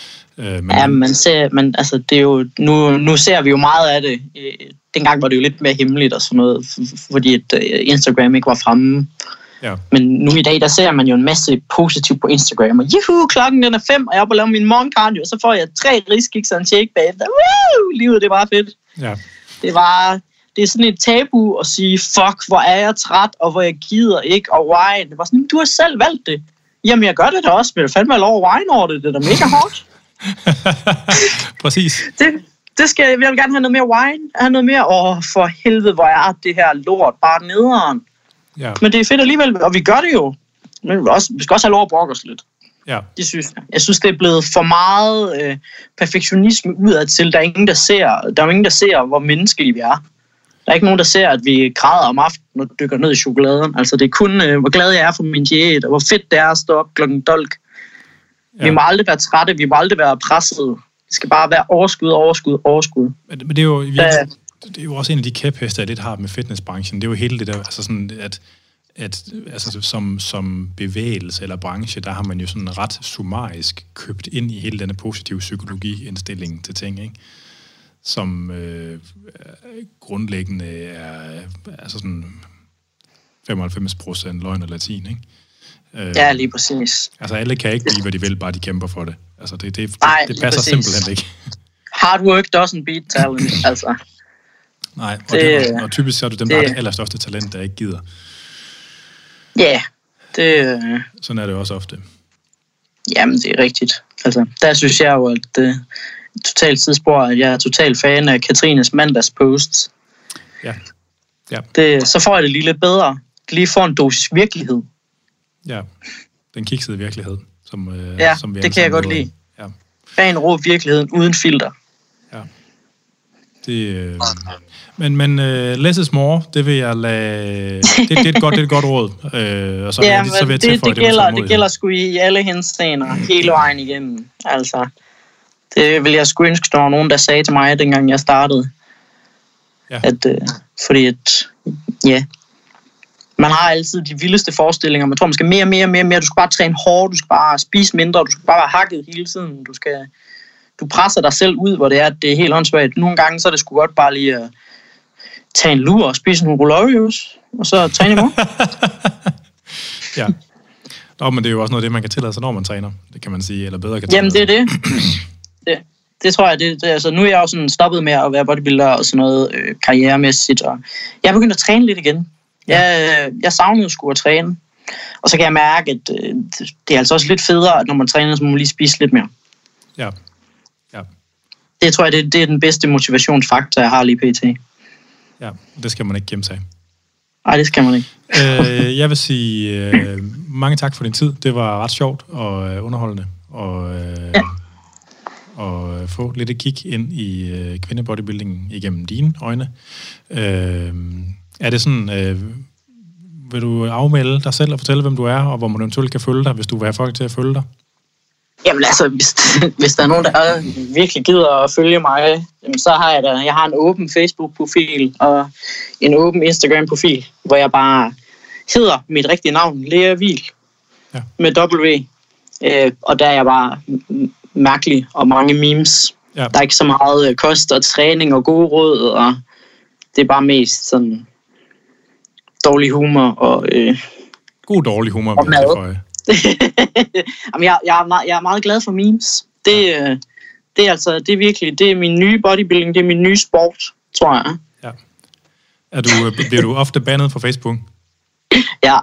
Altså, det er jo... Nu ser vi jo meget af det. Dengang var det jo lidt mere hemmeligt og sådan noget, fordi at Instagram ikke var fremme. Ja. Men nu i dag, der ser man jo en masse positivt på Instagram. Og juhu, klokken den er 5, og jeg er på at lave min morgencardio, og så får jeg 3 riskiks og en shake bagefter. Woo! Livet, det er bare fedt. Ja. Det er sådan et tabu at sige, fuck, hvor er jeg træt, og hvor jeg gider ikke, og why. Det var sådan, du har selv valgt det. Jamen, jeg gør det da også, men jeg fandt mig lov at whine over det. Det er da mega hårdt. Præcis. Jeg vil gerne have noget mere wine. Have noget mere, for helvede, hvor er det her lort bare nederen. Ja. Men det er fedt alligevel, og vi gør det jo. Men vi skal også have lov at brokke os lidt. Ja. Det synes jeg. Jeg synes, det er blevet for meget perfektionisme udadtil. Der er ingen, der ser, hvor menneskelige vi er. Der er ikke nogen, der ser, at vi græder om aftenen og dykker ned i chokoladen. Altså, det er kun, hvor glad jeg er for min diæt, og hvor fedt det er at stå op klokken 12. Ja. Vi må aldrig være trætte, vi må aldrig være presset. Det skal bare være overskud. Men det er jo det er jo også en af de kæpheste, jeg lidt har med fitnessbranchen. Det er jo hele det der, altså sådan, altså som bevægelse eller branche, der har man jo sådan ret summarisk købt ind i hele denne positive psykologi-indstilling til ting, ikke? Som grundlæggende er altså sådan 95% løgn og latin, ikke? Ja, lige præcis. Altså alle kan ikke blive, hvad de vil, bare de kæmper for det. Altså det passer simpelthen ikke. Hard work doesn't beat talent, altså. Nej, og typisk så er det dem, der har det allerstørste talent, der ikke gider. Ja, det... Sådan er det også ofte. Jamen, det er rigtigt. Altså, der synes jeg jo, at totalt tidsspor, at jeg er totalt fan af Katrines mandagsposts. Ja. Så får jeg det lige lidt bedre. Lige får en dosis virkelighed. Ja, den kiksede virkelighed. Som vi det kan jeg godt lide. Ja. Ren rå virkeligheden uden filter. Ja. Men less is more, det vil jeg lade... Det er et godt råd. Og så vil jeg det gælder sgu i alle henseender hele vejen igennem. Altså, det vil jeg sgu ønske, der var nogen, der sagde til mig, dengang jeg startede. Ja. Man har altid de vildeste forestillinger. Man tror, man skal mere. Du skal bare træne hårdt, du skal bare spise mindre, du skal bare være hakket hele tiden. Du presser dig selv ud, hvor det er helt åndssvagt. Nogle gange, så er det sgu godt bare lige at tage en lur og spise nogle Oreos, og så træne i morgen. Ja. Nå, men det er jo også noget af det, man kan tillade sig, når man træner. Det kan man sige, eller bedre kan tillade sig. Jamen, det er det. Det tror jeg, altså, nu er jeg jo sådan stoppet med at være bodybuilder og sådan noget karrieremæssigt, og jeg er begyndt at træne lidt igen. Jeg savnede sgu at træne, og så kan jeg mærke, at det er altså også lidt federe, at når man træner, så må man lige spise lidt mere. Ja. Det tror jeg, det er den bedste motivationsfaktor, jeg har lige pt. Ja, det skal man ikke gemme sig. Nej, det skal man ikke. Jeg vil sige mange tak for din tid. Det var ret sjovt og underholdende. at få lidt et kig ind i kvindebodybuilding igennem dine øjne. Er det sådan, vil du afmelde dig selv og fortælle, hvem du er, og hvor man eventuelt kan følge dig, hvis du vil have folk til at følge dig? Jamen altså, hvis der er nogen, der virkelig gider at følge mig, så har jeg har en åben Facebook-profil og en åben Instagram-profil, hvor jeg bare hedder mit rigtige navn, Lea Wiel, med W. Og der er jeg bare mærkelig og mange memes. Ja. Der er ikke så meget kost og træning og gode råd, og det er bare mest sådan dårlig humor og god dårlig humor, vil jeg tilføje. Jamen, jeg er meget glad for memes. Det er virkelig, det er min nye bodybuilding, det er min nye sport, tror jeg. Ja. Bliver du ofte bandet fra Facebook? Ja.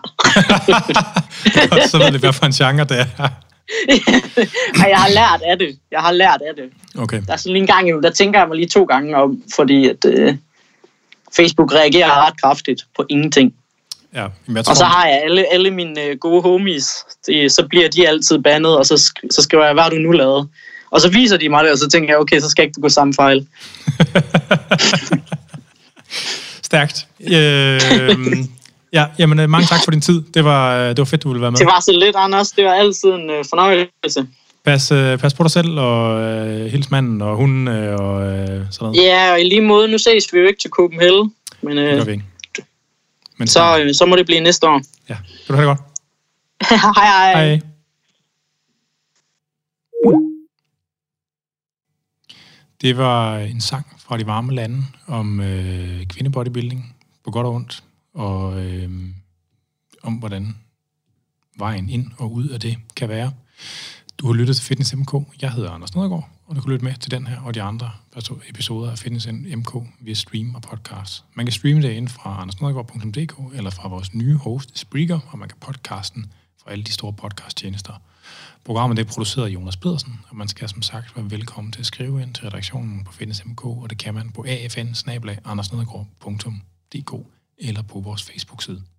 Så ved det, hvad for en genre det er. Jeg har lært af det. Okay. Der er sådan lige en gang, der tænker jeg mig lige 2 gange om, fordi at Facebook reagerer ret kraftigt på ingenting. Ja, og så har jeg alle mine gode homies, så bliver de altid bandet, og så skriver jeg, hvad har du nu lavet? Og så viser de mig det, og så tænker jeg, okay, så skal jeg ikke gå samme fejl. Stærkt. Ja, jamen mange tak for din tid. Det var fedt, du ville være med. Det var så lidt, Anders. Det var altid en fornøjelse. Pas på dig selv, og hils manden og hunden og sådan noget. Ja, og i lige måde, nu ses vi jo ikke til Copenhagen. Men, det gør vi ikke. Men så må det blive næste år. Ja, kan du have det godt. Hej. Hej. Det var en sang fra de varme lande om kvindebodybuilding på godt og ondt, og om hvordan vejen ind og ud af det kan være. Du har lyttet til Fitness MK. Jeg hedder Anders Nedergaard, og du kan lytte med til den her og de andre episoder af Fitness MK via stream og podcast. Man kan streame det ind fra andersnedergaard.dk eller fra vores nye host Spreaker, og man kan podcasten fra alle de store podcasttjenester. Programmet er produceret af Jonas Pedersen, og man skal som sagt være velkommen til at skrive ind til redaktionen på Fitness MK, og det kan man på afn@andersnedergaard.dk eller på vores Facebook-side.